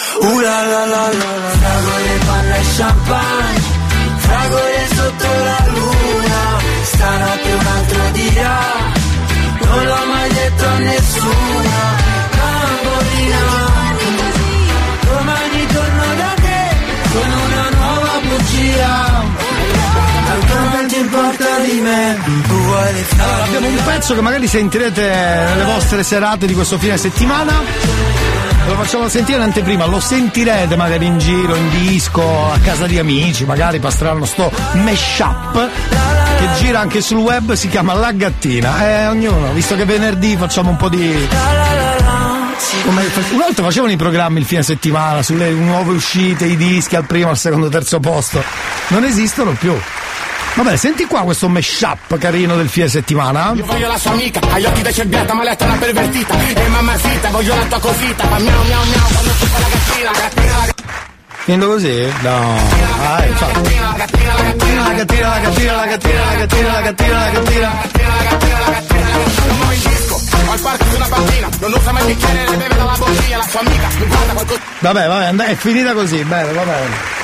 [SPEAKER 9] Fragole, panna e champagne, fragole sotto la luna, stanotte un altro dirà, non l'ho mai detto a nessuno, bambolina, domani torno da te con una nuova bugia, tanto non ti importa di me, tu vuoi le fragole.
[SPEAKER 1] Allora, abbiamo un pezzo che magari sentirete nelle vostre serate di questo fine settimana. Lo facciamo sentire in anteprima, lo sentirete magari in giro, in disco, a casa di amici, magari passeranno sto mashup che gira anche sul web, si chiama La Gattina. Ognuno, visto che venerdì facciamo un po' di... Come una volta facevano i programmi il fine settimana sulle nuove uscite, i dischi al primo, al secondo, terzo posto. Non esistono più. Vabbè, senti qua questo mashup carino del fine settimana.
[SPEAKER 8] Io voglio la sua amica, agli occhi da cerbiata, ma letta una pervertita. E mamacita, voglio la tua cosita, fa miau miau miau quando tu fai la gattina, la gattina, la gattina.
[SPEAKER 1] Finendo così? No. Infatti.
[SPEAKER 8] La gattina, la gattina, la gattina, la gattina, la gattina, la gattina, la gattina, la gattina, la gattina, la gattina, la gattina. Come il disco, al parco su una bambina, non usa mai il bicchiere, le beve dalla bottiglia, la sua amica, mi guarda qualcosa.
[SPEAKER 1] Vabbè, è finita così, bene, va bene.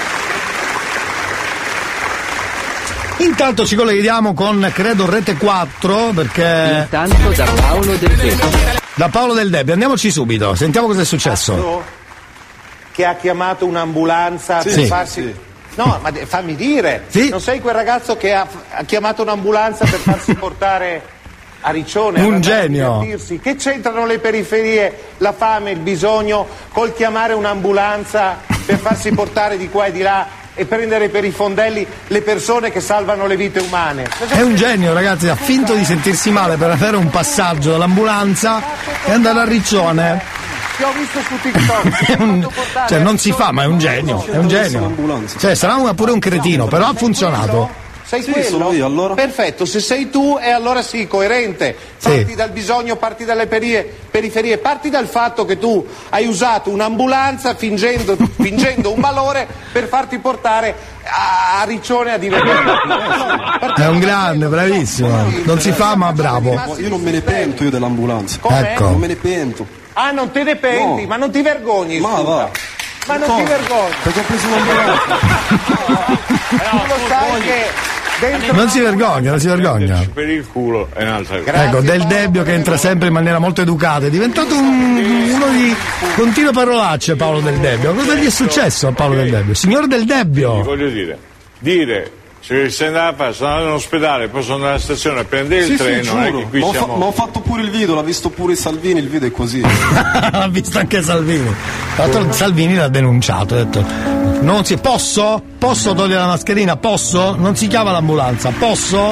[SPEAKER 1] Intanto ci colleghiamo con, credo, Rete 4, perché...
[SPEAKER 24] Intanto da Paolo Del Debbio.
[SPEAKER 1] Da Paolo Del Debbio, andiamoci subito, sentiamo cosa è successo.
[SPEAKER 17] Che ha chiamato un'ambulanza per farsi... Sì. No, ma fammi dire, non sei quel ragazzo che ha chiamato un'ambulanza per farsi portare a Riccione?
[SPEAKER 1] Un genio!
[SPEAKER 17] Che c'entrano le periferie, la fame, il bisogno, col chiamare un'ambulanza per farsi portare di qua e di là e prendere per i fondelli le persone che salvano le vite umane?
[SPEAKER 1] È un genio, ragazzi, ha finto di sentirsi male per avere un passaggio dall'ambulanza e andare a Riccione.
[SPEAKER 17] Ti ho visto su TikTok.
[SPEAKER 1] Cioè non si fa, ma è un genio, è un genio. Cioè sarà pure un cretino, però ha funzionato.
[SPEAKER 17] Sei quello? Sono io, allora? Perfetto, se sei tu e allora sì, coerente. Parti dal bisogno, parti dalle periferie, parti dal fatto che tu hai usato un'ambulanza fingendo un valore per farti portare a Riccione a divertirti.
[SPEAKER 1] È un grande, bravissimo. Non si fa, ma bravo.
[SPEAKER 18] Io non me ne pento io dell'ambulanza.
[SPEAKER 1] Ecco.
[SPEAKER 18] Non me ne pento.
[SPEAKER 17] Ah, non te ne penti? No. Ma non ti vergogni?
[SPEAKER 18] Ma va.
[SPEAKER 17] Ma non ti vergogni?
[SPEAKER 18] Perché ho preso un'ambulanza.
[SPEAKER 17] Tu lo sai che...
[SPEAKER 1] Non si vergogna.
[SPEAKER 19] Per il culo è un'altra cosa.
[SPEAKER 1] Ecco, Del Debbio che entra sempre in maniera molto educata, è diventato uno di continue parolacce Paolo Del Debbio. Cosa gli è successo a Paolo Del Debbio? Signor Del Debbio!
[SPEAKER 19] Voglio dire, se sei andato, sono andato in ospedale, poi sono andato alla stazione a prendere il treno, non è che qui siamo...
[SPEAKER 18] Ma ho fatto pure il video, l'ha visto pure Salvini, il video è così.
[SPEAKER 1] L'ha visto anche Salvini. Tra l'altro Salvini l'ha denunciato, ha detto non si... Posso togliere la mascherina? Posso? Non si chiama l'ambulanza. Posso?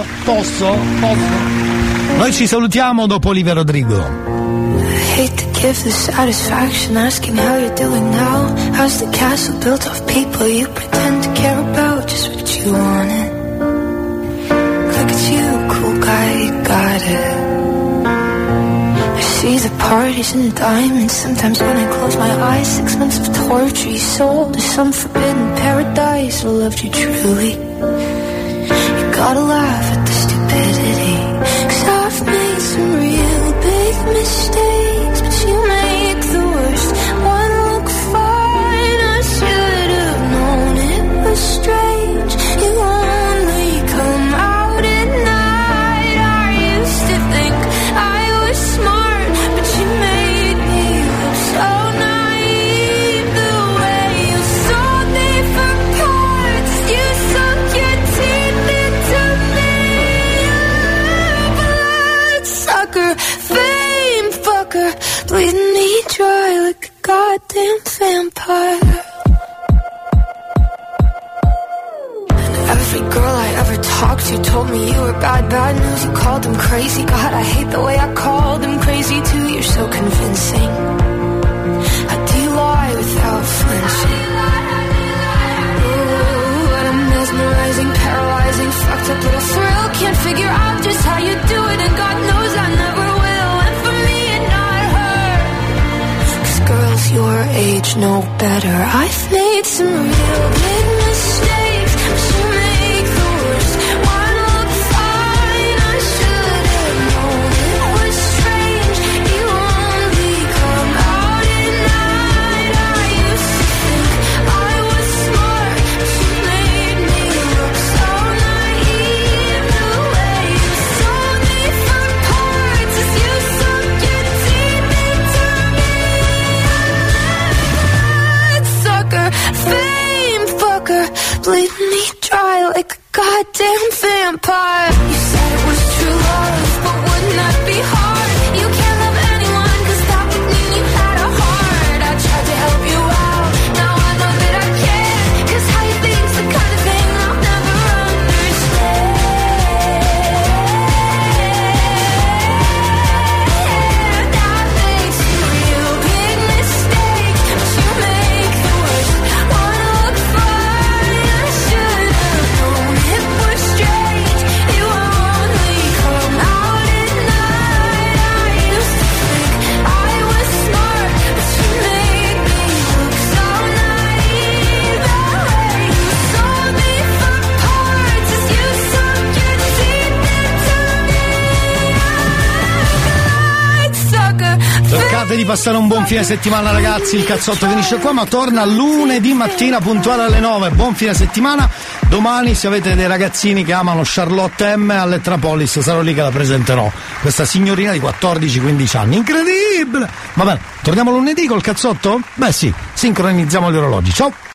[SPEAKER 1] Noi ci salutiamo dopo Olivia Rodrigo.
[SPEAKER 16] Hate to give the satisfaction asking how you're doing now. How's the castle built of people you pretend to care about? Just what you wanted. Look at you, cool guy, you got it. I see the parties and the diamonds. Sometimes when I close my eyes, 6 months of torture you sold to some forbidden paradise. I loved you truly. You gotta laugh at the stupidity. 'Cause I've made some real big mistakes, but you make the worst one look fine. I should have known it was strange. You only come out at night. I used to think I was smart, but you made me look so naive. The way you sold me for parts, you sunk your teeth into me. Bloodsucker, fame fucker, bleeding me dry like a goddamn vampire. Every girl I ever talked to told me you were bad news. You called them crazy. God, I hate the way I called them crazy too. You're so convincing. How do you lie without flinching? Ooh, what a mesmerizing, paralyzing, fucked up little thrill. Can't figure out just how you do it, and God knows I never will. And for me and not her, 'cause girls your age know better. I've made some real big mistakes, but you make the worst one look fine. I should have known it was strange. You only come out at night. I used to think I was smart, but you made me look so naive. The way you sold me for parts as you sunk your teeth into me. Sucker, fame fucker, bleed me dry like a goddamn vampire. You said it was true love, but wouldn't that be hard? You can't love anyone, 'cause that would mean you had a heart. I tried to help you out, now I know that I can't, 'cause how you think's the kind of thing I'll never understand. I've made some real big mistakes, but you make the worst one look fine. I should have known it was strange. You only come out at night. I used to think I was smart, but you made me look so naive. The way you sold me for parts as you sunk your teeth into me. Sucker.
[SPEAKER 1] Cercate di passare un buon fine settimana, ragazzi. Il cazzotto finisce qua, ma torna lunedì mattina puntuale alle 9. Buon fine settimana. Domani, se avete dei ragazzini che amano Charlotte M all'Etrapolis, sarò lì che la presenterò. Questa signorina di 14-15 anni. Incredibile! Va bene, torniamo lunedì col cazzotto? Beh sì, sincronizziamo gli orologi. Ciao!